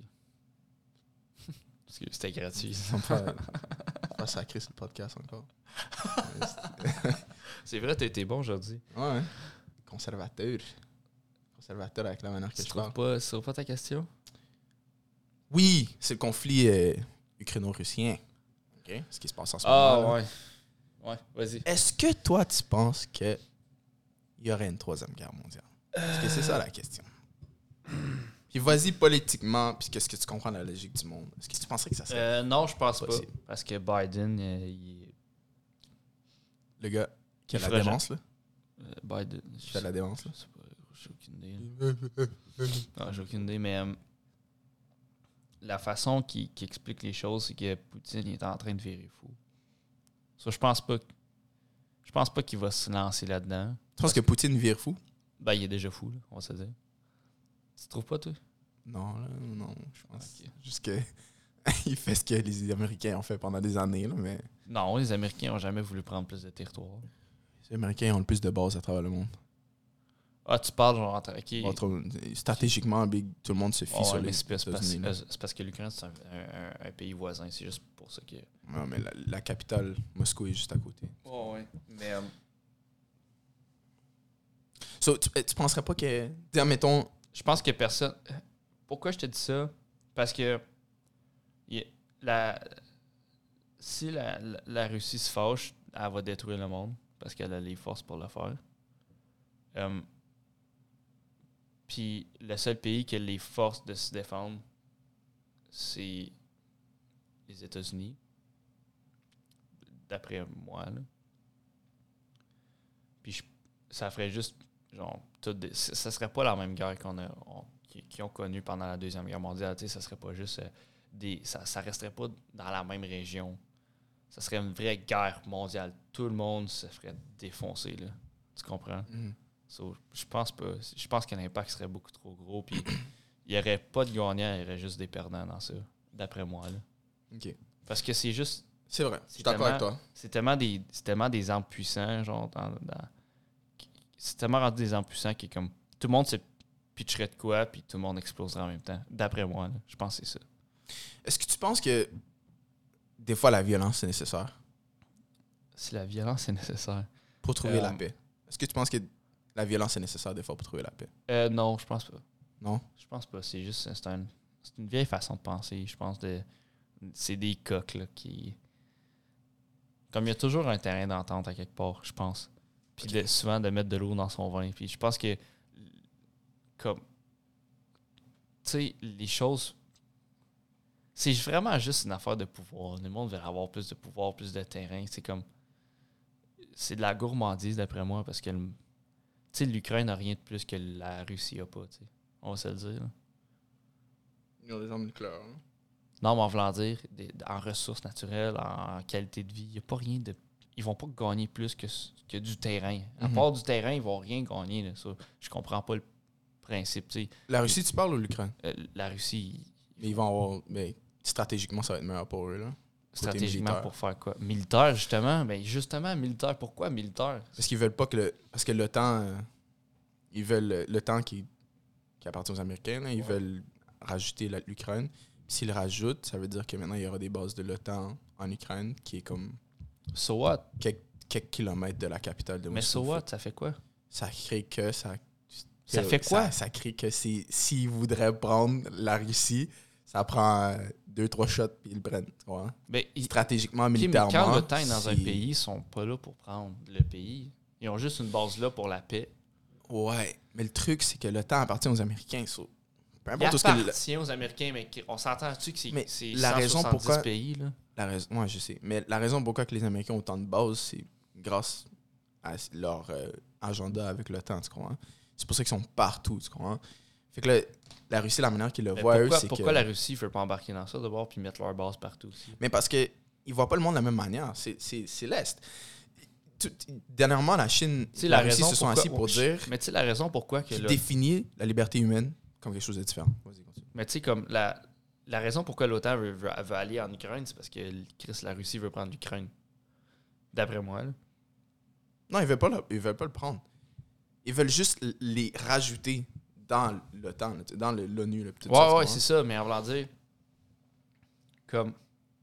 Parce que c'était gratuit. Ça me fait pas sacré sur le podcast encore. C'est vrai, t'as été bon aujourd'hui. Ouais, hein. Conservateur. Conservateur avec la manière que Tu je trouves parle. pas, tu trouves pas ta question? Oui, c'est le conflit euh, ukraino-russien. OK? Ce qui se passe en ce moment. là. ouais. Ouais, vas-y. Est-ce que toi, tu penses qu'il y aurait une troisième guerre mondiale? Parce que c'est ça la question. Puis vas-y politiquement, puis qu'est-ce que tu comprends de la logique du monde? Est-ce que tu penserais que ça serait Euh, non, je pense Possible. pas. Parce que Biden, euh, il est- le gars qui a il la fera démence, là? euh, Biden. Qui fait la démence, là? Je sais pas, j'ai aucune idée. là. Non, j'ai aucune idée, mais euh, la façon qu'il qu'il explique les choses, c'est que Poutine il est en train de virer fou. Ça, je pense pas. que- Je pense pas qu'il va se lancer là-dedans. Tu penses que Poutine vire fou? Ben, il est déjà fou, là, on va se dire. Tu trouves pas, toi? Non, là, non. Je pense Ok. juste que il fait ce que les Américains ont fait pendant des années, là, mais Non, les Américains ont jamais voulu prendre plus de territoire. les Américains ont le plus de bases à travers le monde. Ah, tu parles genre entre. Ok. Autre- stratégiquement, big, tout le monde se fie Ouais, sur mais les c'est parce, parce- États-Unis. là. c'est parce que l'Ukraine, c'est un, un- un- un pays voisin. C'est juste pour ça que. Ouais, mais la, la capitale, Moscou, est juste à côté. Oh, ouais. Mais. euh, So, tu, tu penserais pas que, disons, mettons, Je pense que personne. Pourquoi je te dis ça? Parce que y- la, si la, la, la Russie se fâche, elle va détruire le monde parce qu'elle a les forces pour le faire. Euh, Puis le seul pays qui a les forces de se défendre, c'est les États-Unis. D'après moi, là. Puis je- ça ferait juste genre tout des- ça ça serait pas la même guerre qu'on a on- qui, qui ont connue pendant la deuxième guerre mondiale, tu sais, ça serait pas juste euh, des ça ça resterait pas dans la même région. ça serait une vraie guerre mondiale. Tout le monde se ferait défoncer, là. Tu comprends? Mm. So, je pense pas. Je pense que l'impact serait beaucoup trop gros. Puis il n'y aurait pas de gagnants, il y aurait juste des perdants dans ça, d'après moi. Là. OK. Parce que c'est juste. C'est vrai. Je C'est suis d'accord avec tellement- toi. C'est tellement des, c'est tellement des armes puissants, genre. Dans, dans- c'est tellement rendu des armes puissants qui est comme. Tout le monde se pitcherait de quoi, puis tout le monde exploserait en même temps. D'après moi, là. Je pense que c'est ça. Est-ce que tu penses que des fois la violence est nécessaire Si la violence est nécessaire. pour trouver Euh, la paix? Est-ce que tu penses que la violence est nécessaire des fois pour trouver la paix? Euh, non, je pense pas. Non? Je pense pas. C'est juste. C'est, un- c'est une vieille façon de penser. Je pense de. C'est des coques, là, qui. Comme il y a toujours un terrain d'entente à quelque part, je pense. Puis Ok. de- souvent de mettre de l'eau dans son vin. Puis je pense que. Comme. Tu sais, les choses. C'est vraiment juste une affaire de pouvoir. Le monde veut avoir plus de pouvoir, plus de terrain. C'est comme. C'est de la gourmandise, d'après moi, parce que. le- Tu sais, l'Ukraine n'a rien de plus que la Russie n'a pas, tu sais. On va se le dire, là. Ils ont des armes nucléaires. hein. Non, mais en voulant dire, des- en ressources naturelles, en qualité de vie, il n'y a pas rien de. Ils vont pas gagner plus que, que du terrain. À Mhm. part du terrain, ils vont rien gagner. Là, ça. Je comprends pas le principe. tu sais. La Russie, tu parles ou l'Ukraine? Euh, la Russie, Mais ils vont avoir. Mais stratégiquement, ça va être meilleur pour eux. Là. stratégiquement, militaire. pour faire quoi? Militaire, justement. Ben justement, militaire. Pourquoi militaire? Parce qu'ils veulent pas que le. Parce que l'OTAN. euh, ils veulent le, le temps qui, qui appartient aux Américains. Là, ils Ouais. veulent rajouter la- l'Ukraine. Puis s'ils le rajoutent, ça veut dire que maintenant, il y aura des bases de l'OTAN en Ukraine qui est comme So what? quelques, quelques kilomètres de la capitale de Mais Moscou. so what? Ça fait quoi? Ça crée que ça. Ça que fait quoi? Ça, ça crée que c'est- s'ils voudraient prendre la Russie, ça prend euh, deux, trois shots puis ils le prennent. Tu vois? Ben, ils- Stratégiquement, Ok, mais militairement. quand l'OTAN est dans un c'est- pays, ils sont pas là pour prendre le pays. Ils ont juste une base là pour la paix. Ouais, mais le truc, c'est que l'OTAN appartient aux Américains. so- Peu Il importe où ce que le- appartient aux Américains, mais on s'entend-tu que c'est, Mais c'est la raison cent soixante-dix pourquoi- pays, là? La raison, moi, je sais. Mais la raison pourquoi que les Américains ont autant de bases, c'est grâce à leur euh, agenda avec l'OTAN, tu comprends? C'est pour ça qu'ils sont partout, tu comprends? Fait que là, la Russie, la manière qu'ils le Mais voient, eux, pourquoi c'est pourquoi que... la Russie ne veut pas embarquer dans ça d'abord puis mettre leur base partout aussi? Mais parce que ils voient pas le monde de la même manière. C'est, c'est, c'est l'Est. Tout- dernièrement, la Chine, Tu sais, la, la Russie raison se sont pourquoi- assis pour dire Mais tu sais, la raison pourquoi que qu'ils là- définissent la liberté humaine comme quelque chose de différent. Vas-y, continue. Mais tu sais, comme la, la raison pourquoi l'OTAN veut, veut, veut aller en Ukraine, c'est parce que Chris, la Russie veut prendre l'Ukraine. D'après moi, là. Non, ils veulent pas le, ils veulent pas le prendre. Ils veulent juste l- les rajouter dans l'OTAN, là, tu sais, dans le- l'ONU. Là, puis tout Ouais, ça, tu ouais, comprends? c'est ça, mais en voulant dire, comme.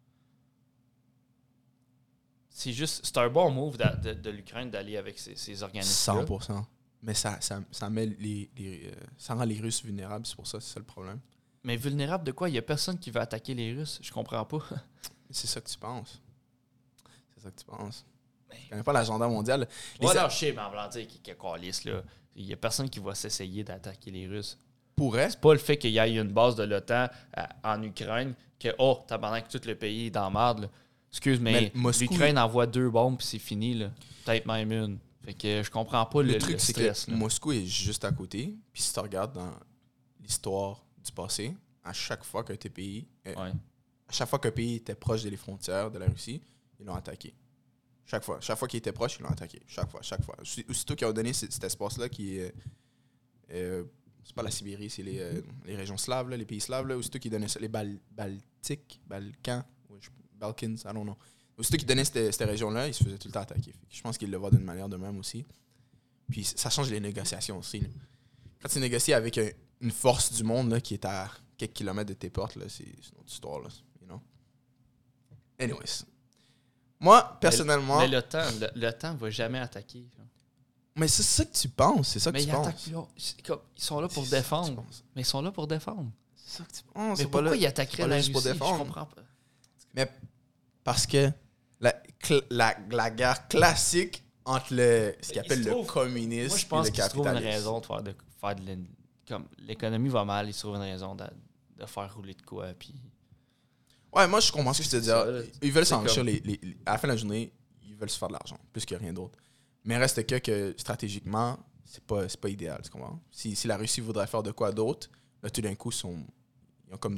C'est juste. C'est un bon move d'a- de, de l'Ukraine d'aller avec ces, ces organismes. cent pour cent. Mais ça, ça, ça, met les, les, euh, ça rend les Russes vulnérables, c'est pour ça, c'est ça le problème. Mais vulnérable de quoi? Il n'y a personne qui va attaquer les Russes. Je comprends pas. C'est ça que tu penses. C'est ça que tu penses. Je connais pas l'agenda mondial. Les Ouais, a- non, je sais, mais en voulant dire qu'il y a calisse, là. Il n'y a personne qui va s'essayer d'attaquer les Russes. pourraient. C'est pas le fait qu'il y ait une base de l'OTAN à- en Ukraine que, oh, pendant que tout le pays est dans la merde, là. Excuse, mais, Mais Moscou- l'Ukraine envoie deux bombes puis c'est fini, là. Peut-être même une. Fait que je comprends pas le, Le, le truc, c'est stress, que là. Moscou est juste à côté. Puis si tu regardes dans l'histoire du passé, à chaque fois qu'un T P I, euh, Ouais. à chaque fois qu'un pays était proche des frontières de la Russie, ils l'ont attaqué. Chaque fois. Chaque fois qu'ils étaient proches, ils l'ont attaqué. Chaque fois, chaque fois. Aussi- Aussitôt qu'ils ont donné c- cet espace-là qui est... euh, c'est pas la Sibérie, c'est les, euh, les régions slaves, là, les pays slaves. Là, aussitôt qu'ils donnaient ça, les Bal- Baltiques, Balkans, ouais, je- Balkans, I don't know. Aussitôt qu'ils donnaient cette, cette région-là, ils se faisaient tout le temps attaquer. Fait que je pense qu'ils le voient d'une manière de même aussi. Puis ça change les négociations aussi. là. Quand tu négocies avec un- une force du monde là, qui est à quelques kilomètres de tes portes, là, c'est c'est une autre histoire. Là, you know? Anyways. Moi, personnellement... Mais l'OTAN, le- l'OTAN va jamais attaquer. là. Mais c'est ça que tu penses, c'est ça que Mais tu ils penses. attaquent. ils ont- c'est comme- Ils sont là pour C'est ça que tu défendre. penses. Mais ils sont là pour défendre. C'est ça que tu penses. Mais c'est pas pourquoi là- ils attaqueraient pas là la juste pour Russie? Je défendre. comprends pas. Mais parce que la, cl- la, la guerre classique entre le, ce qu'ils Il appellent se le trouve- communisme Moi, je et pense le qu'ils se trouvent une capitalisme. raison de faire de faire de l'é- comme l'économie va mal, ils se trouvent une raison de, de faire rouler de quoi puis Ouais, moi, je comprends ce que je te dis. C'est ça, là. Ils veulent C'est s'enrichir. comme- Les, les- les- à la fin de la journée, ils veulent se faire de l'argent, plus que rien d'autre. Mais reste que, que stratégiquement, c'est pas, c'est pas idéal, tu comprends? Si, si la Russie voudrait faire de quoi d'autre, là, tout d'un coup, sont, ils ont comme ils ont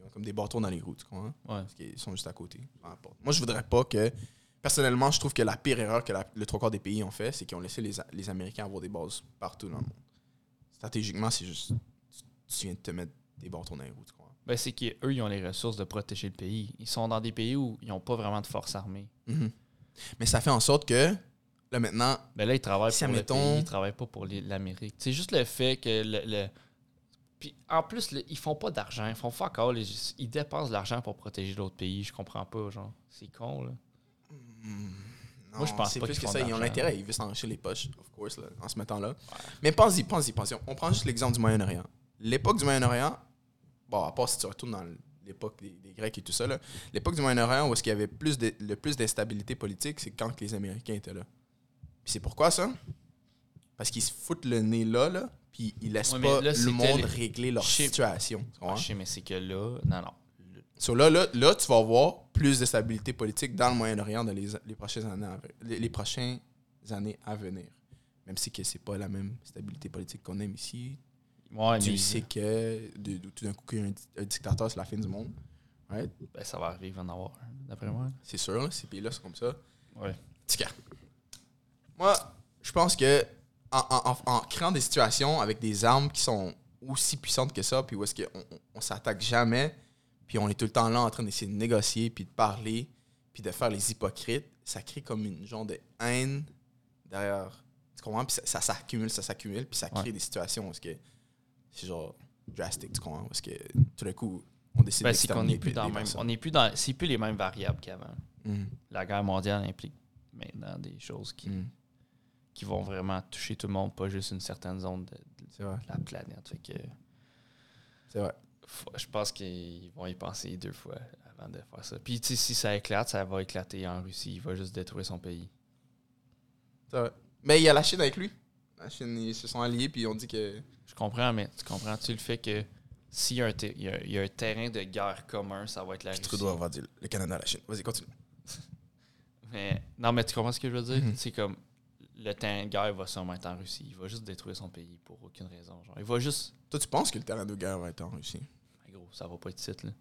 comme des bâtons dans les roues, tu comprends? Ouais. Parce qu'ils sont juste à côté. Peu importe. Moi, je voudrais pas que... Personnellement, je trouve que la pire erreur que la, le trois quarts des pays ont fait, c'est qu'ils ont laissé les, les Américains avoir des bases partout dans le monde. Stratégiquement, c'est juste... Tu, tu viens de te mettre des bâtons dans les roues, tu comprends? Ben, c'est qu'eux, ils ont les ressources de protéger le pays. Ils sont dans des pays où ils n'ont pas vraiment de force armée. Mm-hmm. Mais ça fait en sorte que, là, maintenant... Ben là, ils travaillent si pour admettons... le pays, ils travaillent pas pour les, l'Amérique. C'est juste le fait que... le, le Puis en plus, le, ils font pas d'argent. Ils font fuck all. Ils, ils dépensent de l'argent pour protéger d'autres pays. Je comprends pas, genre. C'est con, là. Mm, non, Moi, je pense c'est pas plus qu'ils que font ça. Ils ont d'argent. l'intérêt. Ils veulent s'enrichir les poches, of course, là, en se mettant là. Ouais. Mais pense-y, pense-y, pense-y. On prend juste l'exemple du Moyen-Orient. L'époque du Moyen-Orient, bon, à part si tu retournes dans l'époque des, des Grecs et tout ça, là, l'époque du Moyen-Orient où est-ce qu'il y avait plus de, le plus d'instabilité politique, c'est quand les Américains étaient là. Puis c'est pourquoi ça? Parce qu'ils se foutent le nez là, là, puis ils laissent Ouais, pas là, le monde les... régler leur Chez... situation. Ah, je sais, mais c'est que là... Non, non. So là, là, là, tu vas avoir plus de stabilité politique dans le Moyen-Orient dans les, les, prochaines années à, les, les prochaines années à venir. Même si que c'est pas la même stabilité politique qu'on aime ici. Ouais, tu mais... sais que de, de, tout d'un coup, un, un dictateur, c'est la fin du monde. Right? Ben, ça va arriver, il va en avoir un, d'après moi. C'est sûr, là, ces pays-là, c'est comme ça. Ouais. Tika. Moi, je pense que en, en, en, en créant des situations avec des armes qui sont aussi puissantes que ça, puis où est-ce qu'on on, on s'attaque jamais, puis on est tout le temps là en train d'essayer de négocier, puis de parler, puis de faire les hypocrites, ça crée comme une genre de haine derrière. Tu comprends? Puis ça, ça s'accumule, ça s'accumule, puis ça crée ouais. des situations où est-ce que c'est genre drastique, tu comprends? Parce que tout d'un coup, on décide ben, d'exterminer c'est qu'on n'est plus dans même, on n'est plus dans, c'est plus les mêmes variables qu'avant. Mm. La guerre mondiale implique maintenant des choses qui, mm. qui vont vraiment toucher tout le monde, pas juste une certaine zone de, de, de la planète. Fait que, c'est vrai. Je pense qu'ils vont y penser deux fois avant de faire ça. Puis si ça éclate, ça va éclater en Russie. Il va juste détruire son pays. C'est vrai. Mais il y a la Chine avec lui. La Chine, ils se sont alliés puis ils ont dit que... Je comprends, mais tu comprends-tu le fait que s'il y a un, ter- il y a, il y a un terrain de guerre commun, ça va être la puis Russie. Trudeau va dire le Canada à la Chine. Vas-y, continue. mais, non, mais tu comprends ce que je veux dire? Mm-hmm. C'est comme le terrain de guerre va sûrement être en Russie. Il va juste détruire son pays pour aucune raison. Genre. Il va juste... Toi, tu penses que le terrain de guerre va être en Russie? Mais gros, ça va pas être site, là.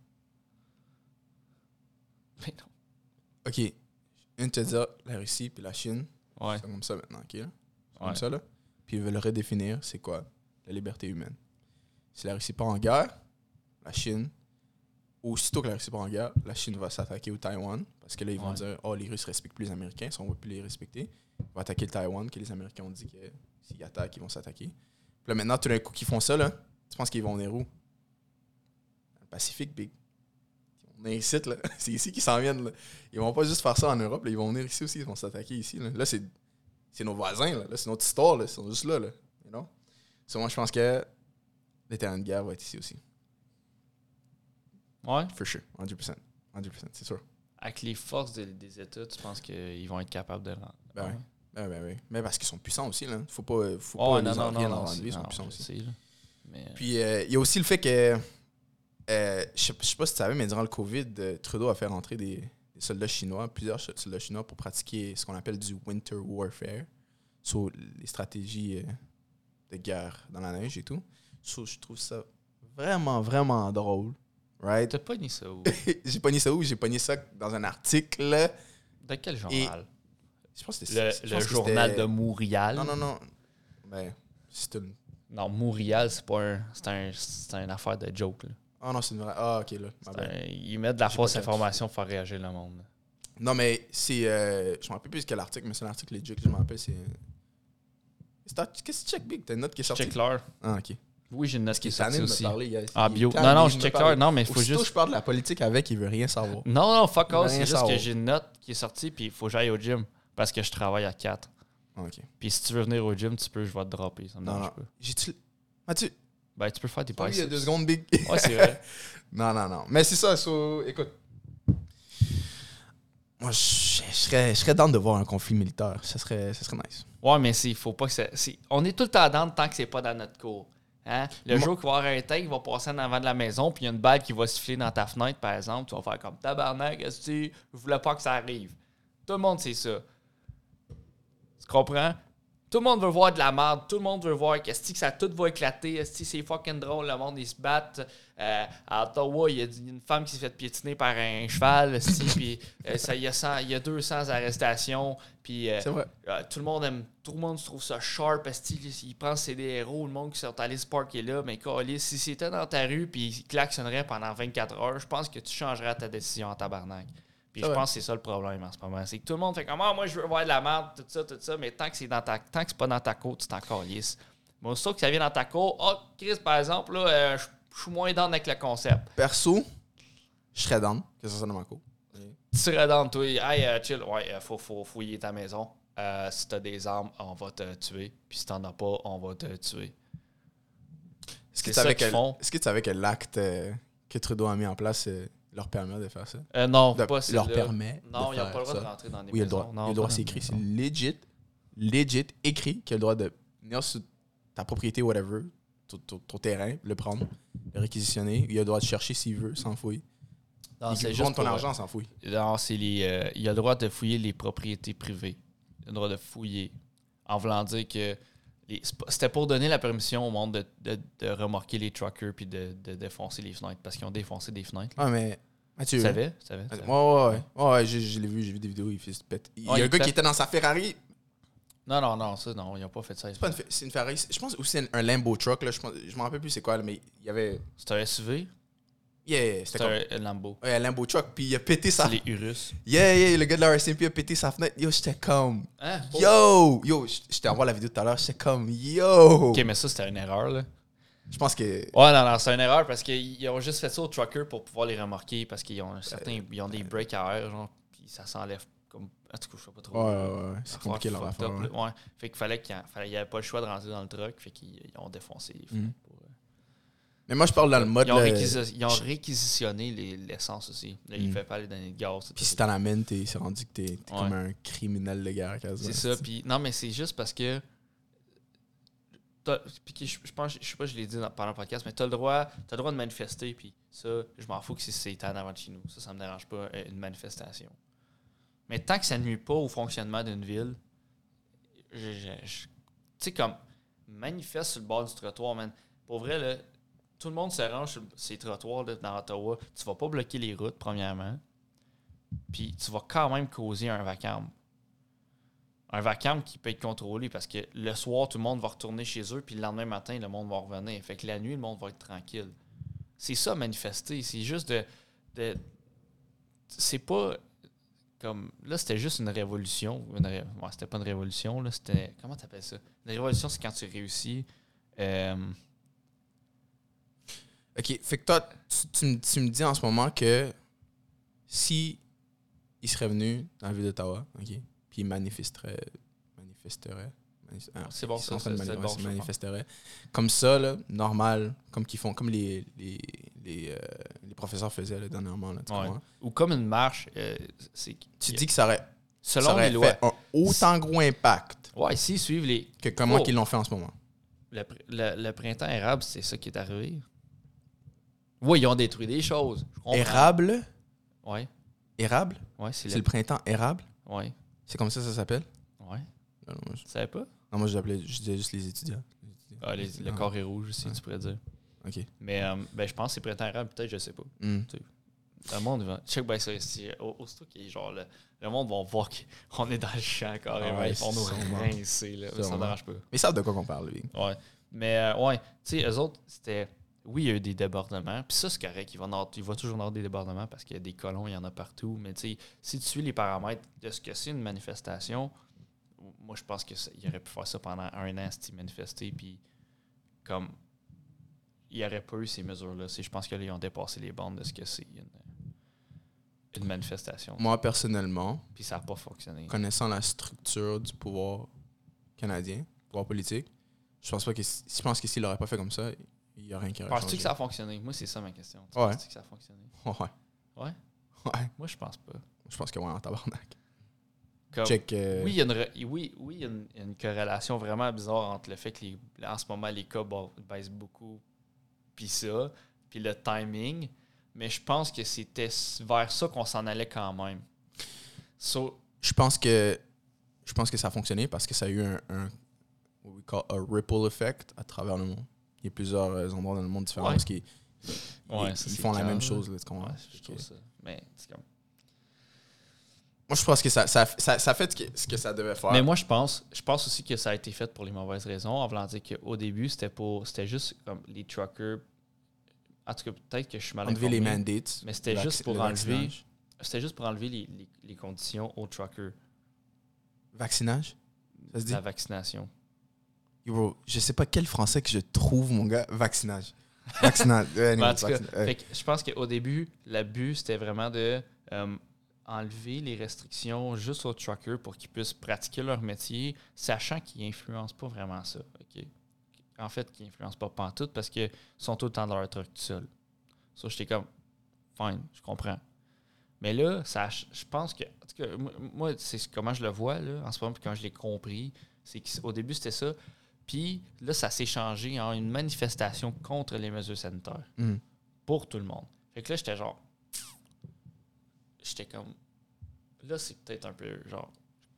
Mais non. OK. Je viens de te dire la Russie puis la Chine. Ouais. C'est comme ça maintenant, OK? Là? C'est ouais. comme ça, là. Puis ils veulent redéfinir c'est quoi la liberté humaine. Si la Russie part en guerre, la Chine, aussitôt que la Russie part en guerre, la Chine va s'attaquer au Taïwan. Parce que là, ils vont ouais. dire, oh, les Russes respectent plus les Américains, si on ne va plus les respecter. Ils vont attaquer le Taïwan, que les Américains ont dit que s'ils attaquent, ils vont s'attaquer. Puis là, maintenant, tout d'un coup qu'ils font ça, là, tu penses qu'ils vont venir où? Dans le Pacifique, big. On est ici, là. C'est ici qu'ils s'en viennent, là. Ils vont pas juste faire ça en Europe, là. Ils vont venir ici aussi, ils vont s'attaquer ici, là. Là, c'est, c'est nos voisins, là. Là, c'est notre histoire, là. Ils sont juste là, là. You know? So, moi, je pense que le terrain de guerre va être ici aussi. Ouais. For sure. cent pour cent. cent pour cent, c'est sûr. Avec les forces de, des États, tu penses qu'ils vont être capables de rendre? Ben oui. Ben, ben oui. Mais parce qu'ils sont puissants aussi, là. Faut pas, faut oh, pas non, les non, enlever non, en non, rendre, ils sont non, puissants aussi. Sais, là. Mais... Puis, il euh, y a aussi le fait que, euh, je sais pas si tu savais, mais durant le COVID, euh, Trudeau a fait rentrer des, des soldats chinois, plusieurs soldats chinois pour pratiquer ce qu'on appelle du winter warfare, sur les stratégies euh, de guerre dans la neige et tout. So, je trouve ça vraiment, vraiment drôle. Right? T'as pogné ça où? J'ai pogné ça où? J'ai pogné ça dans un article. De quel journal? Et je pense que c'était... Le, le journal c'était... de Montréal? Non, non, non. Ben, c'est une... Non, Montréal, c'est pas un... C'est, un, c'est une affaire de joke, là. Ah non, c'est une vraie... Ah, OK, là. Un, ils mettent de la J'ai fausse information pour faire réagir le monde. Non, mais c'est... Euh, je me rappelle plus quel article, mais c'est un article legit que je me rappelle, c'est... c'est qu'est-ce que tu check, Big? T'as une note qui est sortie? Check l'heure. Ah, OK. Oui, j'ai une note qui est sortie aussi. Parler, a, ah, bio. Non, non, je check l'heure. Non, mais il faut juste... je parle de la politique avec, il veut rien savoir. Non, non, fuck off. C'est juste savoir. que j'ai une note qui est sortie, puis il faut que j'aille au gym. Parce que je travaille à quatre. Ah, OK. Puis si tu veux venir au gym, tu peux, je vais te dropper. Ça me non, dérange non. pas. J'ai-tu... Mathieu? Ben, tu peux faire des biceps. Il y a deux biceps. secondes, Big. Ouais, c'est vrai. non, non, non. Mais c'est ça, so, écoute. Moi, je serais, je serais down de voir un conflit militaire. Ça serait, ça serait nice. Ouais, mais il faut pas que ça... C'est, on est tout le temps down tant que c'est pas dans notre cours. Hein? Le Moi, jour qu'il va y avoir un tank, il va passer en avant de la maison, puis il y a une balle qui va siffler dans ta fenêtre, par exemple. Tu vas faire comme tabarnak, est-ce que tu voulais pas que ça arrive? Tout le monde sait ça. Tu comprends? Tout le monde veut voir de la merde, tout le monde veut voir qu'est-ce que ça tout va éclater, est-ce que c'est fucking drôle, le monde ils se battent. Euh, à Ottawa, il y a une femme qui s'est fait piétiner par un cheval, puis euh, ça, il, y a cent, il y a deux cents arrestations, puis euh, euh, tout le monde aime, tout le monde se trouve ça sharp, ils pensent que c'est des héros, le monde qui sont allés se parker là, mais calé, si c'était dans ta rue puis ils klaxonneraient pendant vingt-quatre heures, je pense que tu changerais ta décision en tabarnak. Puis je pense que c'est ça le problème en ce moment. C'est que tout le monde fait comme ah, moi je veux voir de la merde, tout ça, tout ça, mais tant que c'est dans ta tant que c'est pas dans ta côte, c'est encore lisse. Mais aussitôt que ça vient dans ta côte, oh Chris, par exemple, là, euh, je suis moins down avec le concept. Perso, je serais down que ça soit dans ma côte. Tu serais down, toi, hey, uh, chill, ouais, uh, faut, faut fouiller ta maison. Uh, si t'as des armes, on va te tuer. Puis si t'en as pas, on va te tuer. Est-ce que tu savais, est-ce que tu savais que l'acte euh, que Trudeau a mis en place euh, leur permet de faire ça? Euh, non, de, pas ça. Leur permet. Non, il n'y a pas le droit ça. de rentrer dans les oui, maisons. Oui, il y a le droit. Non, il y a le droit, c'est écrit. C'est legit, legit, écrit qu'il a le droit de venir sur ta propriété, whatever, ton, ton, ton terrain, le prendre, le réquisitionner. Il a le droit de chercher s'il veut, sans fouiller. Non, il c'est juste ton pour, argent, sans fouille. Non, c'est les. Euh, il a le droit de fouiller les propriétés privées. Il a le droit de fouiller. En voulant dire que. Les, c'était pour donner la permission au monde de, de, de remorquer les truckers puis de, de défoncer les fenêtres. Parce qu'ils ont défoncé des fenêtres. Ah, mais. Mathieu. Tu savais? Tu savais? Ouais, ouais, ouais. Ouais, ouais, je, je l'ai vu, j'ai vu des vidéos, il fait se pète. Il y a ouais, un gars fait... qui était dans sa Ferrari. Non, non, non, ça, non, ils n'ont pas fait ça. C'est, pas une, c'est une Ferrari. Je pense aussi c'est un Lambo truck, là. Je ne me rappelle plus c'est quoi, là, mais il y avait. C'était un S U V? Yeah, yeah, c'était comme... un Lambo. Ouais, un Lambo truck, puis il a pété sa... C'est les Urus. Yeah, yeah, le gars de la R S M P a pété sa fenêtre. Yo, j'étais comme... Hein? Yo! Yo, je t'envoie la vidéo tout à l'heure, j'étais comme... Yo! OK, mais ça, c'était une erreur, là. Je pense que... Ouais, non, non, c'est une erreur parce qu'ils ont juste fait ça aux truckers pour pouvoir les remorquer parce qu'ils ont certains... Ils ont des breaks à air, genre, puis ça s'enlève comme... En tout cas, je sais pas trop. Ouais, ouais, ouais. C'est compliqué leur affaire. Ouais. ouais. Fait qu'il fallait qu'il n'y avait pas le choix de rentrer dans le truck, fait qu'ils ont défoncé les feux. Mm. Pour... Mais moi, je parle dans le mode... Ils ont, réquisi- ils ont réquisitionné les, l'essence aussi. Là, mm. il ne fait pas les donner de gaz. Puis si t'en amènes, t'es, c'est rendu que t'es, t'es ouais. comme un criminel de guerre, quasiment. C'est ça. Puis, non, mais c'est juste parce que... Puis je, je pense, je sais pas, je l'ai dit dans, pendant le podcast, mais t'as le droit, t'as le droit de manifester, puis ça, je m'en fous que si c'est en avant de chez nous. Ça, ça me dérange pas, une manifestation. Mais tant que ça ne nuit pas au fonctionnement d'une ville, tu sais, comme, manifeste sur le bord du trottoir, man. Pour vrai, là, tout le monde se range sur ces trottoirs là, dans Ottawa. Tu vas pas bloquer les routes, premièrement. Puis tu vas quand même causer un vacarme. Un vacarme qui peut être contrôlé parce que le soir, tout le monde va retourner chez eux, puis le lendemain matin, le monde va revenir. Fait que la nuit, le monde va être tranquille. C'est ça, manifester. C'est juste de... de c'est pas... Comme, là, c'était juste une révolution. Une ré... ouais, c'était pas une révolution, là. C'était... Comment t'appelles ça? Une révolution, c'est quand tu réussis. Euh... OK. Fait que toi, tu, tu, tu me dis en ce moment que si il serait venu dans la ville d'Ottawa, OK, puis il manifesterait... Manifesterait... Manif... Ah, c'est bon, ça, ça, c'est manif... bon, manifesterait. Comme ça, là, normal, comme qu'ils font, comme les... les Les, euh, les professeurs faisaient là, dernièrement. Là, tu ouais. comprends? Ou comme une marche. Euh, c'est, tu dis que ça aurait, selon ça aurait les lois, fait un autant gros impact ouais, s'ils suivent les... que comment oh. qu'ils l'ont fait en ce moment. Le, le, le printemps érable, c'est ça qui est arrivé. Oui, ils ont détruit des choses. Érable? Oui. Érable? Ouais, c'est c'est le... le printemps érable? Oui. C'est comme ça que ça s'appelle? Oui. Non, moi, je... Tu savais pas? Non, moi, je, je disais juste les étudiants. Les étudiants. Ah, les, les le corps est rouge aussi, ouais. Tu pourrais dire. OK. Mais euh, ben, je pense que c'est printemps érable, peut-être, je sais pas. Mm. Tu sais, le monde va. Check bien ça ici. Aussitôt qu'il est genre. Le, le monde va voir qu'on est dans le champ carrément. Ouais, ils vont nous rincer, là. Ça ne dérange pas. Mais ils savent de quoi qu'on parle, lui. Ouais. Mais, euh, ouais. Tu sais, eux autres, c'était. Oui, il y a eu des débordements. Puis ça, c'est correct. Il va, avoir, il va toujours avoir des débordements parce qu'il y a des colons, il y en a partout. Mais tu sais, si tu suis les paramètres de ce que c'est une manifestation, moi, je pense qu'il aurait pu faire ça pendant un an, s'il manifestait. Puis, comme. Il n'y aurait pas eu ces mesures-là. C'est, je pense que là, ils ont dépassé les bandes de ce que c'est une, une manifestation. Moi, personnellement, puis ça n'a pas fonctionné. Connaissant la structure du pouvoir canadien, pouvoir politique, je pense pas que je pense que s'il l'aurait pas fait comme ça, il n'y a rien qui aurait changé. Penses-tu que ça a fonctionné? Moi, c'est ça ma question. Tu ouais. Penses-tu que ça a fonctionné? Ouais. Ouais? Ouais. Moi, je pense pas. Je pense que ouais, en tabarnak. Comme, Check, euh... oui, il y a, une, re... oui, oui, il y a une, une corrélation vraiment bizarre entre le fait que les, en ce moment, les cas baissent beaucoup puis ça, puis le timing, mais je pense que c'était vers ça qu'on s'en allait quand même. So, je pense que je pense que ça a fonctionné parce que ça a eu un, un, what we call a ripple effect à travers le monde. Il y a plusieurs euh, endroits dans le monde différents Ouais. parce qu'ils Ouais, ils, ça, ils c'est font la calme, même là. chose. Là, tu comprends? Ouais, je Fait trouve que- ça. Mais c'est comme. Moi, je pense que ça, ça, ça, ça fait ce que, ce que ça devait faire. Mais moi, je pense, je pense aussi que ça a été fait pour les mauvaises raisons. En voulant dire qu'au début, c'était pour, c'était juste comme les truckers. En tout cas, peut-être que je suis mal enlever informé. les mandates. Mais c'était le juste vac- pour le enlever, vaccinage. c'était juste pour enlever les, les, les conditions aux truckers, Vaccinage? Ça se dit? la vaccination. Yo, bro, je sais pas quel français que je trouve, mon gars. Vaccinage. Vaccinage. Ouais, Mais en anyway, tout cas, vaccina- ouais. fait que je pense qu'au début, le but, c'était vraiment de euh, enlever les restrictions juste aux truckers pour qu'ils puissent pratiquer leur métier, sachant qu'ils n'influencent pas vraiment ça. ok? En fait, qu'ils n'influencent pas pantoute parce qu'ils sont tout le temps dans leur truck tout seuls. Ça, j'étais comme, fine, je comprends. Mais là, ça, je pense que, en tout cas, moi, moi, c'est comment je le vois là, en ce moment, puis quand je l'ai compris, c'est qu'au début, c'était ça. Puis là, ça s'est changé en une manifestation contre les mesures sanitaires Mhm. pour tout le monde. Fait que là, j'étais genre. J'étais comme. Là, c'est peut-être un peu genre.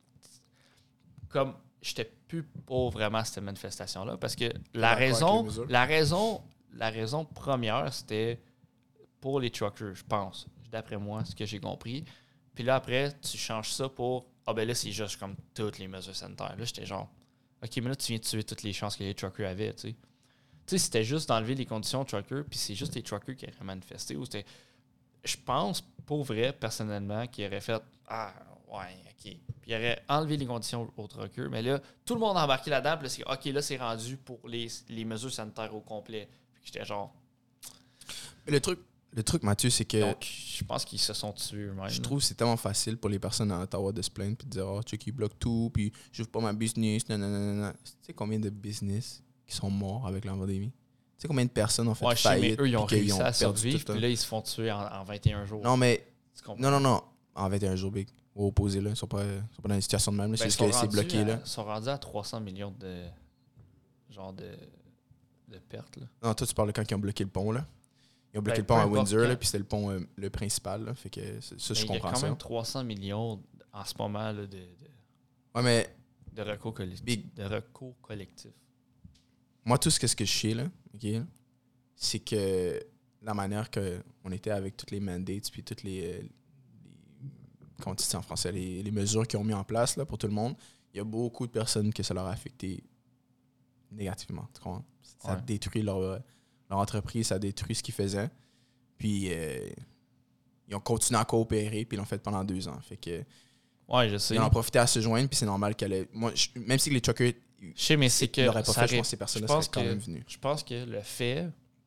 Comme. J'étais plus pour vraiment cette manifestation-là parce que la d'accord avec les raison, mesures? la raison. La raison première, c'était pour les truckers, je pense. D'après moi, ce que j'ai compris. Puis là, après, tu changes ça pour. Ah, ben là, c'est juste comme toutes les mesures sanitaires. Là, j'étais genre. OK, mais là, tu viens de tuer toutes les chances que les truckers avaient, tu sais. Tu sais, c'était juste d'enlever les conditions aux truckers, puis c'est juste les truckers qui auraient manifesté. Ou c'était. Je pense, pour vrai, personnellement, qu'ils auraient fait Ah, ouais, OK. Puis ils auraient enlevé les conditions aux truckers. Mais là, tout le monde a embarqué là-dedans, puis là, c'est OK, là, c'est rendu pour les, les mesures sanitaires au complet. Puis j'étais genre. Mais le truc, le truc, Mathieu, c'est que Donc, je pense qu'ils se sont tués eux-mêmes. je là. trouve que c'est tellement facile pour les personnes à Ottawa de se plaindre puis de dire oh, check, ils bloquent tout, puis j'ouvre pas ma business. Nanana. Tu sais combien de business qui sont morts avec la pandémie? Tu sais combien de personnes ont fait Ouais, je sais, mais faillite? eux, ils ont puis qu'ils réussi à perdu survivre, tout, puis hein? là, ils se font tuer en, en vingt et un jours. Non, mais Tu comprends? non, non, non. En vingt et un jours, Big. Au opposé, là. Ils sont pas, ils sont pas dans une situation de même. là. Ben, C'est ils juste sont que c'est rendus bloqué, à- là. Ils sont rendus à trois cents millions de. Genre de. de pertes, là. Non, toi, tu parles de quand ils ont bloqué le pont, là. Ils ont bloqué Ben, le pont peu à importe Windsor, là, quand. puis c'était le pont euh, le principal, là. Fait que ça, ça, Mais je il y a comprends quand ça. même trois cents millions en ce moment là, de, de, Ouais, mais de recours collectifs. Big. De recours collectifs. moi, tout ce que, ce que je sais, là, OK, c'est que la manière qu'on était avec toutes les mandates puis toutes les, euh, les comment on dit ça en français, les, les mesures qu'ils ont mis en place là, pour tout le monde, il y a beaucoup de personnes que ça leur a affecté négativement. Tu comprends? Ça a Ouais. détruit leur, euh, leur entreprise, ça a détruit ce qu'ils faisaient. Puis euh, ils ont continué à coopérer, puis ils l'ont fait pendant deux ans. Fait que Ouais, je sais. ils en ont profité à se joindre, puis c'est normal qu'elle ait... Moi, je- même si les truckers Je sais, mais c'est que. ils l'auraient pas ça fait, je aurait- pense que ces personnes-là je pense seraient quand que- même venues. Je pense que le fait.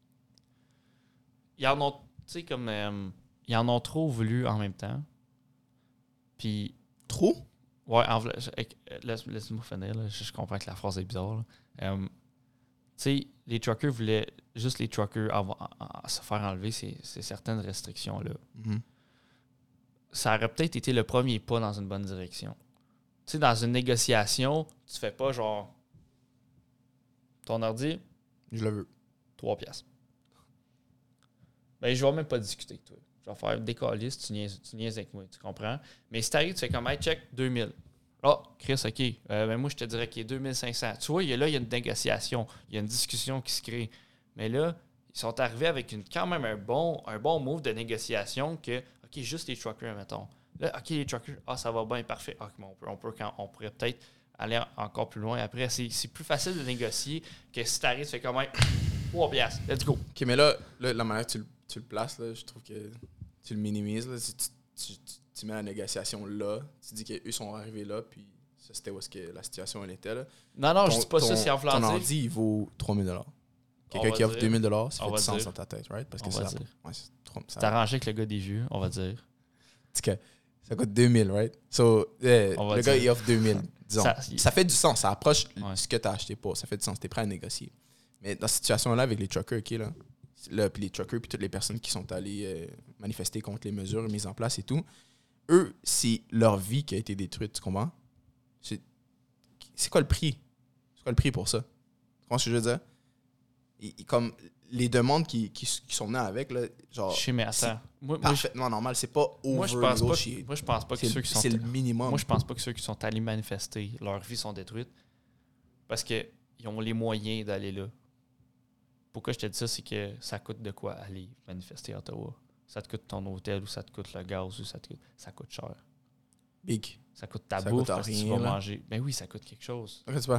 Ils en ont. Tu sais, comme. euh, ils en ont trop voulu en même temps. Puis. Trop? Ouais, en v'là- je- euh, laisse- laisse-moi finir, là. Je, je comprends que la phrase est bizarre. là. Euh, tu sais, les truckers voulaient juste les truckers avoir- en- en- se faire enlever ces, ces certaines restrictions-là. Mhm. Ça aurait peut-être été le premier pas dans une bonne direction. Tu sais, dans une négociation, tu fais pas genre ton ordi, Je le veux. trois piastres. Ben, je vais même pas discuter avec toi. Je vais faire des calices, tu niaises, tu niaises avec moi, tu comprends? Mais si t'arrives, tu fais comme, hey, check, deux mille. Ah, Chris, OK. Euh, ben moi, je te dirais qu'il est deux mille cinq cents. Tu vois, il y a, là, il y a une négociation, il y a une discussion qui se crée. Mais là, ils sont arrivés avec une, quand même un bon, un bon move de négociation que, OK, juste les truckers, mettons. Là, OK, les truckers, ah, ça va bien, parfait. OK, mais on, peut, on, peut, quand, on pourrait peut-être aller en- encore plus loin. Après, c'est, c'est plus facile de négocier que si t'arrives, tu fais comme, hey, trois piastres, let's go. OK, mais là, là, la manière que tu, le- tu le places, là, je trouve que tu le minimises. Là. Si tu, tu, tu, tu mets la négociation là, tu dis qu'eux sont arrivés là, puis ça, c'était où est-ce que la situation elle était. Là. Non, non, je Ton- dis pas ça, ton- c'est en Ton voulant dire. ordi, il vaut trois mille dollars. Quelqu'un va qui offre dire. deux mille dollars, ça On fait va du sens dire. dans ta tête, right? Parce que On c'est va la- dire. ouais, c'est trop- ça- C'est arrangé avec le gars des vues, on va dire. En tout cas, ça coûte deux mille, right? So, eh, On va le gars, dire. il offre deux mille, disons. Ça- Ça, fait du sens, ça approche Ouais. ce que tu as acheté pour. Ça fait du sens, tu es prêt à négocier. Mais dans cette situation-là, avec les truckers, OK, là, là puis les truckers, puis toutes les personnes qui sont allées euh, manifester contre les mesures mises en place et tout, eux, c'est leur vie qui a été détruite, tu comprends? C'est, c'est quoi le prix? C'est quoi le prix pour ça? Tu comprends ce que je veux dire? Et- et comme les demandes qui, qui, qui sont venues avec, là, genre, Je sais, mais c'est attends. Moi, moi, je, parfaitement normal, c'est pas moi, je pense pas, over-negotiate. moi, je pense pas que C'est, ceux qui sont. c'est le minimum. Moi, je pense pas que ceux qui sont allés manifester, leur vie sont détruites. Parce qu'ils ont les moyens d'aller là. Pourquoi je te dis ça, c'est que ça coûte de quoi aller manifester à Ottawa. Ça te coûte ton hôtel ou ça te coûte le gaz ou ça te coûte, ça coûte cher. Big. Ça coûte ta ça bouffe coûte parce rien, que tu vas là. manger. Ben oui, ça coûte quelque chose. Ok, c'est pas.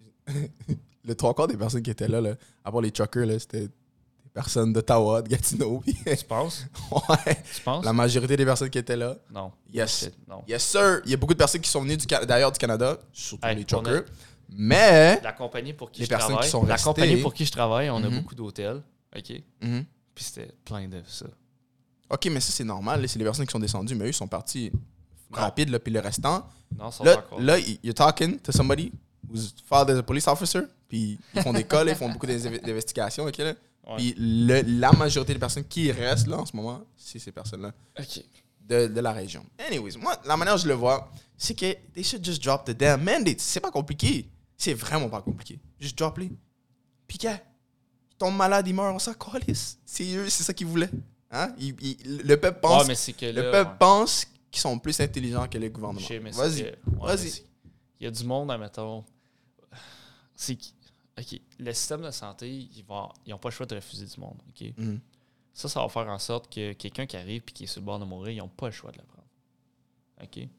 Le trois quarts des personnes qui étaient là, là à part les truckers, là, c'était des personnes d'Ottawa, de Gatineau. Puis... Tu penses? ouais. Tu penses? La majorité des personnes qui étaient là. Non. Yes. Shit, non. Yes, sir. Il y a beaucoup de personnes qui sont venues du, d'ailleurs du Canada, surtout Hey, les on a- truckers. Mais. La compagnie pour qui Les je personnes travaille, qui sont la restées- compagnie pour qui je travaille, on a Mhm. beaucoup d'hôtels. OK? Mhm. Puis c'était plein de ça. Ok, mais ça, c'est normal. là, C'est les personnes qui sont descendues, mais eux, ils sont partis rapide. Là, puis le restant. Non, ça Là, va encore. là, you're talking to somebody who's father as a police officer. Puis ils font des cas, là, ils font beaucoup d'inv- d'investigations. ok, là. Ouais. Puis le- la majorité des personnes qui restent là en ce moment, c'est ces personnes-là OK. de, de la région. Anyways, moi, la manière dont je le vois, c'est que they should just drop the damn mandate. C'est pas compliqué. C'est vraiment pas compliqué. Juste drop-les. Puis qu'est? Ils tombent malades, ils meurent, on s'en calisse. C'est eux, c'est ça qu'ils voulaient. Hein? Ils- ils- le peuple pense, Ouais, mais c'est que là, le peuple ouais. pense qu'ils sont plus intelligents que le gouvernement. Je sais, mais c'est Vas-y. que- ouais, Vas-y. mais c'est- Il y a du monde, admettons. C'est que- OK. Le système de santé, ils vont, ils n'ont pas le choix de refuser du monde. OK? Mhm. Ça, ça va faire en sorte que quelqu'un qui arrive et qui est sur le bord de mourir, ils n'ont pas le choix de le prendre. OK? Puis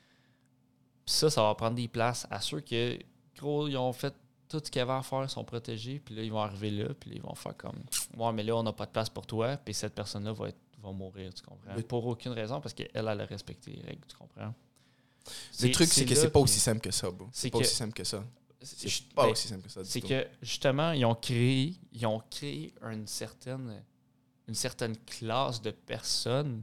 ça, ça va prendre des places à ceux qui, gros, ils ont fait tout ce qu'il y avait à faire, ils sont protégés, puis là, ils vont arriver là, puis là, ils vont faire comme ouais, mais là, on n'a pas de place pour toi, puis cette personne-là va, être, va mourir, tu comprends? Le- Pour aucune raison, parce qu'elle, elle a respecté les règles, tu comprends? Le truc, c'est que c'est là pas que- aussi simple que ça, bro. c'est C'est pas que- aussi simple que ça. c'est- C'est pas ben, aussi simple que ça. du C'est tout. que justement, ils ont créé, ils ont créé une certaine, une certaine classe de personnes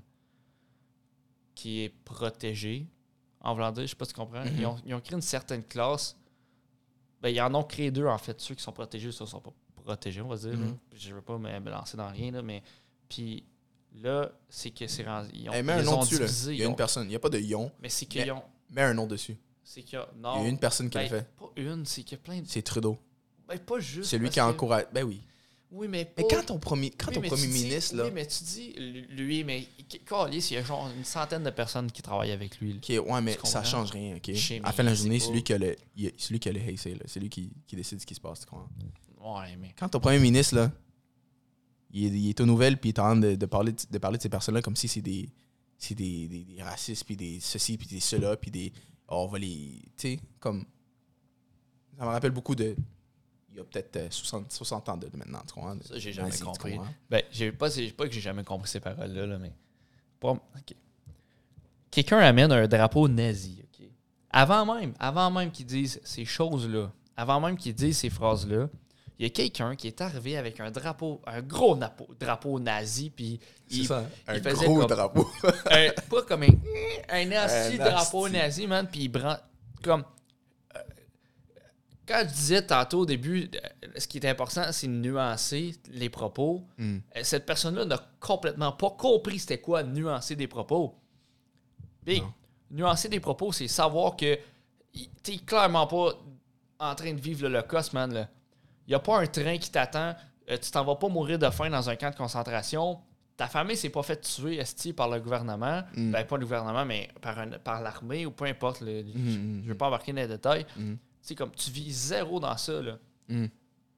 qui est protégée. En voulant dire, je sais pas si tu comprends. Mhm. ils, ont, ils ont créé une certaine classe. Ben, ils en ont créé deux, en fait. Ceux qui sont protégés, ceux qui sont pas protégés, on va dire. Mhm. là. Je veux pas me, me lancer dans rien, là, mais. Puis là, c'est que c'est rendu. Ils ont, Hey, mets ils un les nom ont dessus, là. divisés, Il y a ils une ont- personne. Il n'y a pas de yon. Mais c'est qu'ils Mais- ont. Mets un nom dessus. C'est qu'il y a. Il Non. y a une personne qui ben, le fait. Pas une, c'est qu'il y a plein de. C'est Trudeau. Ben, pas juste. C'est lui parce qui a que- encouragé. Ben oui. Oui, mais Mais pas- quand ton premier, quand Oui, ton mais premier tu dis- ministre, là, Oui, mais tu dis, lui, mais Carlis, il y a genre une centaine de personnes qui travaillent avec lui. là. qui est- ouais, mais Tu ça comprends? change rien, ok? Je sais, À la mais fin de la c'est journée, pas- c'est lui qui a le, il- c'est lui qui a le hey say, là. C'est lui qui, qui décide ce qui se passe, tu comprends? Ouais, mais. Quand ton premier ministre, là, il est, il est aux nouvelles, puis il est en train de, de parler, de, de parler de ces personnes-là comme si c'est des, c'est des, des, des racistes, puis des ceci, puis des cela, puis des. Oh, on va les. Tu sais, comme. Ça me rappelle beaucoup de. Il y a peut-être euh, soixante, soixante ans de, de maintenant, tu comprends? Ça, j'ai jamais Nazi, tu compris. comprends? Ben, j'ai pas, c'est pas que j'ai jamais compris ces paroles-là, là, mais. Pas- ok. Quelqu'un amène un drapeau nazi, OK? Avant même, avant même qu'ils disent ces choses-là, avant même qu'ils disent ces phrases-là, il y a quelqu'un qui est arrivé avec un drapeau, un gros napo- drapeau nazi, puis C'est il, ça, un il faisait gros comme- drapeau. un- pas comme un, un asti Un drapeau asti. nazi, man, puis il prend comme. euh, Quand je disais tantôt au début, euh, ce qui est important, c'est de nuancer les propos. Hmm. Euh, Cette personne-là n'a complètement pas compris c'était quoi nuancer des propos. Big, Non. nuancer des propos, c'est savoir que y- t'es clairement pas en train de vivre l'Holocauste, man. Là. Il n'y a pas un train qui t'attend. Euh, tu t'en vas pas mourir de faim dans un camp de concentration. Ta famille s'est pas fait tuer, esti, par le gouvernement. Mm. Ben, pas le gouvernement, mais par, un- par l'armée ou peu importe. le- Mm, je mm, je veux pas embarquer dans les détails. Mm. C'est comme, tu vis zéro dans ça, là. Hmm.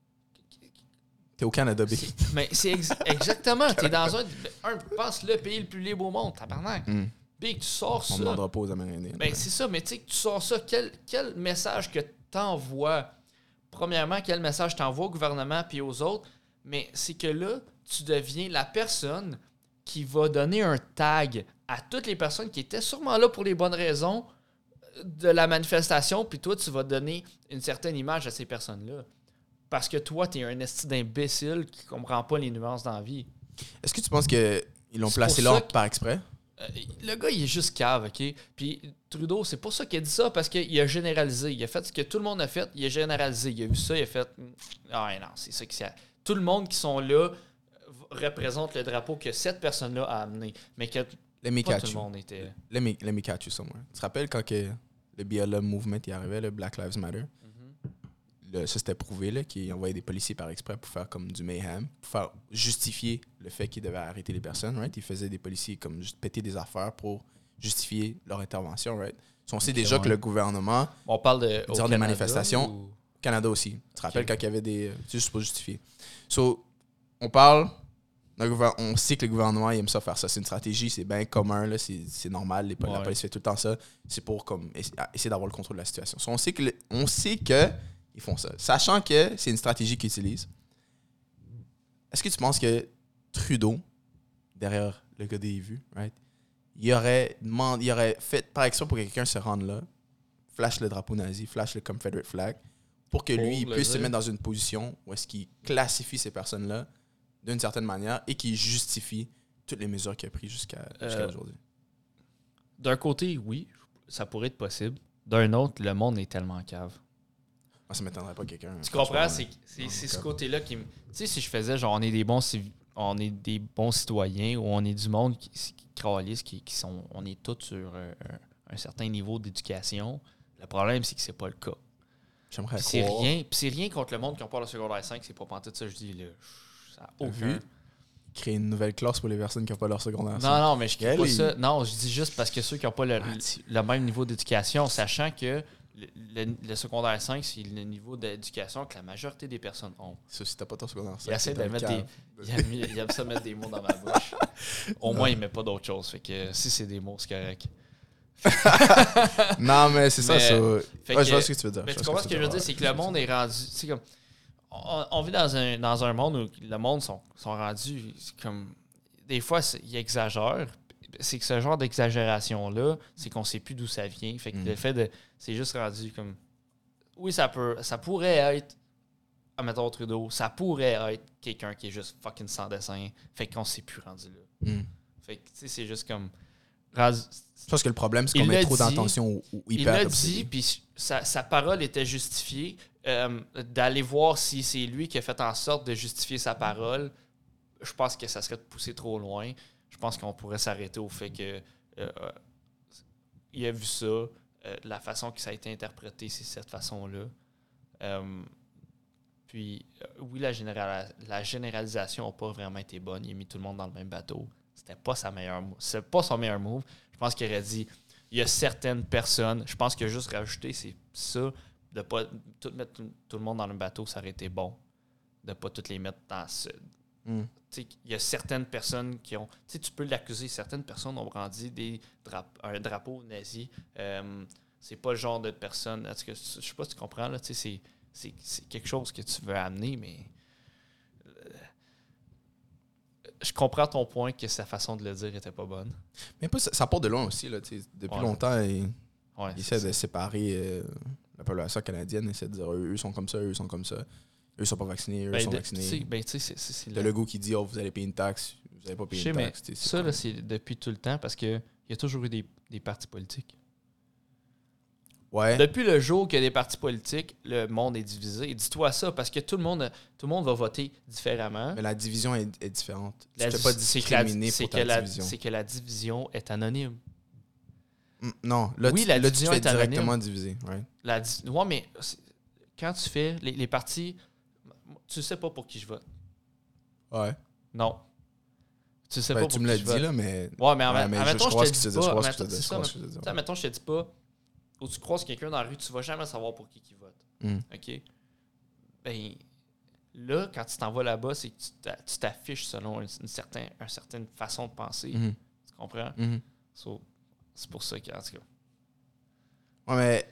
T'es au Canada, B. C'est- Mais c'est ex- exactement. T'es dans un, un, pense le pays le plus libre au monde, tabarnak. Hmm. Big, tu sors On ça. ne demandera pas aux Amérindiens. Ben, c'est ça, mais tu sais, que tu sors ça, quel, quel message que t'envoies? Premièrement, quel message t'envoies au gouvernement puis aux autres? Mais c'est que là, tu deviens la personne qui va donner un tag à toutes les personnes qui étaient sûrement là pour les bonnes raisons de la manifestation, puis toi, tu vas donner une certaine image à ces personnes-là. Parce que toi, t'es un esti d'imbécile qui comprend pas les nuances dans la vie. Est-ce que tu penses qu'ils l'ont C'est placé pour là ça que- par exprès? Euh, le gars, il est juste cave, OK? Puis Trudeau, c'est pour ça qu'il a dit ça, parce qu'il a généralisé. Il a fait ce que tout le monde a fait, il a généralisé. Il a vu ça, il a fait... Ah ouais, non, c'est ça qui c'est... Tout le monde qui sont là représente le drapeau que cette personne-là a amené. Mais que Let me pas catch tout le you. monde était... Let me, let me catch you somewhere. Tu te rappelles quand que le B L M Movement y arrivait, le Black Lives Matter? Le- ça, c'était prouvé là, qu'ils envoyaient des policiers par exprès pour faire comme du mayhem, pour faire justifier le fait qu'ils devaient arrêter les personnes, right? Ils faisaient des policiers comme juste péter des affaires pour justifier leur intervention, right? So, on sait Ok, déjà ouais. que le gouvernement, On parle de... au Disons des Canada, manifestations. ou- Au Canada aussi. Tu te rappelles Ok. quand il y avait des... C'est juste pour justifier. So, on parle... On sait que le gouvernement il aime ça faire ça. C'est une stratégie, c'est bien commun, là, c'est, c'est normal. Les, Ouais. La police fait tout le temps ça. C'est pour comme, essayer d'avoir le contrôle de la situation. So, on sait que le, on sait que ils font ça. Sachant que c'est une stratégie qu'ils utilisent, est-ce que tu penses que Trudeau, derrière le gars des vues, right, il, aurait demandé, il aurait fait par exprès pour que quelqu'un se rende là, flash le drapeau nazi, flash le Confederate flag, pour que Pour lui il le puisse dire. se mettre dans une position où est-ce qu'il classifie ces personnes-là d'une certaine manière et qui justifie toutes les mesures qu'il a prises jusqu'à, jusqu'à Euh, aujourd'hui. D'un côté, oui, ça pourrait être possible. D'un autre, le monde est tellement cave. Moi, ça ne m'étonnerait pas quelqu'un. Tu comprends? franchement, C'est, c'est, non, c'est non, ce non. côté-là qui me... Tu sais, si je faisais genre on est des bons civ- on est des bons citoyens ou on est du monde qui, qui cralisse, qui, qui sont. On est tous sur euh, un, un certain niveau d'éducation. Le problème, c'est que c'est pas le cas. J'aimerais Puis c'est croire. rien. Puis c'est rien contre le monde qui ont pas le secondaire cinq, c'est pas pantoute ça, je dis là. Ça a T'as aucun. vu? Créer une nouvelle classe pour les personnes qui n'ont pas leur secondaire. Non, non, mais je ne Elle, pas il- ça. Non, je dis juste parce que ceux qui n'ont pas le, Ah, tu- le même niveau d'éducation, sachant que le, le- le secondaire cinq, c'est le niveau d'éducation que la majorité des personnes ont. Ça, si t'as pas ton secondaire Il essaie de t'es un mettre cave. Il aime, il aime ça mettre des mots dans ma bouche. Au moins, il ne met pas d'autres choses. Fait que si c'est des mots, c'est correct. Non, mais c'est ça. Mais- ça. Fait Ouais, que- je vois ce que tu veux dire. Mais Je tu vois comprends ce que je veux dire, c'est que le monde est rendu. Tu sais, comme. On, on vit dans un, dans un monde où le monde sont, sont rendus comme. Des fois, c'est- ils exagèrent. C'est que ce genre d'exagération-là, c'est qu'on sait plus d'où ça vient. Fait que Mm. le fait de. C'est juste rendu comme. Oui, ça peut. Ça pourrait être. Admettons Trudeau, ça pourrait être quelqu'un qui est juste fucking sans dessin. Fait qu'on s'est plus rendu là. Mm. Fait que, tu sais, c'est juste comme. rendu- Je pense que le problème, c'est Il qu'on met l'a trop dit, d'intention ou, ou il hyper l'a obsédé. dit, puis sa, sa parole était justifiée. Euh, d'aller voir si c'est lui qui a fait en sorte de justifier sa parole, je pense que ça serait de pousser trop loin. Je pense qu'on pourrait s'arrêter au fait que euh, euh, il a vu ça, euh, la façon que ça a été interprété, c'est cette façon-là. Euh, puis, euh, oui, la, général- la généralisation n'a pas vraiment été bonne. Il a mis tout le monde dans le même bateau. C'était pas sa meilleure move. C'est pas son meilleur move. Je pense qu'il aurait dit il y a certaines personnes. Je pense qu'il a juste rajouté c'est ça, de pas tout mettre tout, tout le monde dans le bateau, ça aurait été bon. De pas toutes les mettre dans ce. Mm. Tu sais, il y a certaines personnes qui ont. Tu sais, tu peux l'accuser. Certaines personnes ont brandi des drap- un drapeau nazi. Euh, c'est pas le genre de personne. En tout cas, je sais pas si tu comprends. Là, tu sais, c'est, c'est, c'est quelque chose que tu veux amener, mais. euh, Je comprends ton point que sa façon de le dire était pas bonne. Mais pas, ça, ça part de loin aussi. Là, tu sais. Depuis Ouais. longtemps, il, Ouais, il c'est essaie de ça. séparer euh, la population canadienne. Il essaie de dire eux, eux sont comme ça, eux sont comme ça. Eux sont pas vaccinés, eux Ben, sont de- tu sais, vaccinés. ben, tu sais, c'est, c'est, c'est T'as la- le goût qui dit oh, vous allez payer une taxe, vous n'allez pas Je payer sais, une mais taxe. Tu sais, c'est ça, là, comme- c'est depuis tout le temps parce qu'il y a toujours eu des, des partis politiques. Ouais. Depuis le jour qu'il y a des partis politiques, le monde est divisé. Et dis-toi ça, parce que tout le monde, tout le monde va voter différemment. Mais la division est, est différente. Tu La ne te fais pas di- c'est que la- discriminer c'est pour que ta la- division. C'est que la division est anonyme. Mm, Non, là, Oui, tu, la là, tu te division fais est anonyme. directement diviser. Ouais. La di- ouais, mais c'est- quand tu fais les, les partis, tu sais pas pour qui je vote. Ouais. Non. Tu sais Ben, pas tu pour me qui l'as je dit, vote. là, mais. Ouais, mais en Ouais, mais je- admettons, je crois te ce que tu dis veux dire, je pas- crois ce que tu admettons- veux dire, c'est je ça, crois ce que tu veux dire, Tu sais, admettons, je te dis pas, ou tu croises quelqu'un dans la rue, tu vas jamais savoir pour qui il vote. Mm. OK? Ben, là, quand tu t'en vas là-bas, c'est que tu t'a- tu t'affiches selon une, une, certain, une certaine façon de penser. Mhm. Tu comprends? Mhm. So, c'est pour ça qu'en tout cas. Ouais, mais.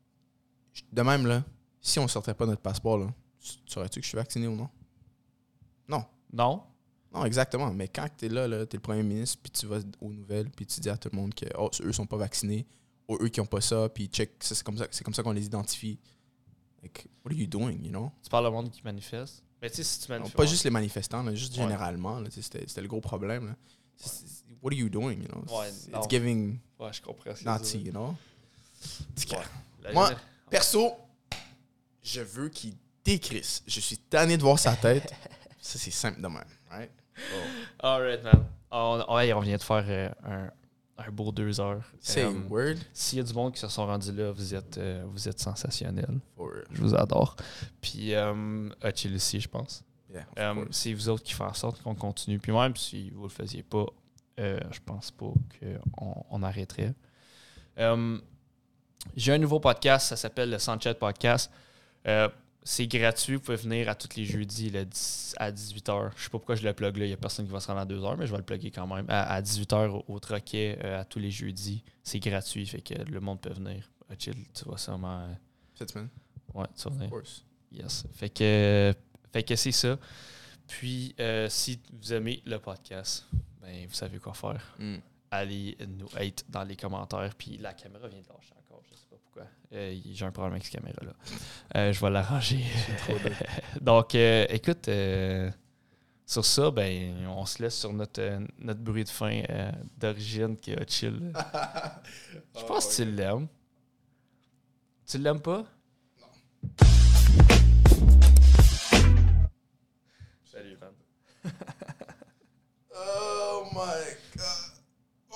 De même, là, si on sortait pas notre passeport, là, tu tu saurais-tu que je suis vacciné ou non? Non. Non? Non, exactement. Mais quand tu es là, là tu es le premier ministre, puis tu vas aux nouvelles, puis tu dis à tout le monde que oh, eux sont pas vaccinés, ou eux qui ont pas ça, puis check, ça, c'est comme ça, c'est comme ça qu'on les identifie. Like, what are you doing, you know? Tu parles au monde qui manifeste. Mais tu sais, si tu Non, manifestes. pas juste les manifestants, là, juste Ouais. généralement. Là, tu sais, c'était, c'était le gros problème. Là. C'est- c'est- what are you doing, you know? Ouais, It's non. giving Ouais, je comprends. ce que Nazi, tu veux you know? dire. Ouais. La- Moi, perso, je veux qu'il décrisse. Je suis tanné de voir sa tête. Ça, c'est simple de même, right? Alright, man. On, ouais, on vient de faire euh, un, un beau deux heures. Say Euh, a word S'il y a du monde qui se sont rendus là, vous êtes, euh, vous êtes sensationnels. for... Je vous adore. Puis, euh, Achille aussi, je pense. Yeah, of Euh, course. c'est vous autres qui faites en sorte qu'on continue. Puis même si vous le faisiez pas, euh, je pense pas qu'on on arrêterait. Euh, j'ai un nouveau podcast, ça s'appelle le Sanchez Podcast. Euh, c'est gratuit, vous pouvez venir à tous les jeudis là, à dix-huit heures. Je sais pas pourquoi je le plug là, il n'y a personne qui va se rendre à deux heures, mais je vais le plugger quand même. À, à dix-huit heures au, au Troquet, euh, à tous les jeudis. C'est gratuit, fait que le monde peut venir. Ah, chill, tu vas sûrement. Euh... Cette semaine? Ouais, tu vas venir. Of course. Yes. Fait que, fait que c'est ça. Puis, euh, si vous aimez le podcast, ben, vous savez quoi faire. Mm. Allez nous hate dans les commentaires. Puis la caméra vient de lâcher encore, je sais pas pourquoi. Euh, j'ai un problème avec cette caméra-là. Euh, je vais l'arranger. Donc, euh, écoute, euh, sur ça, ben, on se laisse sur notre, euh, notre bruit de fin euh, d'origine qui est chill. Je pense oh, que tu l'aimes. Tu l'aimes pas? Non. Salut, man. Oh my God.